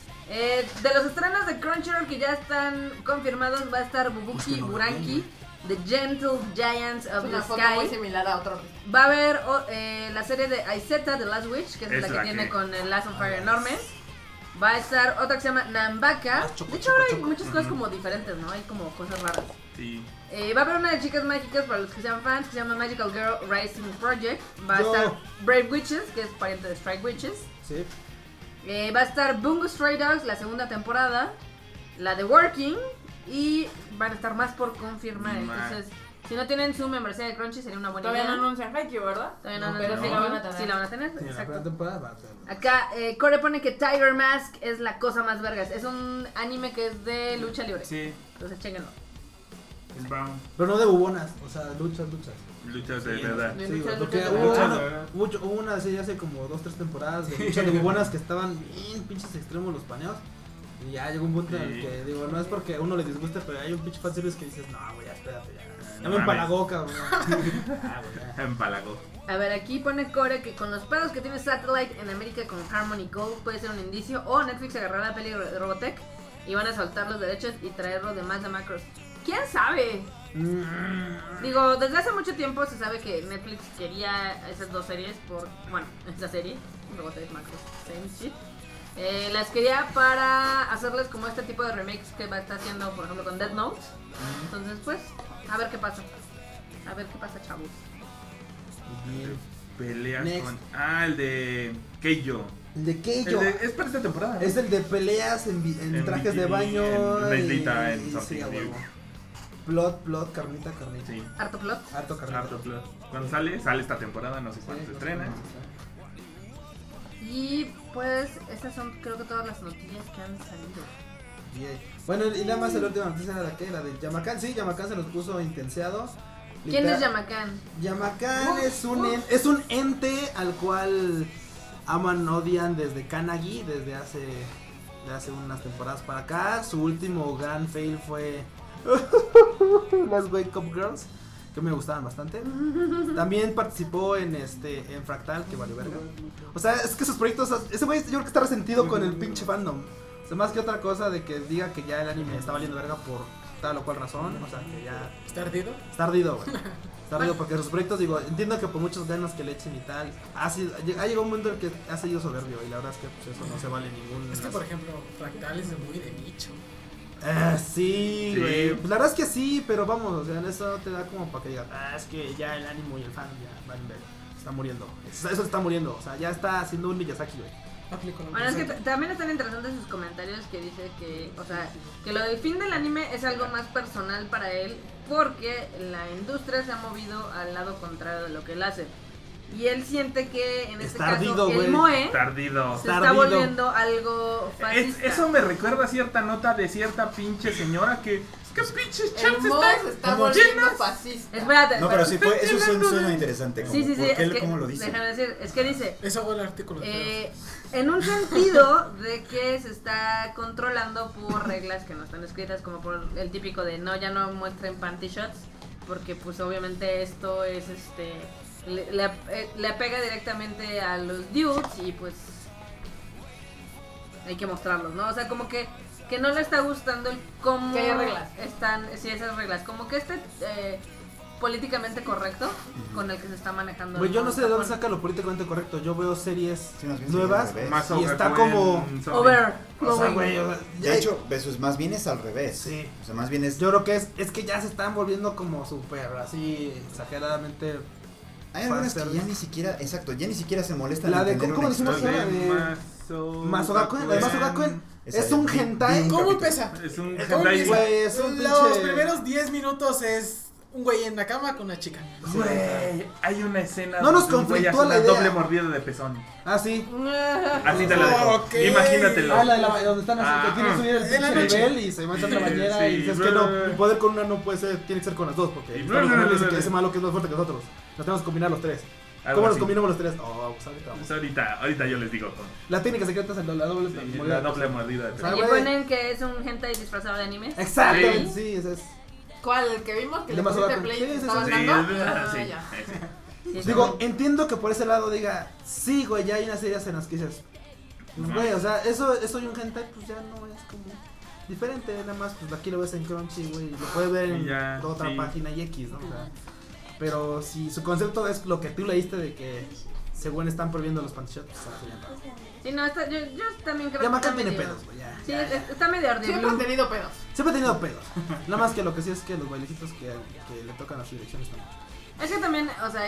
De los estrenos de Crunchyroll que ya están confirmados, va a estar Bubuki Buranki, The Gentle Giants Es of una the foto muy Sky. similar a otro. Va a haber la serie de Aizeta, The Last Witch, que es la Es que la tiene que- con el Last on Fire enorme. Va a estar otra que se llama Nambaka. De hecho, ahora hay muchas cosas como diferentes, ¿no? Hay como cosas raras. Sí. Va a haber una de chicas mágicas para los que sean fans, que se llama Magical Girl Rising Project. Va a Yo. estar Brave Witches, que es pariente de Strike Witches. Sí. Va a estar Bungo Stray Dogs, la segunda temporada. La de Working. Y van a estar más por confirmar. Más. Entonces, si no tienen su membresía de Crunchy, sería una buena Todavía idea. no anuncian Haikyuu, ¿verdad? Todavía no, Pero sí la van a tener. Sí, la van a tener. Sí, en la Exacto. primera temporada va a tener. Acá, Core pone que Tiger Mask es la cosa más vergas. Es un anime que es de lucha libre. Sí, Entonces, chéquenlo. es Brown. Pero no de bubonas, o sea, luchas. Luchas de verdad. De Sí, lucha, güey, porque lucha, hubo lucha. una, hubo una serie hace como 2-3 temporadas de luchas de bubonas que estaban bien pinches extremos los paneos. Y ya llegó un punto en el Sí. que, digo, no es porque a uno le disguste, pero hay un pinche fanservice que dices, no, güey, ya espérate, ya. No Ya me mames. empalagó, cabrón. Ah, güey, ya. Empalagó. A ver, aquí pone Core que con los pedos que tiene Satellite en América con Harmony Gold puede ser un indicio. O Netflix agarrará la peli de Robotech y van a soltar los derechos y traerlo de más de macros. ¿Quién sabe? Digo, desde hace mucho tiempo se sabe que Netflix quería esas dos series esa serie, Robotech, Macros, same shit. Las quería para hacerles como este tipo de remakes que va a estar haciendo, por ejemplo, con Death Note. Entonces, pues, a ver qué pasa. A ver qué pasa, chavos. Bien. Peleas Next. con. Ah, el de Keijo. El de Keijo. Es para esta temporada. Es el de peleas en En trajes de bikini, baño. en Bendita, en sí, Something a New. huevo. Plot, carnita. Sí. Harto plot. Harto carnita. Harto Plus. ¿Cuándo sale? Sale esta temporada, no sé Sí, cuándo se no sé estrena. cuándo se estrena. Y pues, estas son creo que todas las noticias que han salido. Bien. Bueno, y nada más la última noticia era la que, la de Yamakan. Sí, Yamakan se los puso intenseado. ¿Quién es Literal- Yamakan? Yamakan es un ente al cual aman, odian desde Kanagi, desde hace unas temporadas para acá. Su último gran fail fue las Wake Up Girls, que me gustaban bastante. También participó en Fractal, que valió verga. O sea, es que sus proyectos, ese güey yo creo que está resentido con el pinche fandom. O sea, más que otra cosa de que diga que ya el anime está valiendo verga por tal o cual razón. O sea, que ya ¿Está ardido? está ardido, güey. Está ardido porque sus proyectos, digo, entiendo que por muchos ganas que le echen y tal, ha llegado un momento en el que ha seguido soberbio y la verdad es que pues, eso no se vale ningún... Es que, por ejemplo, Fractal es muy de nicho. Sí, Sí. güey. Pues la verdad es que sí, pero vamos, o sea, eso te da como para que digas, es que ya el ánimo y el fan ya van a ver, está muriendo. Eso está muriendo, o sea, ya está haciendo un Miyazaki, güey. Aplico lo Bueno, es que mismo. también están interesantes sus del que dice que, o sea, que lo del fin del anime es algo más personal para él porque la industria se ha movido al lado contrario de lo que él hace. Y él siente que en este Está caso ardido, güey. el Moe Tardido. se Está está ardido. volviendo algo fascista. Eso me recuerda a cierta nota de cierta pinche señora que pinches El chats Moe están se está como volviendo llenas. fascista. Espérate, No, pero sí, espérate. eso suena interesante. Como, Sí, ¿por qué es que, cómo lo dice? déjame decir, es que dice, Eso fue el artículo. en un sentido de que se está controlando por reglas que no están escritas, como por el típico de no, ya no muestren panty shots, porque pues obviamente esto es le apega directamente a los dudes y pues hay que mostrarlos, ¿no? O sea, como que no le está gustando el cómo Que haya reglas. están, sí, esas reglas, como que políticamente correcto con el que se está manejando. Güey, yo no sé de dónde Japón. saca lo políticamente correcto. Yo veo series Sí, más bien nuevas sería al revés. Más y está Ogaku como... en Zombie. Over. O sea, güey, o sea, De hecho, eso es, más bien es al revés. Sí. O sea, más bien es. yo creo que es que ya se están volviendo como súper así exageradamente. Hay algunas que Fanservice. ya ni siquiera. Exacto, ya ni siquiera se molestan La en de- entender ¿cómo una decimos historia. ahora? de Masogakuen. Masogakuen Esa es de un Big- hentai. Big ¿Cómo capítulo. empieza? Es un ¿Cómo hentai. empieza? Güey, es un Los pinche- primeros 10 minutos es un güey en la cama con una chica. Güey, hay una escena No nos donde un güey hace conflictúa la una idea. doble mordida de pezón. Ah, sí. Así te lo dejo. Ok. Imagínatelo. Ah, la de la donde están así, que quieren subir el En la pinche noche. nivel y se meten a la bañera Sí, y dices que no, mi poder con una no puede ser, tiene que ser con las dos, porque Y estamos con dice que ese malo que es más fuerte que nosotros. Nos tenemos que combinar los tres. Algo ¿Cómo nos así. combinamos los tres? Oh, pues ahorita vamos. Pues ahorita yo les digo. La técnica secreta es la doble Sí, mordida. la doble mordida de Ah, pezón. Y güey. ponen que es un hentai disfrazado de anime. Exactamente, Sí. sí, ese es. ¿Cuál? ¿El que vimos? Que El le de pusiste Masogakuen. play Sí, y sí, estabas Sí, dando. sí, Ya. sí. Sí, Digo, entiendo que por ese lado diga, sí, güey, ya hay unas series en las que dices, pues, güey, o sea, eso y un hentai, pues ya no es como diferente, nada más, pues aquí lo ves en Crunchy, güey, lo puedes ver en Y ya, otra sí. página y X, ¿no? O sea, pero si su concepto es lo que tú leíste de que según están prohibiendo los panty shots, pues está bien raro. Sí, no, yo también creo Ya que Macan está tiene medio- pedos, güey, ya. Sí, ya, ya. está medio Siempre han ardible. tenido pedos. Siempre he tenido pedos. Nada más que lo que sí es que los bailecitos que le tocan a su dirección están. Es que también, o sea,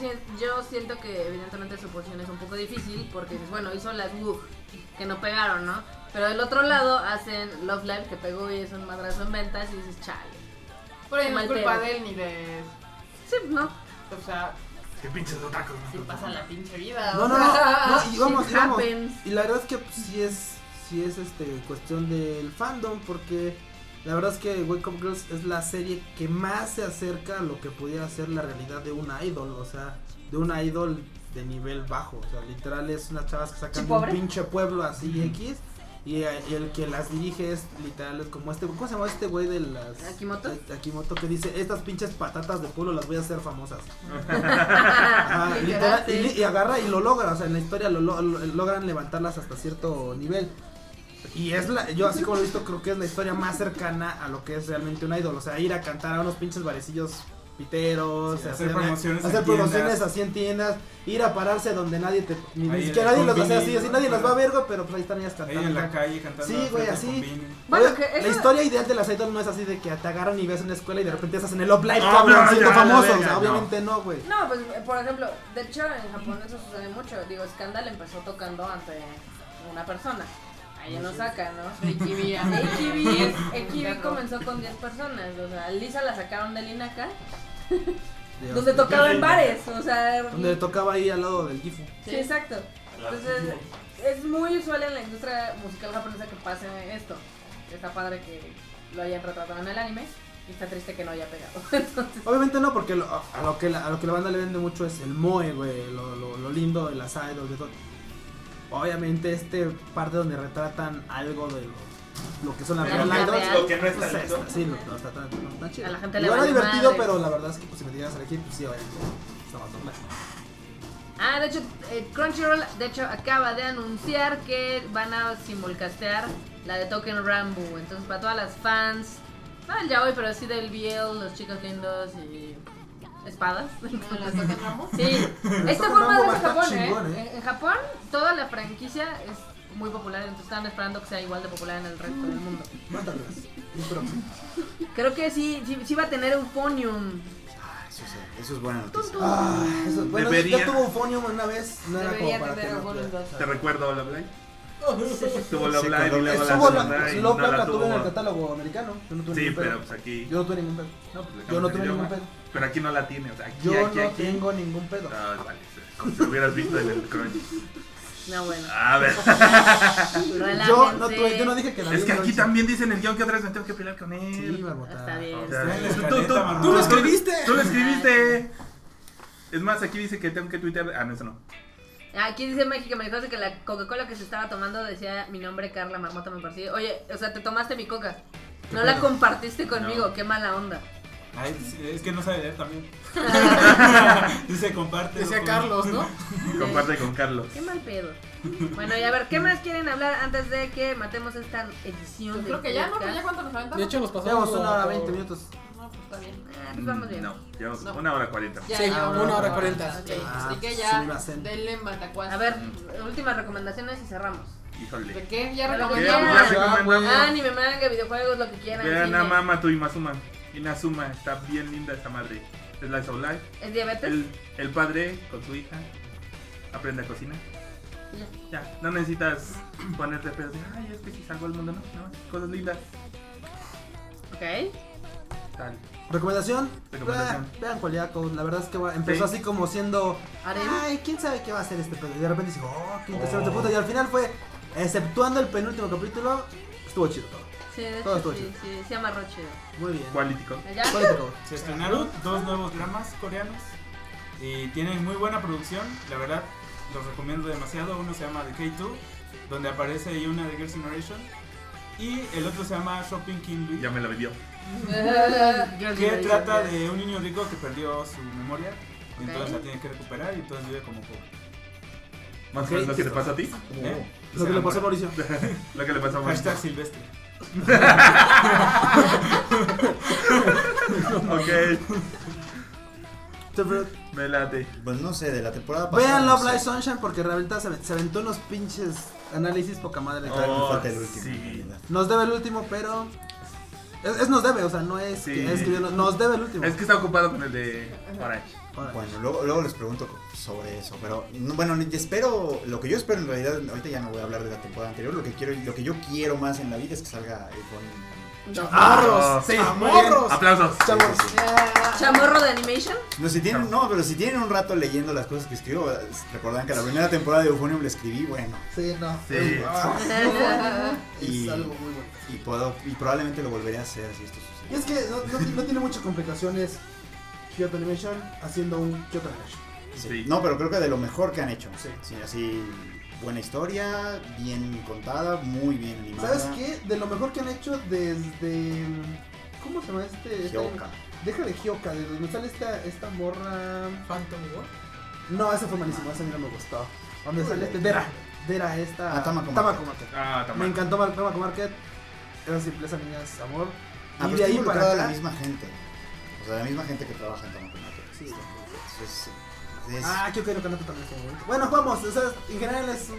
yo siento que evidentemente su posición es un poco difícil porque dices, bueno, hizo las WUG que no pegaron, ¿no? Pero del otro lado hacen Love Live que pegó y es un madrazo en ventas y dices, chale. Por ahí no es Mal culpa pedo. de él ni de. Sí, ¿no? O sea, Qué pinches otakus. si pasa la pinche vida. No, o no, no, sea, no, y vamos, Shit y vamos. happens. Y la verdad es que pues, sí es cuestión del fandom, porque la verdad es que Wake Up Girls es la serie que más se acerca a lo que pudiera ser la realidad de una idol, o sea, de una idol de nivel bajo, o sea, literal es unas chavas que sacan Sí, de un pobre. pinche pueblo así X. Y el que las dirige es literal, es como ¿cómo se llama este güey de las ¿Akimoto? Akimoto que dice, estas pinches patatas de pueblo las voy a hacer famosas. Ah, Ajá, Literal, literal, sí. y agarra y lo logra, o sea, en la historia logran levantarlas hasta cierto nivel. Y es yo así como lo he visto, creo que es la historia más cercana a lo que es realmente un idol, o sea, ir a cantar a unos pinches barecillos piteros, Sí, hacer promociones en hacer promociones tiendas. así en tiendas, ir a pararse donde nadie ni Ahí en siquiera el nadie los va a hacer Combini, así, así nadie los va a ver, güey, pero pues ahí están ellas Ahí cantando. en la calle cantando. Sí, güey, frente al así. Combini. Bueno, Oye, que la eso- historia ideal de las idols no es así de que te agarran y ves en la escuela y de repente estás en el Love Live, No, cabrón, no, siendo ya, famoso, la o sea, verga, obviamente no, güey. No, pues por ejemplo, de hecho en Japón eso sucede mucho. Digo, Scandal empezó tocando ante una persona. Ahí en Osaka, ¿no? AKB comenzó con 10 personas. O sea, a Lisa la sacaron del Inaka, donde tocaba en bares. O sea, Donde le tocaba ahí al lado del Gifu. sí, exacto. Entonces, es muy usual en la industria musical japonesa que pase esto. Está padre que lo hayan retratado en el anime. Y está triste que no haya pegado. Entonces, Obviamente no, porque a lo que la banda le vende mucho es el moe, güey, lo lindo de las idols, de todo. Obviamente parte donde retratan algo de lo que son las La real vida idols. real. Lo que no está Pues, lindo. sí, no está tan chido. A la gente le Igual era vale divertido, madre. pero la verdad es que pues, si me tiras a elegir, pues sí, obviamente. Está más doble. de hecho, Crunchyroll acaba de anunciar que van a simulcastear la de Token Rambo. Entonces, para todas las fans, no el yaoi, pero sí del BL, los chicos lindos y espadas. ¿La Token Rambo? Sí, esta Token forma Rambo de va a estar Japón, chingón, En Japón, toda la franquicia es muy popular, entonces están esperando que sea igual de popular en el resto del mundo. Mátalas. Un próximo. Creo que sí va a tener Euphonium. Eso es buena noticia. Bueno, Debería. ya tuvo un Phonium una vez, no era como Debería para tener que no Euphonium pudiera. 2. ¿Te recuerdo Love Live? Tuvo Love Sí, Live y cuando- luego la Subo segunda y Love no Live la la tuve en el tuvo. catálogo americano. Yo no tuve Sí, ningún pedo. pero pues aquí. Yo no tuve ningún pedo. No, pues le Yo no cambias tuve el ningún idioma. pedo. Pero aquí no la tiene, o sea, aquí, Yo aquí, no aquí. tengo ningún pedo. Ah, vale, como si lo hubieras visto en el crunch. No, bueno. A ver. Yo no dije que la Es que vi, aquí no también dicen el guión que otra vez me tengo que pelear con él. Sí, Marmota. Está bien. O sea, Está en la tú- escaleta, tú- Marmota. ¡Tú lo escribiste! Tú lo escribiste. Es más, aquí dice que tengo que tuitear. Ah, no, eso no. Aquí dice México que me dijo que la Coca-Cola que se estaba tomando decía mi nombre Carla Marmota me parecía. Oye, o sea, te tomaste mi coca. No la compartiste conmigo, No. qué mala onda. Ay, es que no sabe leer también. Dice comparte. Decía con- Carlos, ¿no? Comparte con Carlos. Qué mal pedo. Bueno, y a ver, ¿qué más quieren hablar antes de que matemos esta edición? Pues del creo que ya, ¿no? podcast? Pues ya cuánto nos aventamos. De hecho, los pasamos. Llevamos una hora por- 20 minutos. No, pues está bien. Ah, pues vamos bien. No, llevamos No. 1:40. Ya Sí, llevamos 1:40. Ok, Ah, así que pues, ya, sumimasen. denle matacuas. A ver, últimas recomendaciones y cerramos. Híjole. ¿De qué? Ya Pero ¿Qué? recomendamos. Ya Ya, recomendamos. Anime, manga, videojuegos, lo que quieran. Vean cine. a Mamato y Mazuma. Inazuma, está bien linda esta madre. Es Slice of Life. ¿Es diabetes? El padre con su hija aprende a cocinar. Ya. Ya, no necesitas ponerte pedo de, ay, es que si salgo al mundo, no, cosas lindas. Ok. Tal. ¿Recomendación? Recomendación. Vean Coliaco, la verdad es que empezó Sí. así como siendo. Harem. Ay, quién sabe qué va a hacer este pedo. Y de repente dice, oh, qué interesante puta. Y al final fue, exceptuando el penúltimo capítulo, estuvo chido todo. Sí, de Todo hecho, estuvo sí, sí, se amarró chido. Muy bien. Quality. ¿Ya? Político. Se estrenaron 2 nuevos dramas coreanos y tienen muy buena producción, la verdad los recomiendo demasiado. Uno se llama The K2, donde aparece Yuna de Girls' Generation, y el otro se llama Shopping King Louis, Ya me la vivió. que trata de un niño rico que perdió su memoria y entonces la tiene que recuperar y entonces vive como pobre. Más o menos lo que te pasó a ti. ¿Eh? Lo que le pasó a Mauricio. Lo que le pasó a Mauricio. Hashtag Silvestre. Ok, me late. Pues no sé, de la temporada pasada. Vean no Love sé. Live Sunshine porque realmente se aventó unos pinches análisis poca madre. Todavía me Oh, falta el último. sí. en realidad. Nos debe el último, pero. Nos debe, o sea, no es Sí. que escribió, nos debe el último. Es que está ocupado con el de Orange. Ahora, Bueno, luego les pregunto sobre eso, pero bueno, espero, lo que yo espero en realidad, ahorita ya no voy a hablar de la temporada anterior, lo que yo quiero más en la vida es que salga con ¡Chamorros! Sí, ¡Chamorros! Aplausos. Chavos. ¿Chamorro de animation? No, pero si tienen un rato leyendo las cosas que escribo, recordarán que la primera temporada de Euphonium le escribí, bueno, Sí, no. Sí. Es Y- algo muy bueno. y probablemente lo volveré a hacer si esto Y sucede. es que no tiene muchas complicaciones Kyoto Animation haciendo un Kyoto Animation. Sí. No, pero creo que de lo mejor que han hecho. Sí. Sí, así, buena historia, bien contada, muy bien animada. ¿Sabes qué? De lo mejor que han hecho desde. ¿Cómo se llama este? Hyoka. Déjale Hyoka, de donde sale esta morra. Phantom War. No, ese fue malísimo, ese a mí no me gustó. Donde sale este. Dera esta. Ah, Tamako Tamako Market. Market. Ah, Me también. encantó Tamako Market. Era simpleza, niñas, amor. Ah, Y pero de está ahí para involucrada acá. la misma gente. O sea, la misma gente que trabaja en Tamako Market. Sí. Entonces, Ah, Kyoto no Kanata también fue bonito. Bueno, vamos, o sea, en general es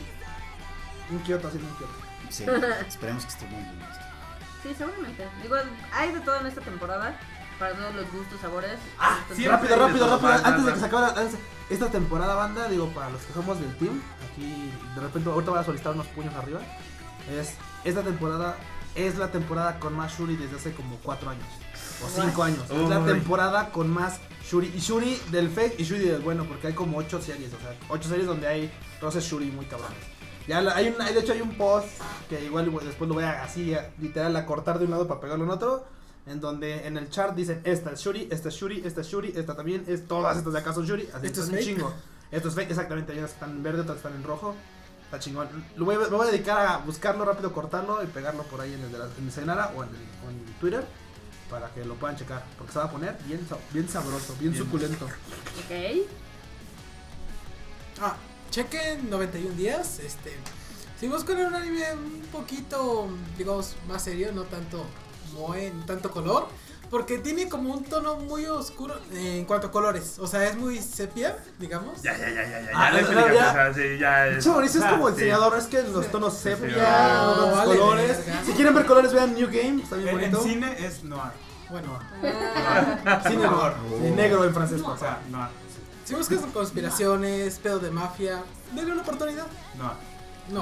un Kyoto haciendo un Kyoto. sí, esperemos que esté muy bien. Sí, seguramente. Digo, hay de todo en esta temporada. Para todos los gustos, sabores. Entonces, sí, Rápido, rápido. vas. Antes de que se acabe esta temporada, banda, digo, para los que somos del team, aquí de repente, ahorita voy a solicitar unos puños arriba. Esta temporada es la temporada con más Shuri desde hace como 4 años. O 5 años. Es la Uy. temporada con más Shuri. Y Shuri del fake y Shuri del bueno, porque hay como 8 series. O sea, 8 series donde hay roses Shuri muy cabrones. Ya de hecho hay un post que igual después lo voy a así, literal, a cortar de un lado para pegarlo en otro. En donde en el chart dicen, esta es Shuri, esta es Shuri, esta es Shuri, esta también, todas estas de acá son Shuri. Así ¿Esto es son un fake? chingo. Esto es fake, exactamente. Hay unas que están en verde, otras que están en rojo. Está chingón. Me voy a dedicar a buscarlo rápido, cortarlo y pegarlo por ahí en el Sayonara o en Twitter. Para que lo puedan checar. Porque se va a poner bien sabroso, bien suculento. Ok. Chequen 91 días. Si buscan un anime un poquito, digamos, más serio, no tanto tanto color, porque tiene como un tono muy oscuro en cuanto a colores. O sea, es muy sepia, digamos. Ya. Ah, La explicaste, ya. o sea, sí, ya es. Che, Mauricio es como el Sí. diseñador, es que los tonos Sí, sepia, los vale, colores. verga. Si quieren ver colores, vean New Game, está bien En bonito. cine es noir. Bueno, Cine noir. Sí, negro en francés. O sea, noir. si buscas conspiraciones, pedo de mafia, denle una oportunidad. Noir. No.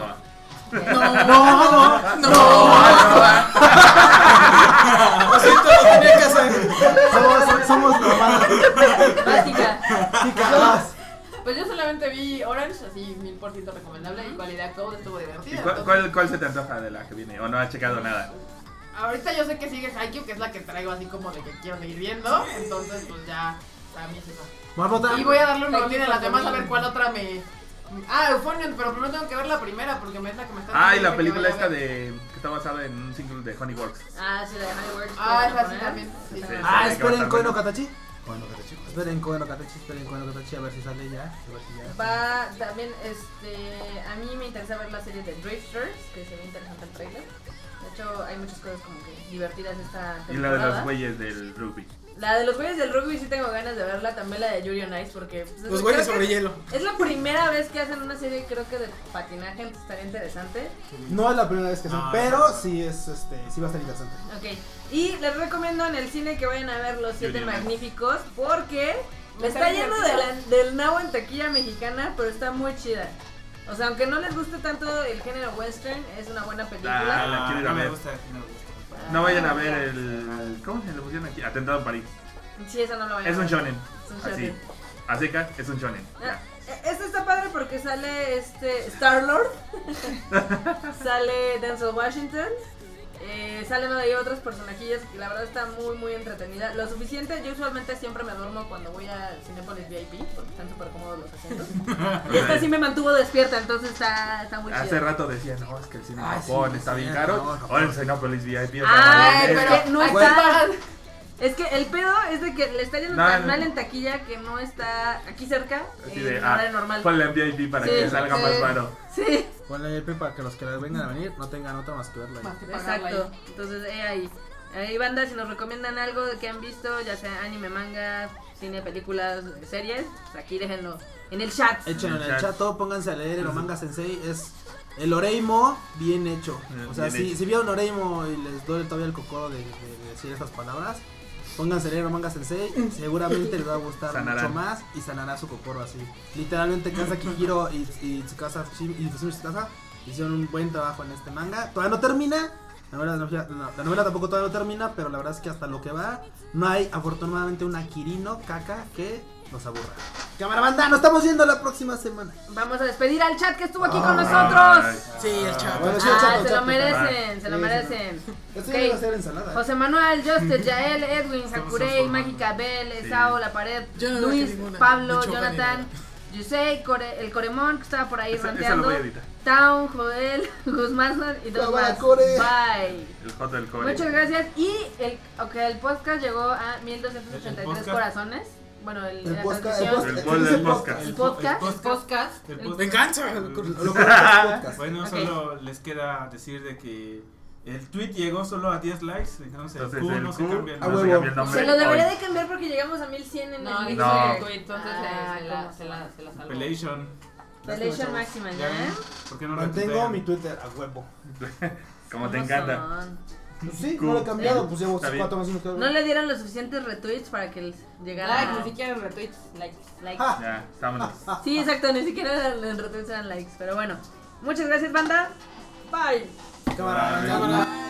No. No. Lo siento, lo tenía que hacer. Somos normal. Básica. Chicas. Pues yo solamente vi Orange, así 1000% recomendable. Y Qualidad Code estuvo ¿Y divertida. cuál se te antoja de la que viene? ¿O no has checado nada? Ahorita yo sé que sigue Haikyuu, que es la que traigo así como de que quiero seguir viendo. Entonces, pues ya, a mí es esa. Marmota. Y voy a darle un Haikyuu rolín a las con demás a Dominion. ver cuál otra me. Ah, Euphonion, pero primero tengo que ver la primera porque me es la que me está. Ah, y diciendo la que película vaya a esta ver. que está basada en un single de Honeyworks. Ah, sí, la de Honeyworks. Ah, ¿puedes esa sí poner? también. Sí. Sí. Ah, Sí, esperen sí, Koe no sí. Katachi. Bueno, que te chico. Esperen Koe no Katachi, a ver si sale ya. A ver si ya. Va también, a mí me interesa ver la serie de Drifters, que se ve interesante el trailer. De hecho, hay muchas cosas como que divertidas esta temporada. Y la de los güeyes del rugby. La de los güeyes del rugby sí tengo ganas de verla, también la de Yuri on Ice, porque... pues, Los güeyes creo sobre que hielo. es la primera vez que hacen una serie, creo que de patinaje, entonces estaría interesante. No es la primera vez que hacen, No, pero no. sí es sí va a estar interesante. Ok, y les recomiendo en el cine que vayan a ver Los Siete Yuri on Ice. Magníficos, porque ¿No está está lleno del nabo en taquilla mexicana, pero está muy chida. O sea, aunque no les guste tanto el género western, es una buena película. la quiero ir a no me ver. gusta, no me gusta. No vayan a ver el... ¿Cómo se le pusieron aquí? Atentado en París. Sí, esa no la vayan Es a un ver. shonen. Es un Así. shonen. A seca, es un shonen. Ah, Ya. este está padre porque sale Star-Lord, sale Denzel Washington, salen ahí otros personajillos que la verdad está muy muy entretenida. Lo suficiente, yo usualmente siempre me duermo cuando voy a Cinépolis VIP porque están súper cómodos los asientos. Y esta sí me mantuvo despierta, entonces está muy chida. Hace rato decía, no, es que el cine en Ay, Japón sí, está bien sí, caro. no, Japón. Ahora en Cinépolis VIP. o sea, Ay, vale, pero verga. no Aquí está. pagan. Es que el pedo es de que le está yendo No, tan no. mal en taquilla que no está aquí cerca Así en de, horario normal. ponle en VIP para Sí, que salga sí. más baro. Sí. Ponle el para que los que vengan a venir no tengan otra más que verla. Más que pagarla Exacto, entonces ahí. Ahí banda, si nos recomiendan algo que han visto, ya sea anime, manga, cine, películas, series, pues aquí déjenlo en el chat. Échenlo en el Chat. chat, todo, pónganse a leer el Manga Sensei, es el Oreimo bien hecho. O sea, Bien hecho. si vieron Oreimo y les duele todavía el cocoro de decir estas palabras, pónganse a leer el Manga Sensei, seguramente les va a gustar Sanarán. mucho más y sanará su cocoro así. Literalmente Casa Kihiro y su casa hicieron un buen trabajo en este manga. Todavía no termina. La novela tampoco todavía no termina, pero la verdad es que hasta lo que va, no hay afortunadamente una Kirino caca que nos aburra. Cámara banda, nos estamos viendo la próxima semana. Vamos a despedir al chat que estuvo aquí con nosotros. Sí, el chat. Bueno, sí, el chat, el Se lo chat. merecen, se lo Sí, merecen. Esto Ok. ya va a ser ensalada. José Manuel, Justin, Yael, Edwin, Estamos Hakurei, transformando. Mágica, Bel, Sí. Sao, La Pared, Yo no Luis, veo ninguna. Pablo, De hecho, Jonathan, Yusei, el Coremón que estaba por ahí Esa lo ranteando, voy a editar. Town, Joel, Guzmán y dos Cámara, más. Core. Bye. El J del Core. Muchas gracias. Y el podcast llegó a 1283 El podcast. corazones. Bueno, El la podcast, transmisión. El el bol del podcast. El podcast. Podcast. El Me podcast. encanta. Lo podcast. Bueno, Ok. solo les queda decir de que el tweet llegó solo a 10 likes, entonces el Entonces Q el no se Q cambia. a no se huevo. cambia el nombre. Se lo debería hoy. de cambiar porque llegamos a 1100 en No, el dice No. el tweet, entonces Ah, se la salvó. Appellation. Pelation máxima, ¿Ya ¿ya? ven? ¿Por qué no Mantengo retuitean? mi Twitter a huevo. Como te ¿Cómo encanta. son? Pues sí, no lo he cambiado, pues llevo Está bien. 4 meses. No le dieron los suficientes retweets para que les llegara. Like, ni siquiera retweets, likes. Likes. Ah. Ya, vámonos. Sí, exacto, ni siquiera en retweets eran likes. Pero bueno, muchas gracias, banda. Bye. Cámara, Bye. Cámara.